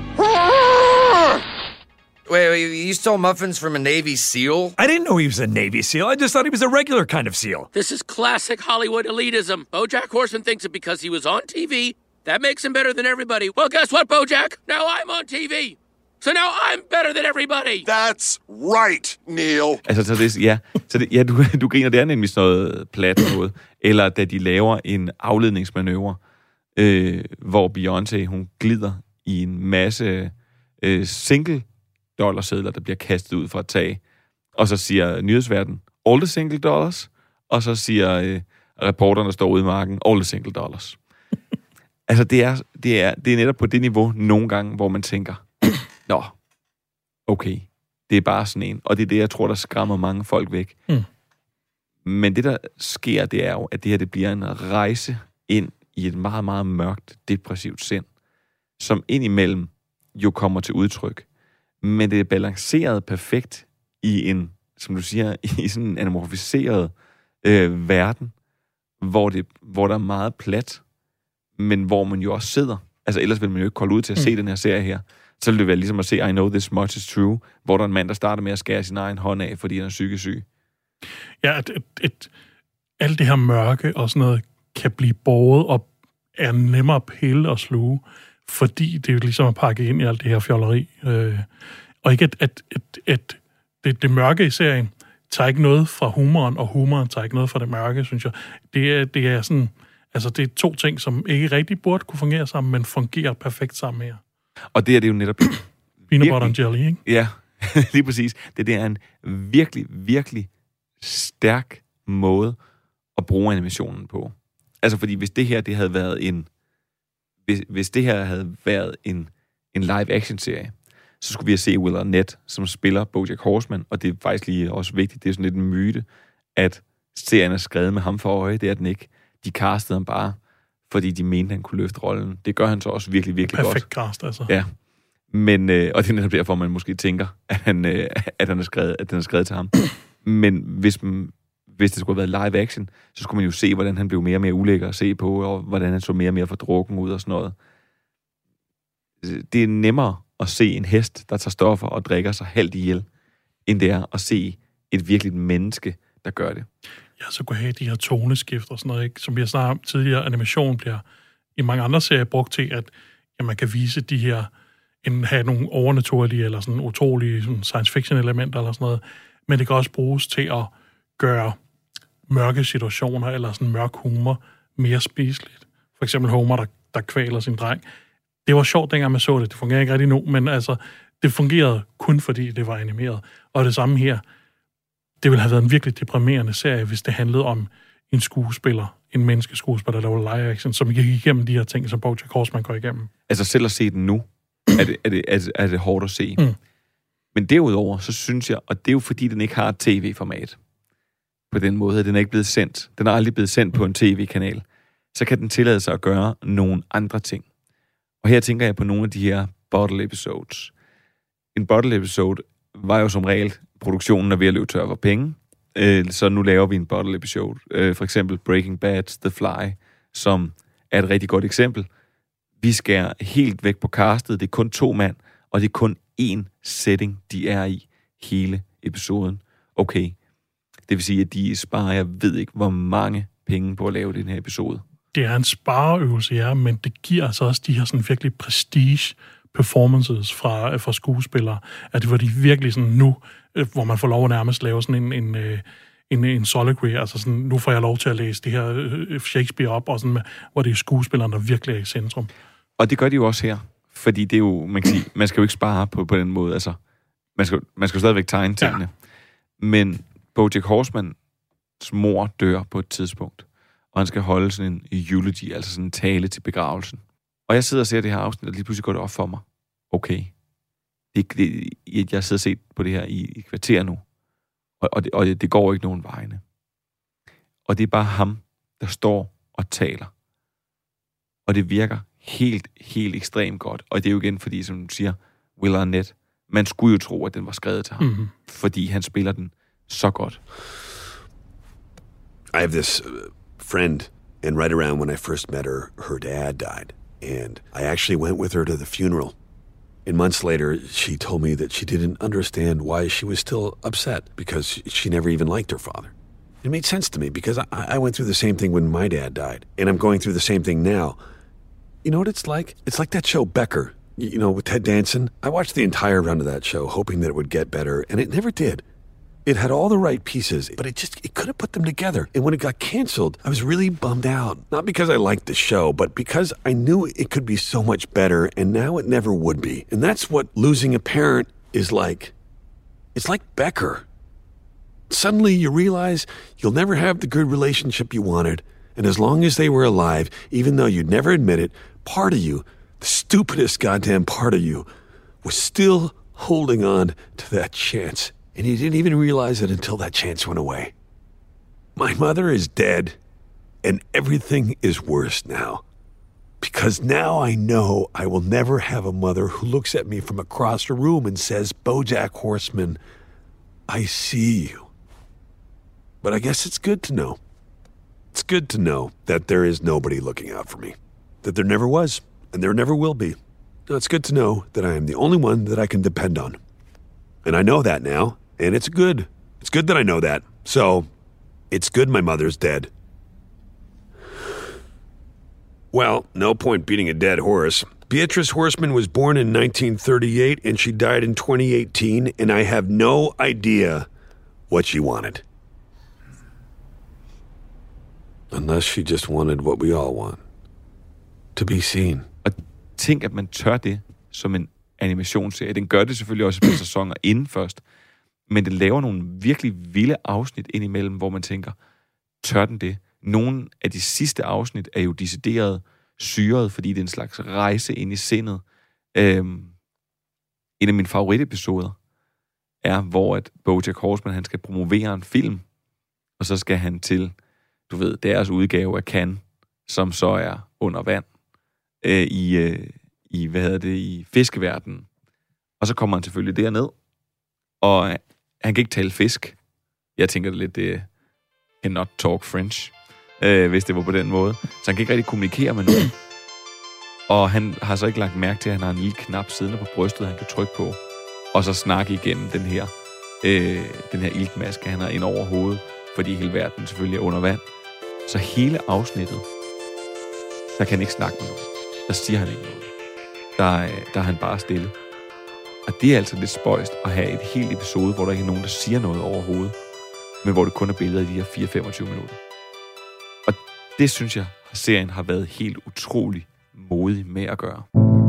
P: Wait, you stole muffins from a Navy SEAL?
J: I didn't know he was a Navy SEAL. I just thought he was a regular kind of SEAL.
P: This is classic Hollywood elitism. BoJack Horseman thinks that because he was on TV, that makes him better than everybody. Well, guess what, BoJack? Now I'm on TV. So now I'm better than everybody.
M: That's right, Neil.
A: Altså, du griner, det er nemlig sådan noget plat noget. Eller da de laver en afledningsmanøvre, hvor Beyoncé, hun glider i en masse single dollarsedler, der bliver kastet ud fra et tag. Og så siger nyhedsverden, all the single dollars. Og så siger reporterne, der står ude i marken, all the single dollars. Altså, det er netop på det niveau nogle gange, hvor man tænker, nå, okay, det er bare sådan en. Og det er det, jeg tror, der skræmmer mange folk væk. Mm. Men det, der sker, det er jo, at det her det bliver en rejse ind i et meget, meget mørkt, depressivt sind, som indimellem jo kommer til udtryk. Men det er balanceret perfekt i en, som du siger, i sådan en anamorfiseret verden, hvor der er meget plat, men hvor man jo også sidder. Altså, ellers vil man jo ikke kolde ud til at se den her serie her. Så vil det være ligesom at se I Know This Much Is True, hvor der er en mand, der starter med at skære sin egen hånd af, fordi han er psykisk syg.
B: Ja, alt det her mørke og sådan noget kan blive båret og er nemmere at pille og sluge, fordi det er jo ligesom at pakke ind i alt det her fjolleri. Og ikke at det mørke i serien tager ikke noget fra humoren, og humoren tager ikke noget fra det mørke, synes jeg. Det er sådan, altså det er to ting, som ikke rigtig burde kunne fungere sammen, men fungerer perfekt sammen her.
A: Og det er det jo netop...
B: Peanut butter and jelly, ikke?
A: Ja, lige præcis. Det er en virkelig, virkelig stærk måde at bruge animationen på. Altså, fordi hvis det her havde været en live-action-serie, så skulle vi have set Will Arnett, som spiller BoJack Horseman, og det er faktisk lige også vigtigt, det er sådan lidt en myte, at serien er skrevet med ham for øje, det er den ikke. De castede ham bare, fordi de mente, han kunne løfte rollen. Det gør han så også virkelig, virkelig godt.
B: Perfekt cast, altså.
A: Ja. Men, og det er netop derfor, man måske tænker, at den er skrevet til ham. Men hvis det skulle have været live action, så skulle man jo se, hvordan han blev mere og mere ulækker at se på, og hvordan han så mere og mere fordrukken ud og sådan noget. Det er nemmere at se en hest, der tager stoffer og drikker sig halvt ihjel, end det er at se et virkeligt menneske, der gør det.
B: Ja, så kunne have de her toneskift og sådan noget, ikke? Som vi har snakket om tidligere, animation bliver i mange andre serier brugt til, at man kan vise de her end have nogle overnaturlige eller sådan utrolige sådan science fiction elementer eller sådan noget. Men det kan også bruges til at gøre mørke situationer eller sådan mørk humor mere spiseligt. For eksempel Homer, der kvæler sin dreng. Det var sjovt, dengang man så det. Det fungerer ikke rigtig nu, men altså, det fungerede kun fordi det var animeret. Og det samme her. Det ville have været en virkelig deprimerende serie, hvis det handlede om en skuespiller, en menneskeskuespiller, der var live action, som gik igennem de her ting, som BoJack Horseman går igennem.
A: Altså selv at se den nu, er det hårdt at se. Men derudover, så synes jeg, og det er jo fordi, den ikke har et tv-format på den måde, at den er ikke blevet sendt. Den er aldrig blevet sendt på en tv-kanal. Så kan den tillade sig at gøre nogle andre ting. Og her tænker jeg på nogle af de her bottle episodes. En bottle episode var jo som regel, produktionen er ved at løbe tør for penge, så nu laver vi en bottle episode. For eksempel Breaking Bad, The Fly, som er et rigtig godt eksempel. Vi skærer helt væk på castet, det er kun 2 mand, og det er kun én setting, de er i hele episoden. Okay, det vil sige, at de sparer, jeg ved ikke, hvor mange penge på at lave den her episode.
B: Det er en spareøvelse, ja, men det giver altså også de her sådan virkelig prestige performances fra skuespillere, at det var de virkelig sådan nu, hvor man får lov at nærmest lave sådan en soliloquy, altså sådan, nu får jeg lov til at læse det her Shakespeare op, og sådan, hvor det er skuespilleren, der virkelig er i centrum. Og det gør de jo også her, fordi det er jo, man kan sige, man skal jo ikke spare på den måde, altså, man skal stadigvæk tegne tingene. Ja. Men BoJack Horsemans mor dør på et tidspunkt, og han skal holde sådan en eulogy, altså sådan en tale til begravelsen. Og jeg sidder og ser det her afsnit, og lige pludselig går det op for mig. Okay. Jeg sidder og set på det her i kvarter nu, og det går ikke nogen vegne. Og det er bare ham, der står og taler. Og det virker helt ekstremt godt. Og det er jo igen, fordi, som du siger, Will Arnett, man skulle jo tro, at den var skrevet til ham. Fordi han spiller den så godt.
C: I have this friend, and right around when I first met her, her dad died. And I actually went with her to the funeral. And months later, she told me that she didn't understand why she was still upset, because she never even liked her father. It made sense to me, because I went through the same thing when my dad died, and I'm going through the same thing now. You know what it's like? It's like that show Becker, you know, with Ted Danson. I watched the entire run of that show, hoping that it would get better, and it never did. It had all the right pieces, but it couldn't put them together. And when it got canceled, I was really bummed out. Not because I liked the show, but because I knew it could be so much better, and now it never would be. And that's what losing a parent is like. It's like Becker. Suddenly you realize you'll never have the good relationship you wanted, and as long as they were alive, even though you'd never admit it, part of you, the stupidest goddamn part of you, was still holding on to that chance. And you didn't even realize it until that chance went away. My mother is dead, and everything is worse now. Because now I know I will never have a mother who looks at me from across the room and says, BoJack Horseman, I see you. But I guess it's good to know. It's good to know that there is nobody looking out for me. That there never was, and there never will be. No, it's good to know that I am the only one that I can depend on. And I know that now, and it's good. It's good that I know that. So, it's good my mother's dead. Well, no point beating a dead horse. Beatrice Horseman was born in 1938, and she died in 2018, and I have no idea what she wanted. Unless she just wanted what we all want. To be seen.
A: Og tænk, at man tør det som en animationsserie. Den gør det selvfølgelig også på sæsoner inden først. Men det laver nogle virkelig vilde afsnit indimellem, hvor man tænker, tør den det? Nogle af de sidste afsnit er jo decideret syret, fordi det er en slags rejse ind i sindet. En af mine favoritepisoder er, hvor at BoJack Horseman, han skal promovere en film, og så skal han til, du ved, deres udgave af Cannes, som så er under vand i fiskeverdenen. Og så kommer han selvfølgelig derned, og han kan ikke tale fisk. Jeg tænker det lidt, cannot talk French, hvis det var på den måde. Så han kan ikke rigtig kommunikere med nogen. Og han har så ikke lagt mærke til, at han har en lille knap siddende på brystet, han kan trykke på, og så snakke igennem den her iltmaske, han har ind over hovedet, fordi hele verden selvfølgelig er under vand. Så hele afsnittet, der kan han ikke snakke med nogen. Der siger han ikke noget. der er han bare stille. Og det er altså lidt spøjst at have et helt episode, hvor der ikke er nogen, der siger noget overhovedet, men hvor det kun er billeder i de her 4-25 minutter. Og det synes jeg, at serien har været helt utrolig modig med at gøre.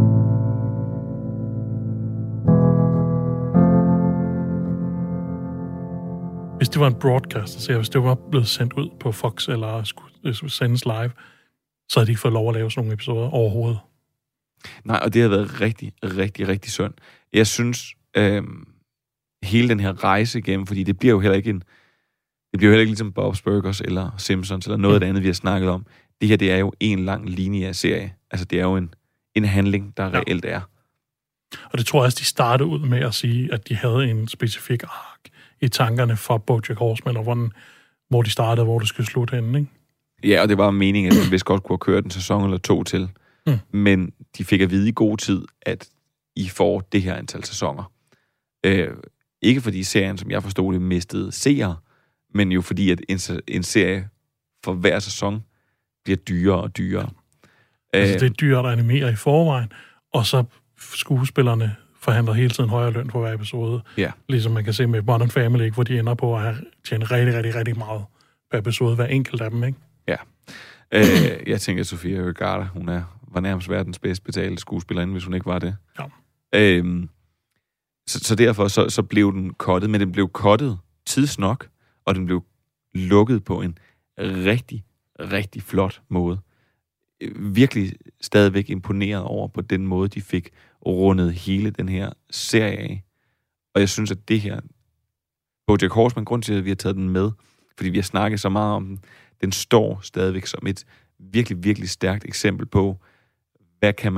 B: Hvis det var en broadcaster, så hvis det var blevet sendt ud på Fox eller skulle sendes live, så havde de ikke fået lov at lave sådan nogle episoder overhovedet.
A: Nej, og det har været rigtig, rigtig, rigtig synd. Jeg synes, hele den her rejse igennem, fordi det bliver jo heller ikke ligesom Bob's Burgers eller Simpsons eller noget af det andet, vi har snakket om. Det her, det er jo en lang linje af serie. Altså, det er jo en handling, der reelt er.
B: Og det tror jeg også, de startede ud med at sige, at de havde en specifik ark i tankerne for BoJack Horseman, og hvor de startede, hvor det skulle slutte henne, ikke?
A: Ja, og det var meningen, at de vist godt kunne have kørt en sæson eller 2 til. Men de fik at vide i god tid, at I får det her antal sæsoner. Ikke fordi serien, som jeg forstod det, mistede seere, men jo fordi, at en serie for hver sæson bliver dyrere og dyrere.
B: Altså, det er dyrere at animere i forvejen, og så skuespillerne forhandler hele tiden højere løn for hver episode.
A: Ja.
B: Ligesom man kan se med Modern Family, hvor de ender på at tjene rigtig, rigtig, rigtig meget per episode, hver enkelt af dem, ikke?
A: Ja. Jeg tænker, at Sofia Vergara, hun var nærmest verdens bedst betalte skuespillerinde, hvis hun ikke var det.
B: Ja.
A: Så derfor så blev den cuttet, men den blev cuttet tidsnok, og den blev lukket på en rigtig, rigtig flot måde. Virkelig stadigvæk imponeret over på den måde, de fik rundet hele den her serie af. Og jeg synes, at det her BoJack Horseman, grund til, at vi har taget den med, fordi vi har snakket så meget om den står stadigvæk som et virkelig, virkelig stærkt eksempel på, hvad kan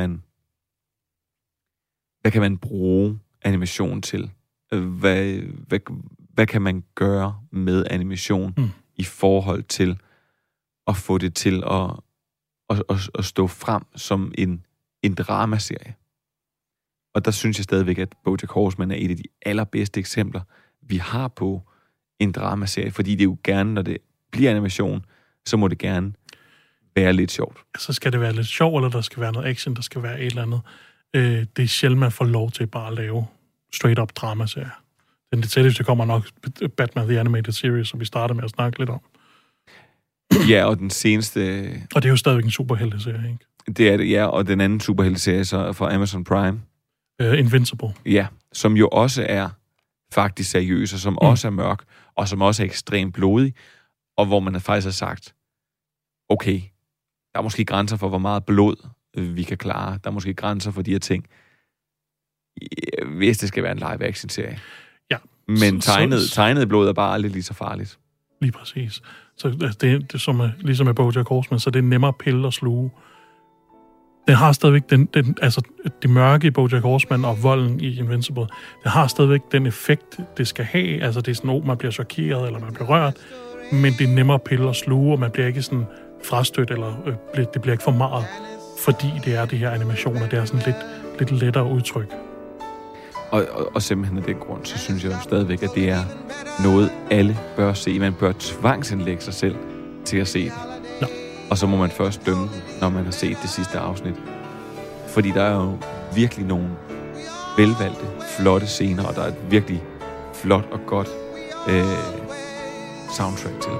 A: man bruge animation til? Hvad kan man gøre med animation i forhold til at få det til at stå frem som en dramaserie? Og der synes jeg stadigvæk, at BoJack Horseman er et af de allerbedste eksempler, vi har på en dramaserie, fordi det er jo gerne, når det bliver animation, så må det gerne være lidt sjovt.
B: Så skal det være lidt sjovt, eller der skal være noget action, der skal være et eller andet. Det er sjældent, man får lov til bare at lave straight-up dramaserier. Den tætteste kommer nok Batman The Animated Series, som vi startede med at snakke lidt om.
A: Ja, og den seneste...
B: Og det er jo stadigvæk en superhelteserie, ikke?
A: Det er det, ja, og den anden superhelteserie så fra Amazon Prime.
B: Invincible.
A: Ja, som jo også er faktisk seriøs, og som også er mørk, og som også er ekstremt blodig, og hvor man faktisk har sagt, okay, der er måske grænser for, hvor meget blod vi kan klare. Der er måske grænser for de her ting, hvis det skal være en live-action-serie.
B: Ja.
A: Men tegnet blod er bare aldrig lige så farligt.
B: Lige præcis. Så det som er, ligesom med BoJack Horseman, så det er nemmere at pille og sluge. Den har stadigvæk altså det mørke i BoJack Horseman og volden i Invincible, det har stadigvæk den effekt, det skal have. Altså det er sådan, man bliver chokeret, eller man bliver rørt, men det er nemmere at pille og sluge, og man bliver ikke sådan frastødt, eller det bliver ikke for meget, fordi det er de her animationer, det er sådan lidt lettere udtryk.
A: Og simpelthen af den grund, så synes jeg jo stadigvæk, at det er noget, alle bør se. Man bør tvangsindlægge sig selv til at se den.
B: Ja.
A: Og så må man først dømme den, når man har set det sidste afsnit. Fordi der er jo virkelig nogle velvalgte, flotte scener, og der er et virkelig flot og godt soundtrack til.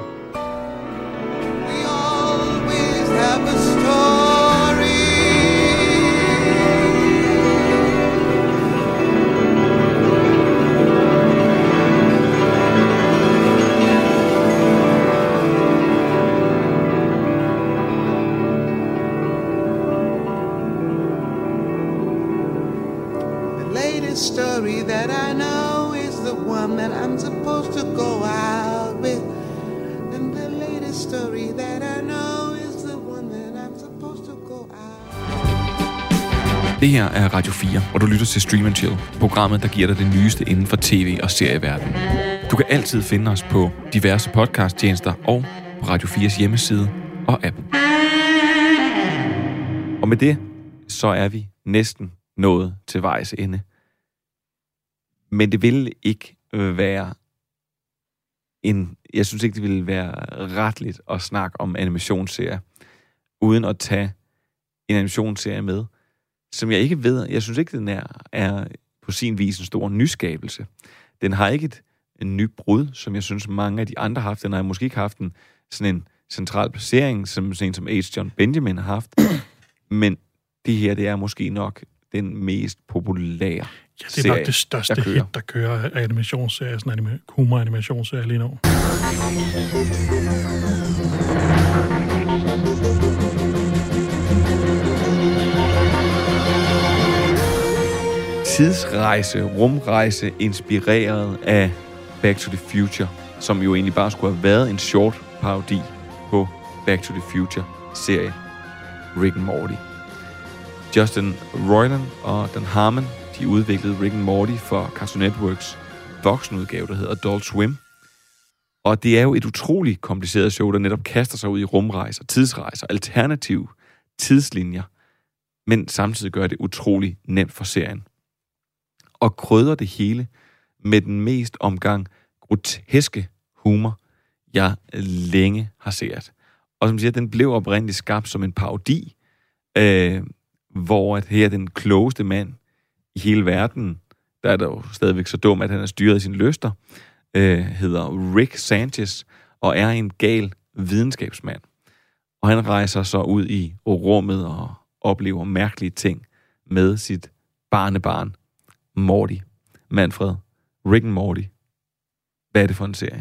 F: Story that I know is the one that I'm supposed to go out with. And the latest story that I know is the one that I'm supposed to go out.
A: Det her er Radio 4, og du lytter til Stream & Chill, programmet, der giver dig det nyeste inden for tv- og serieverdenen. Du kan altid finde os på diverse podcasttjenester og på Radio 4's hjemmeside og app. Og med det, så er vi næsten nået til vejs ende. Men det ville ikke være jeg synes ikke, det ville være retligt at snakke om animationsserie, uden at tage en animationsserie med, som jeg ikke ved. Jeg synes ikke, den er på sin vis en stor nyskabelse. Den har ikke en ny brud, som jeg synes, mange af de andre har haft. Den har måske ikke haft sådan en central placering, som H. John Benjamin har haft. Men det her, det er måske nok den mest populære
B: serie, det er nok det største hit, der kører af animationsserie, sådan en humor-animationsserie lige nu.
A: Tidsrejse, rumrejse, inspireret af Back to the Future, som jo egentlig bare skulle have været en short parodi på Back to the Future-serie Rick and Morty. Justin Roiland og Dan Harmon, de udviklede Rick and Morty for Cartoon Networks voksenudgave, der hedder Adult Swim. Og det er jo et utroligt kompliceret show, der netop kaster sig ud i rumrejser, tidsrejser, alternative tidslinjer, men samtidig gør det utroligt nemt for serien. Og krydder det hele med den mest omgang groteske humor, jeg længe har set. Og som siger, den blev oprindeligt skabt som en parodi, hvor at her den klogeste mand i hele verden, der er der jo stadigvæk så dum, at han er styret af sine lyster, hedder Rick Sanchez, og er en gal videnskabsmand. Og han rejser så ud i rummet og oplever mærkelige ting med sit barnebarn, Morty. Manfred, Rick and Morty. Hvad er det for en serie?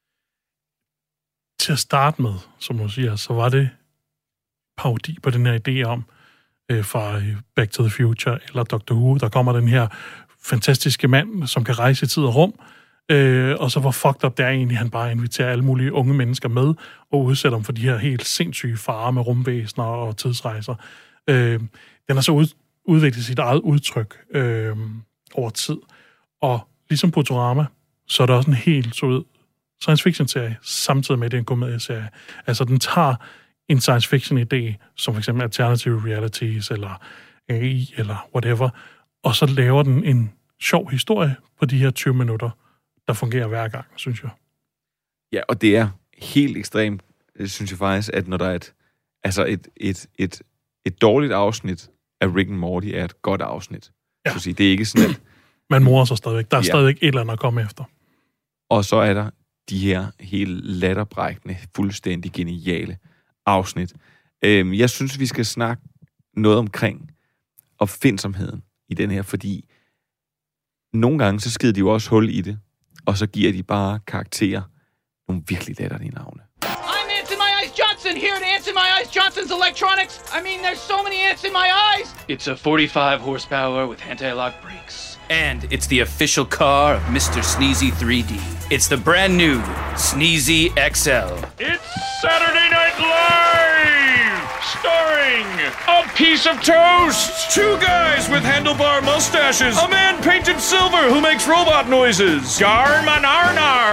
B: Til at starte med, som du siger, så var det parodi på den her idé om, fra Back to the Future eller Doctor Who, der kommer den her fantastiske mand, som kan rejse i tid og rum, og så hvor fucked up det er egentlig, han bare inviterer alle mulige unge mennesker med, og udsætter dem for de her helt sindssyge farer med rumvæsener og tidsrejser. Den har så udviklet sit eget udtryk over tid, og ligesom Futurama, så er der også en helt så science fiction-serie, samtidig med, at det er en komedieserie. Altså, den tager en science fiction-idé, som for eksempel alternative realities, eller AI, eller whatever, og så laver den en sjov historie på de her 20 minutter, der fungerer hver gang, synes jeg.
A: Ja, og det er helt ekstremt, synes jeg faktisk, at når der er et dårligt afsnit af Rick and Morty er et godt afsnit. Ja. Så sige, det er ikke sådan, at
B: man morer sig stadigvæk. Der er stadigvæk et eller andet at komme efter.
A: Og så er der de her helt latterbrækkende, fuldstændig geniale afsnit. Jeg synes, vi skal snakke noget omkring opfindsomheden i den her, fordi nogle gange, så skider de jo også hul i det, og så giver de bare karakterer nogle virkelig latterlige navne.
G: I'm Ants in My Eyes Johnson, here at Ants in My Eyes Johnson's Electronics. I mean, there's so many ants in my eyes.
I: It's a 45 horsepower with anti-lock brakes. And it's the official car of Mr. Sneezy 3D. It's the brand new Sneezy XL.
T: It's Saturday Night Live! Starring a piece of toast, two guys with handlebar mustaches, a man painted silver who makes robot noises, Garmanarnar,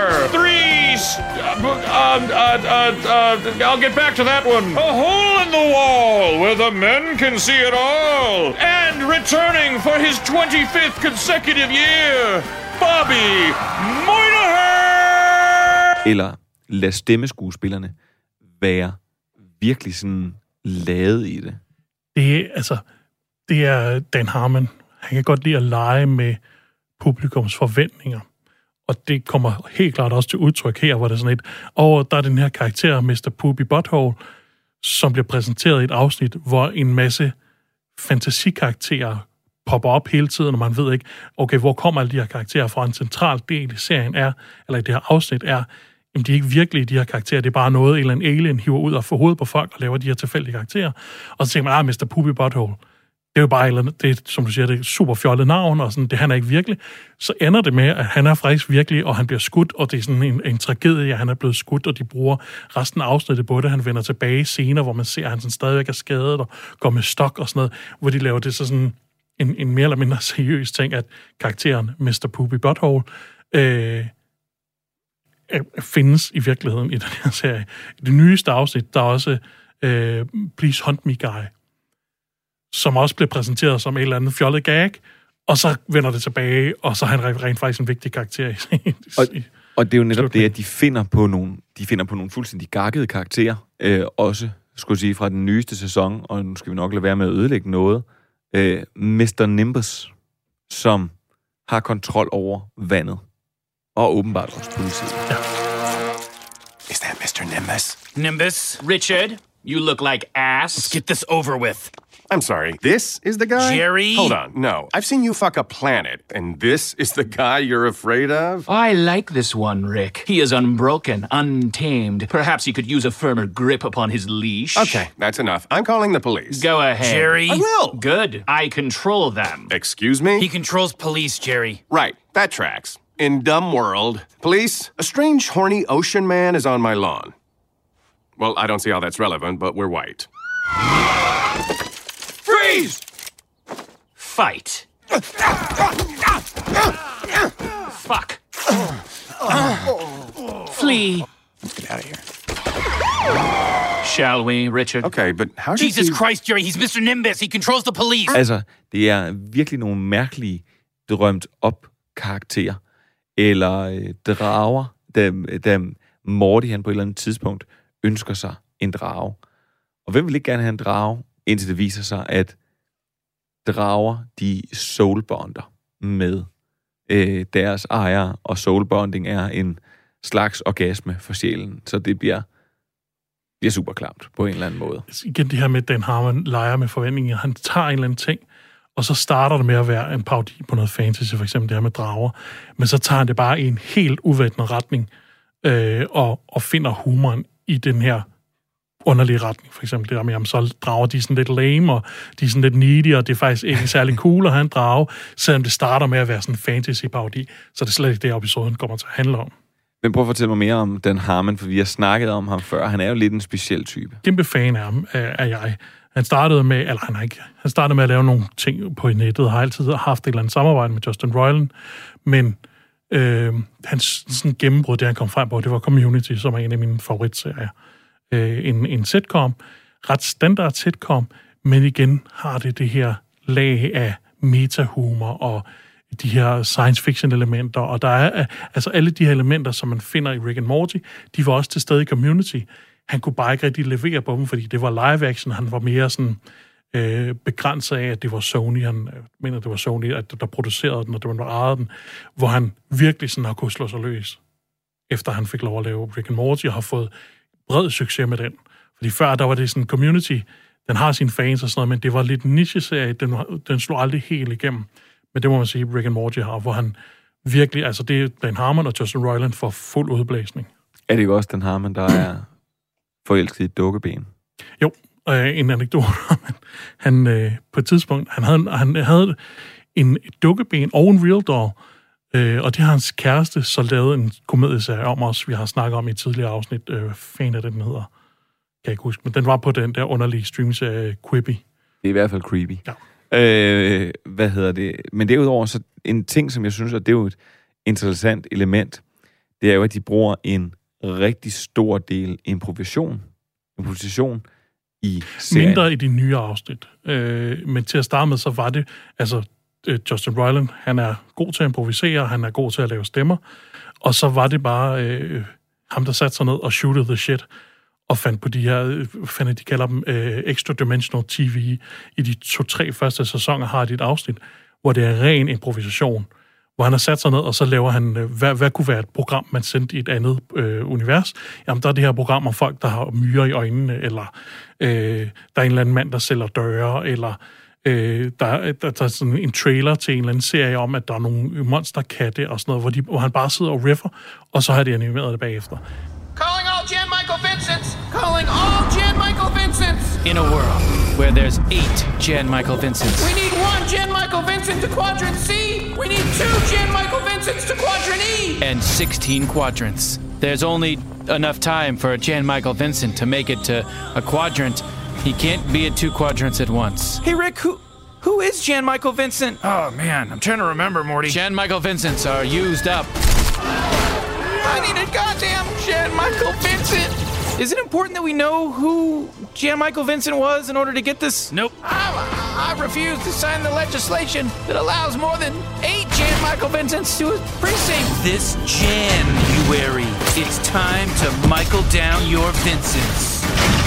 T: I'll get back to that one. A hole in the wall where the men can see it all. And returning for his 25th consecutive year, Bobby Moynihan!
A: Eller lad stemmeskuespillerne være virkelig sådan lavet i det.
B: Det er Dan Harmon. Han kan godt lide at lege med publikums forventninger. Og det kommer helt klart også til udtryk her, hvor det er sådan der er den her karakter, Mr. Poopy Butthole, som bliver præsenteret i et afsnit, hvor en masse fantasikarakterer popper op hele tiden, og man ved ikke, okay, hvor kommer alle de her karakterer fra? En central del i serien eller i det her afsnit jamen, de er ikke virkelig de her karakterer, det er bare noget, en eller anden alien hiver ud og får hovedet på folk og laver de her tilfældige karakterer. Og så tænker man, Mr. Poopy Butthole, det er jo bare, det er, som du siger, det er et super fjollet navn, og sådan, det han er ikke virkelig. Så ender det med, at han er faktisk virkelig, og han bliver skudt, og det er sådan en tragedie, at han er blevet skudt, og de bruger resten af afsnittet på det. Han vender tilbage senere, hvor man ser, at han sådan stadigvæk er skadet, og går med stok og sådan noget, hvor de laver det så sådan en mere eller mindre seriøs ting, at karakteren Mr. Poopy Butthole findes i virkeligheden i den her serie. I det nyeste afsnit, der er også Please Hunt Me Guy, som også bliver præsenteret som et eller andet fjollet gag, og så vender det tilbage, og så er han rent faktisk en vigtig karakter
A: og det er jo netop det, at de finder på nogle fuldstændig gakkede karakterer, også, skulle sige, fra den nyeste sæson, og nu skal vi nok lade være med at ødelægge noget, Mr. Nimbus, som har kontrol over vandet. Og åbenbart også politiet. Ja.
H: Is that Mr. Nimbus?
P: Nimbus? Richard, you look like ass. Let's get this over with.
H: I'm sorry, this is the guy?
P: Jerry?
H: Hold on, no. I've seen you fuck a planet, and this is the guy you're afraid of?
I: I like this one, Rick. He is unbroken, untamed. Perhaps he could use a firmer grip upon his leash.
H: Okay, that's enough. I'm calling the police.
I: Go ahead.
P: Jerry?
H: I will!
I: Good. I control them.
H: Excuse me?
P: He controls police, Jerry.
H: Right, that tracks. In dumb world. Police, a strange, horny ocean man is on my lawn. Well, I don't see how that's relevant, but we're white.
J: Freeze!
I: Fight. Fuck. Flee.
H: Let's get out of here.
I: Shall we, Richard?
H: Okay, but how did
P: Jesus
H: you...
P: Christ, Jerry, he's Mr. Nimbus. He controls the police.
A: Altså, det er virkelig nogle mærkelige drømt op karakterer. Eller drager, da Morty han på et eller andet tidspunkt ønsker sig en drage. Og hvem vil ikke gerne have en drage, indtil det viser sig, at drager, de soulbonder med deres ejere, og soulbonding er en slags orgasme for sjælen. Så det bliver super klamt på en eller anden måde.
B: Igen det her med, at Dan Harmon leger med forventninger. Han tager en eller anden ting, og så starter det med at være en parodi på noget fantasy, for eksempel det her med drager. Men så tager han det bare i en helt uvættende retning, og finder humoren i den her underlige retning. For eksempel det der med, at så drager de sådan lidt lame, og de er sådan lidt needy, og det er faktisk ikke særlig cool at have en drage, selvom det starter med at være sådan en fantasy-parodi, så det er slet ikke det, episoden kommer til at handle om.
A: Men prøv at fortælle mig mere om Dan Harmon, for vi har snakket om ham før. Han er jo lidt en speciel type.
B: Kæmpe fan af ham, er jeg. Han startede med at lave nogle ting på nettet, har altid haft et eller andet samarbejde med Justin Roiland, men hans sådan gennembrud, det han kom frem på, det var Community, som er en af mine favoritserier. En sitcom, ret standard sitcom, men igen har det her lag af metahumor og de her science fiction elementer, og der er altså alle de her elementer, som man finder i Rick and Morty, de var også til stede i Community. Han kunne bare ikke rigtig levere på dem, fordi det var live action, han var mere sådan begrænset af, at det var Sony, han mener, det var Sony, der producerede den, og det var ejede den, hvor han virkelig sådan har kunnet slå sig løs, efter han fik lov at lave Rick and Morty, og har fået bred succes med den. Fordi før, der var det sådan Community, den har sine fans og sådan noget, men det var lidt en niche-serie, den slog aldrig helt igennem. Men det må man sige, Rick and Morty har, hvor han virkelig, altså det er Dan Harmon og Justin Roiland for fuld udblæsning.
A: Er det ikke også Dan Harmon, der er forelsket i dukkeben?
B: Jo, en anekdote. Han på et tidspunkt, han havde en dukkeben og en real doll, og det har hans kæreste så lavet en komedieserie om os, vi har snakket om i et tidligere afsnit. Fan af den hedder, kan jeg ikke huske, men den var på den der underlige streamserie Quibi.
A: Det er i hvert fald creepy.
B: Ja.
A: Hvad hedder det? Men derudover, så en ting, som jeg synes, at det er jo et interessant element, det er jo, at de bruger en rigtig stor del improvisation i serien.
B: Mindre i de nye afsnit. Men til at starte med, så var det, altså Justin Roiland, han er god til at improvisere, han er god til at lave stemmer, og så var det bare ham, der satte sig ned og shootede the shit, og fandt på de her, de kalder dem extra dimensional TV. I de 2-3 første sæsoner har de et afsnit, hvor det er ren improvisation, hvor han har sat sig ned, og så laver han, hvad kunne være et program, man sendte i et andet univers. Jamen, der er det her program om folk, der har myrer i øjnene, eller der er en eller anden mand, der sælger døre, eller der er sådan en trailer til en eller anden serie om, at der er nogle monsterkatte og sådan noget, hvor han bare sidder og riffer, og så har de animeret det bagefter.
G: Calling all Jan Michael Vincents! Calling all Jan Michael Vincents!
I: In a world where there's 8 Jan Michael Vincents.
G: We need 1 Jan Michael Vincent to Quadrant C! We need 2 Jan Michael Vincents to Quadrant E!
I: And 16 quadrants. There's only enough time for a Jan Michael Vincent to make it to a quadrant. He can't be at 2 quadrants at once.
L: Hey Rick, who is Jan Michael Vincent?
P: Oh man, I'm trying to remember, Morty.
I: Jan Michael Vincents are used up.
L: I need a goddamn Jan Michael Vincent! Is it important that we know who Jan Michael Vincent was in order to get this?
P: Nope.
L: I refuse to sign the legislation that allows more than 8 Jan Michael Vincents to a precinct.
P: This January, it's time to Michael down your Vincents.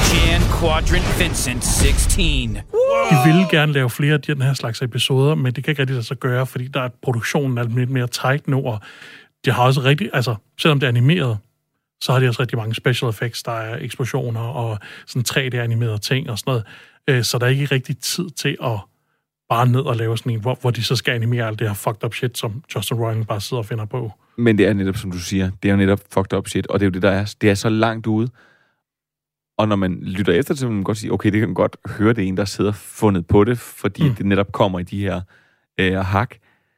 I: Jan Quadrant Vincent 16.
B: De ville gerne lave flere af den her slags episoder, men det kan ikke rigtig lade sig gøre, fordi der er produktionen er lidt mere tight nu, og de har også rigtig, altså selvom det er animeret, så har de også rigtig mange special effects, der er eksplosioner og sådan 3D-animerede ting og sådan noget, så der er ikke rigtig tid til at bare ned og lave sådan en, hvor de så skal animere alt det her fucked up shit, som Justin Roiland bare sidder og finder på.
A: Men det er netop, som du siger, det er jo netop fucked up shit, og det er jo det, der er. Det er så langt ude. Og når man lytter efter, så kan man godt sige, okay, det kan man godt høre, det er en, der sidder fundet på det, fordi det netop kommer i de her hak.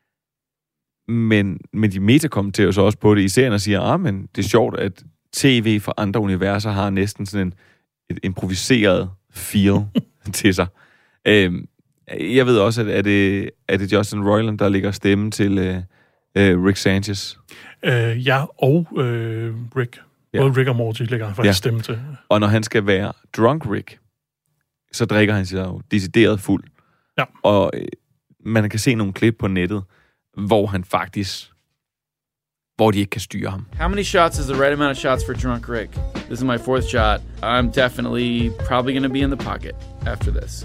A: Men de metakommenterer jo så også på det i serien og siger, men det er sjovt, at tv fra andre universer har næsten sådan et improviseret feel til sig. Jeg ved også, at er det Justin Roiland, der lægger stemme til Rick Sanchez?
B: Ja, og Rick. Både Rick og Morty lægger han faktisk stemme til.
A: Og når han skal være drunk Rick, så drikker han sig jo decideret fuld.
B: Ja.
A: Og man kan se nogle klip på nettet, hvor han faktisk... hvor de ikke kan styre ham.
L: How many shots is the right amount of shots for drunk Rick? This is my 4th shot. I'm definitely probably going to be in the pocket after this.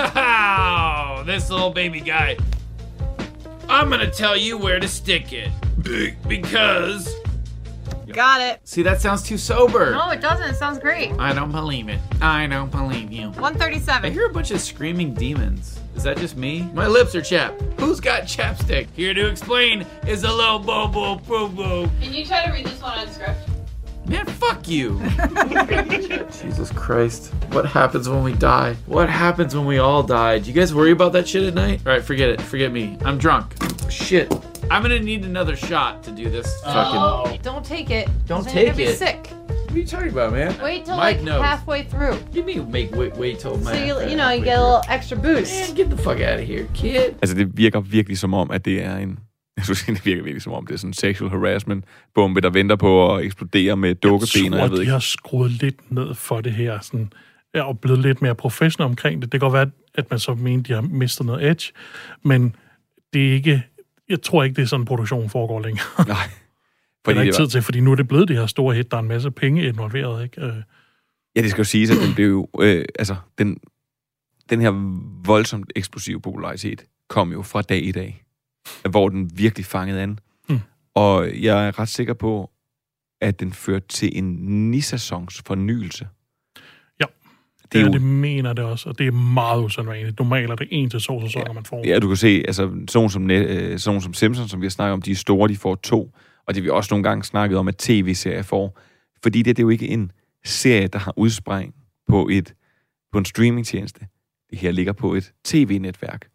I: This little baby guy. I'm gonna tell you where to stick it. Because...
S: Got it.
L: See, that sounds too sober.
S: No, it doesn't. It sounds great.
L: I don't believe it. I don't believe you.
S: 137.
L: I hear a bunch of screaming demons. Is that just me? My lips are chapped. Who's got chapstick?
I: Here to explain is a little bobo boo.
S: Can you try to read this one on script?
L: Man, fuck you. Jesus Christ. What happens when we die? What happens when we all die? Do you guys worry about that shit at night? All right, forget it. Forget me. I'm drunk. Shit. I'm gonna need another shot to do this fucking...
S: Don't take it.
L: Don't
S: Then
L: take
S: you're gonna
L: it.
S: be sick.
L: What are you talking about, man?
S: Wait till
L: Mike
S: like
L: knows.
S: halfway through.
L: You mean wait till my...
S: So you know, you get a little extra boost.
L: Man, get the fuck out of here, kid.
A: Altså, det virker virkelig som om, at det er en... Jeg synes, det virker virkelig som om, det er sådan en sexual harassment-bombe, der venter på at eksplodere med dukkeben, og jeg ved
B: de
A: ikke.
B: har skruet lidt ned for det her, sådan, og blevet lidt mere professionel omkring det. Det kan godt være, at man så mener, de har mistet noget edge, men det er ikke... Jeg tror ikke, det er sådan, en produktion foregår længere.
A: Nej.
B: Det er ikke tid til, fordi nu er det blevet det her store hit, der er en masse penge involveret, ikke?
A: Ja, det skal jo siges, at den blev jo... den her voldsomt eksplosive popularitet kom jo fra dag i dag, hvor den virkelig fangede an. Og jeg er ret sikker på, at den førte til en 9-sæsons fornyelse.
B: Ja, det mener det også, og det er meget usædvanligt. Normalt er det 1 til 2 sæsoner, man får.
A: Ja, du kan se, altså sådan som Simpsons, som vi har snakket om, de er store, de får 2, og det vi også nogle gange snakket om, at tv-serier får. Fordi det er jo ikke en serie, der har udspring på en streamingtjeneste. Det her ligger på et tv-netværk.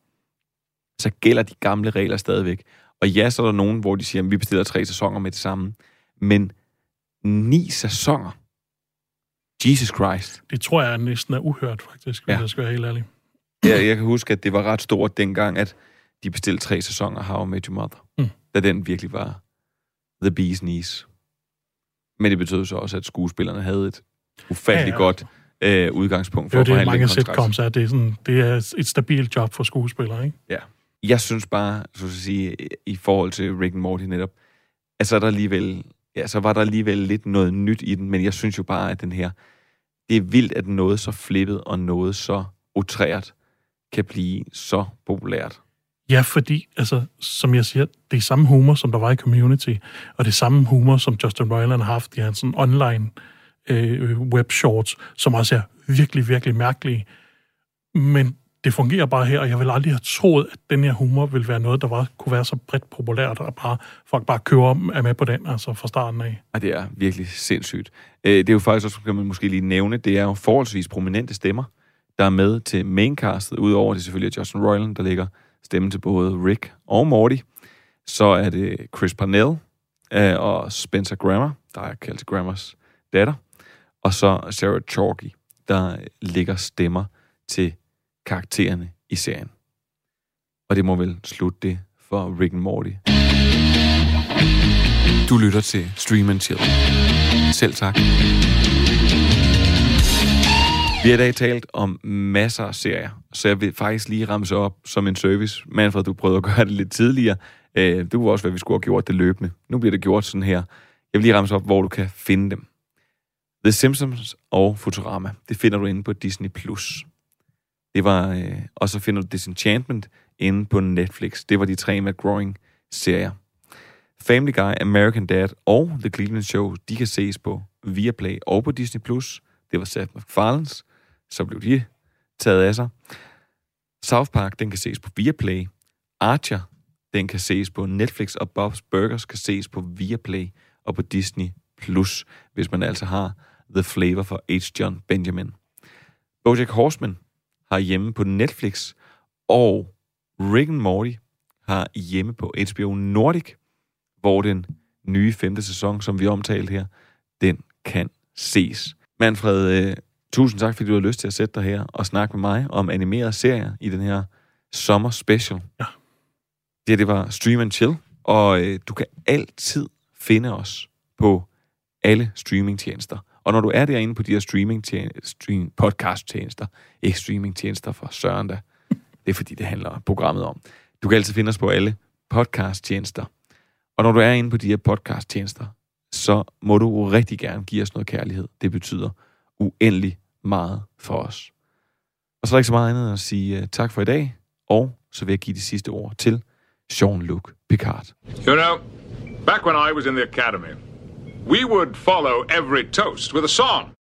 A: Så gælder de gamle regler stadigvæk. Og ja, så er der nogen, hvor de siger, at vi bestiller 3 sæsoner med det samme. Men 9 sæsoner? Jesus Christ.
B: Det tror jeg næsten er uhørt, faktisk, hvis jeg skal være helt ærlig.
A: Ja, jeg kan huske, at det var ret stort dengang, at de bestilte 3 sæsoner af How I Met Your Mother. Da den virkelig var the bee's knees. Men det betød så også, at skuespillerne havde et ufatteligt godt udgangspunkt for at forhandle
B: mange
A: kontrakt.
B: sitcoms er, det er et stabilt job for skuespillere, ikke?
A: Ja. Jeg synes bare, så at sige, i forhold til Rick and Morty netop, at så var der alligevel lidt noget nyt i den, men jeg synes jo bare, at den her, det er vildt, at noget så flippet og noget så utræret kan blive så populært.
B: Ja, fordi, altså, som jeg siger, det er samme humor, som der var i Community, og det er samme humor, som Justin Roiland har haft i hans sådan online webshorts, som også er virkelig, virkelig mærkelige. Men det fungerer bare her, og jeg vil aldrig have troet, at den her humor ville være noget, der kunne være så bredt populært, og folk bare kører med på den, altså fra starten af.
A: Og det er virkelig sindssygt. Det er jo faktisk også, kan man måske lige nævne, det er jo forholdsvis prominente stemmer, der er med til maincastet. Udover det selvfølgelig er Justin Roiland, der lægger stemme til både Rick og Morty. Så er det Chris Parnell og Spencer Grammer, der er Kelsey Grammers datter. Og så Sarah Chalke, der lægger stemmer til karaktererne i serien. Og det må vel slutte det for Rick and Morty. Du lytter til Stream and Chill. Selv tak. Vi har i dag talt om masser af serier, så jeg vil faktisk lige ramse op som en service. Manfred, du prøvede at gøre det lidt tidligere. Det var også, hvad vi skulle have gjort det løbende. Nu bliver det gjort sådan her. Jeg vil lige ramse op, hvor du kan finde dem. The Simpsons og Futurama, det finder du inde på Disney+. Det var, og så finder du Disenchantment inde på Netflix. Det var de 3 Matt Groening-serier. Family Guy, American Dad og The Cleveland Show, de kan ses på Viaplay og på Disney+. Det var Seth MacFarlanes, så blev de taget af sig. South Park, den kan ses på Viaplay. Archer, den kan ses på Netflix, og Bob's Burgers kan ses på Viaplay og på Disney+, hvis man altså har The Flavor for H. John Benjamin. BoJack Horseman har hjemme på Netflix, og Rick and Morty har hjemme på HBO Nordic, hvor den nye 5. sæson, som vi omtalte her, den kan ses. Manfred, tusind tak, fordi du har lyst til at sætte dig her og snakke med mig om animerede serier i den her sommer special.
B: Ja.
A: Det var Stream and Chill, og du kan altid finde os på alle streamingtjenester. Og når du er derinde på de her podcast-tjenester, ikke streamingtjenester for Søren da, det er fordi, det handler programmet om. Du kan altid finde os på alle podcast-tjenester. Og når du er inde på de her podcast-tjenester, så må du rigtig gerne give os noget kærlighed. Det betyder uendelig meget for os. Og så er der ikke så meget andet end at sige tak for i dag, og så vil jeg give de sidste ord til Jean-Luc Picard.
E: You know, back when I was in the academy, we would follow every toast with a song.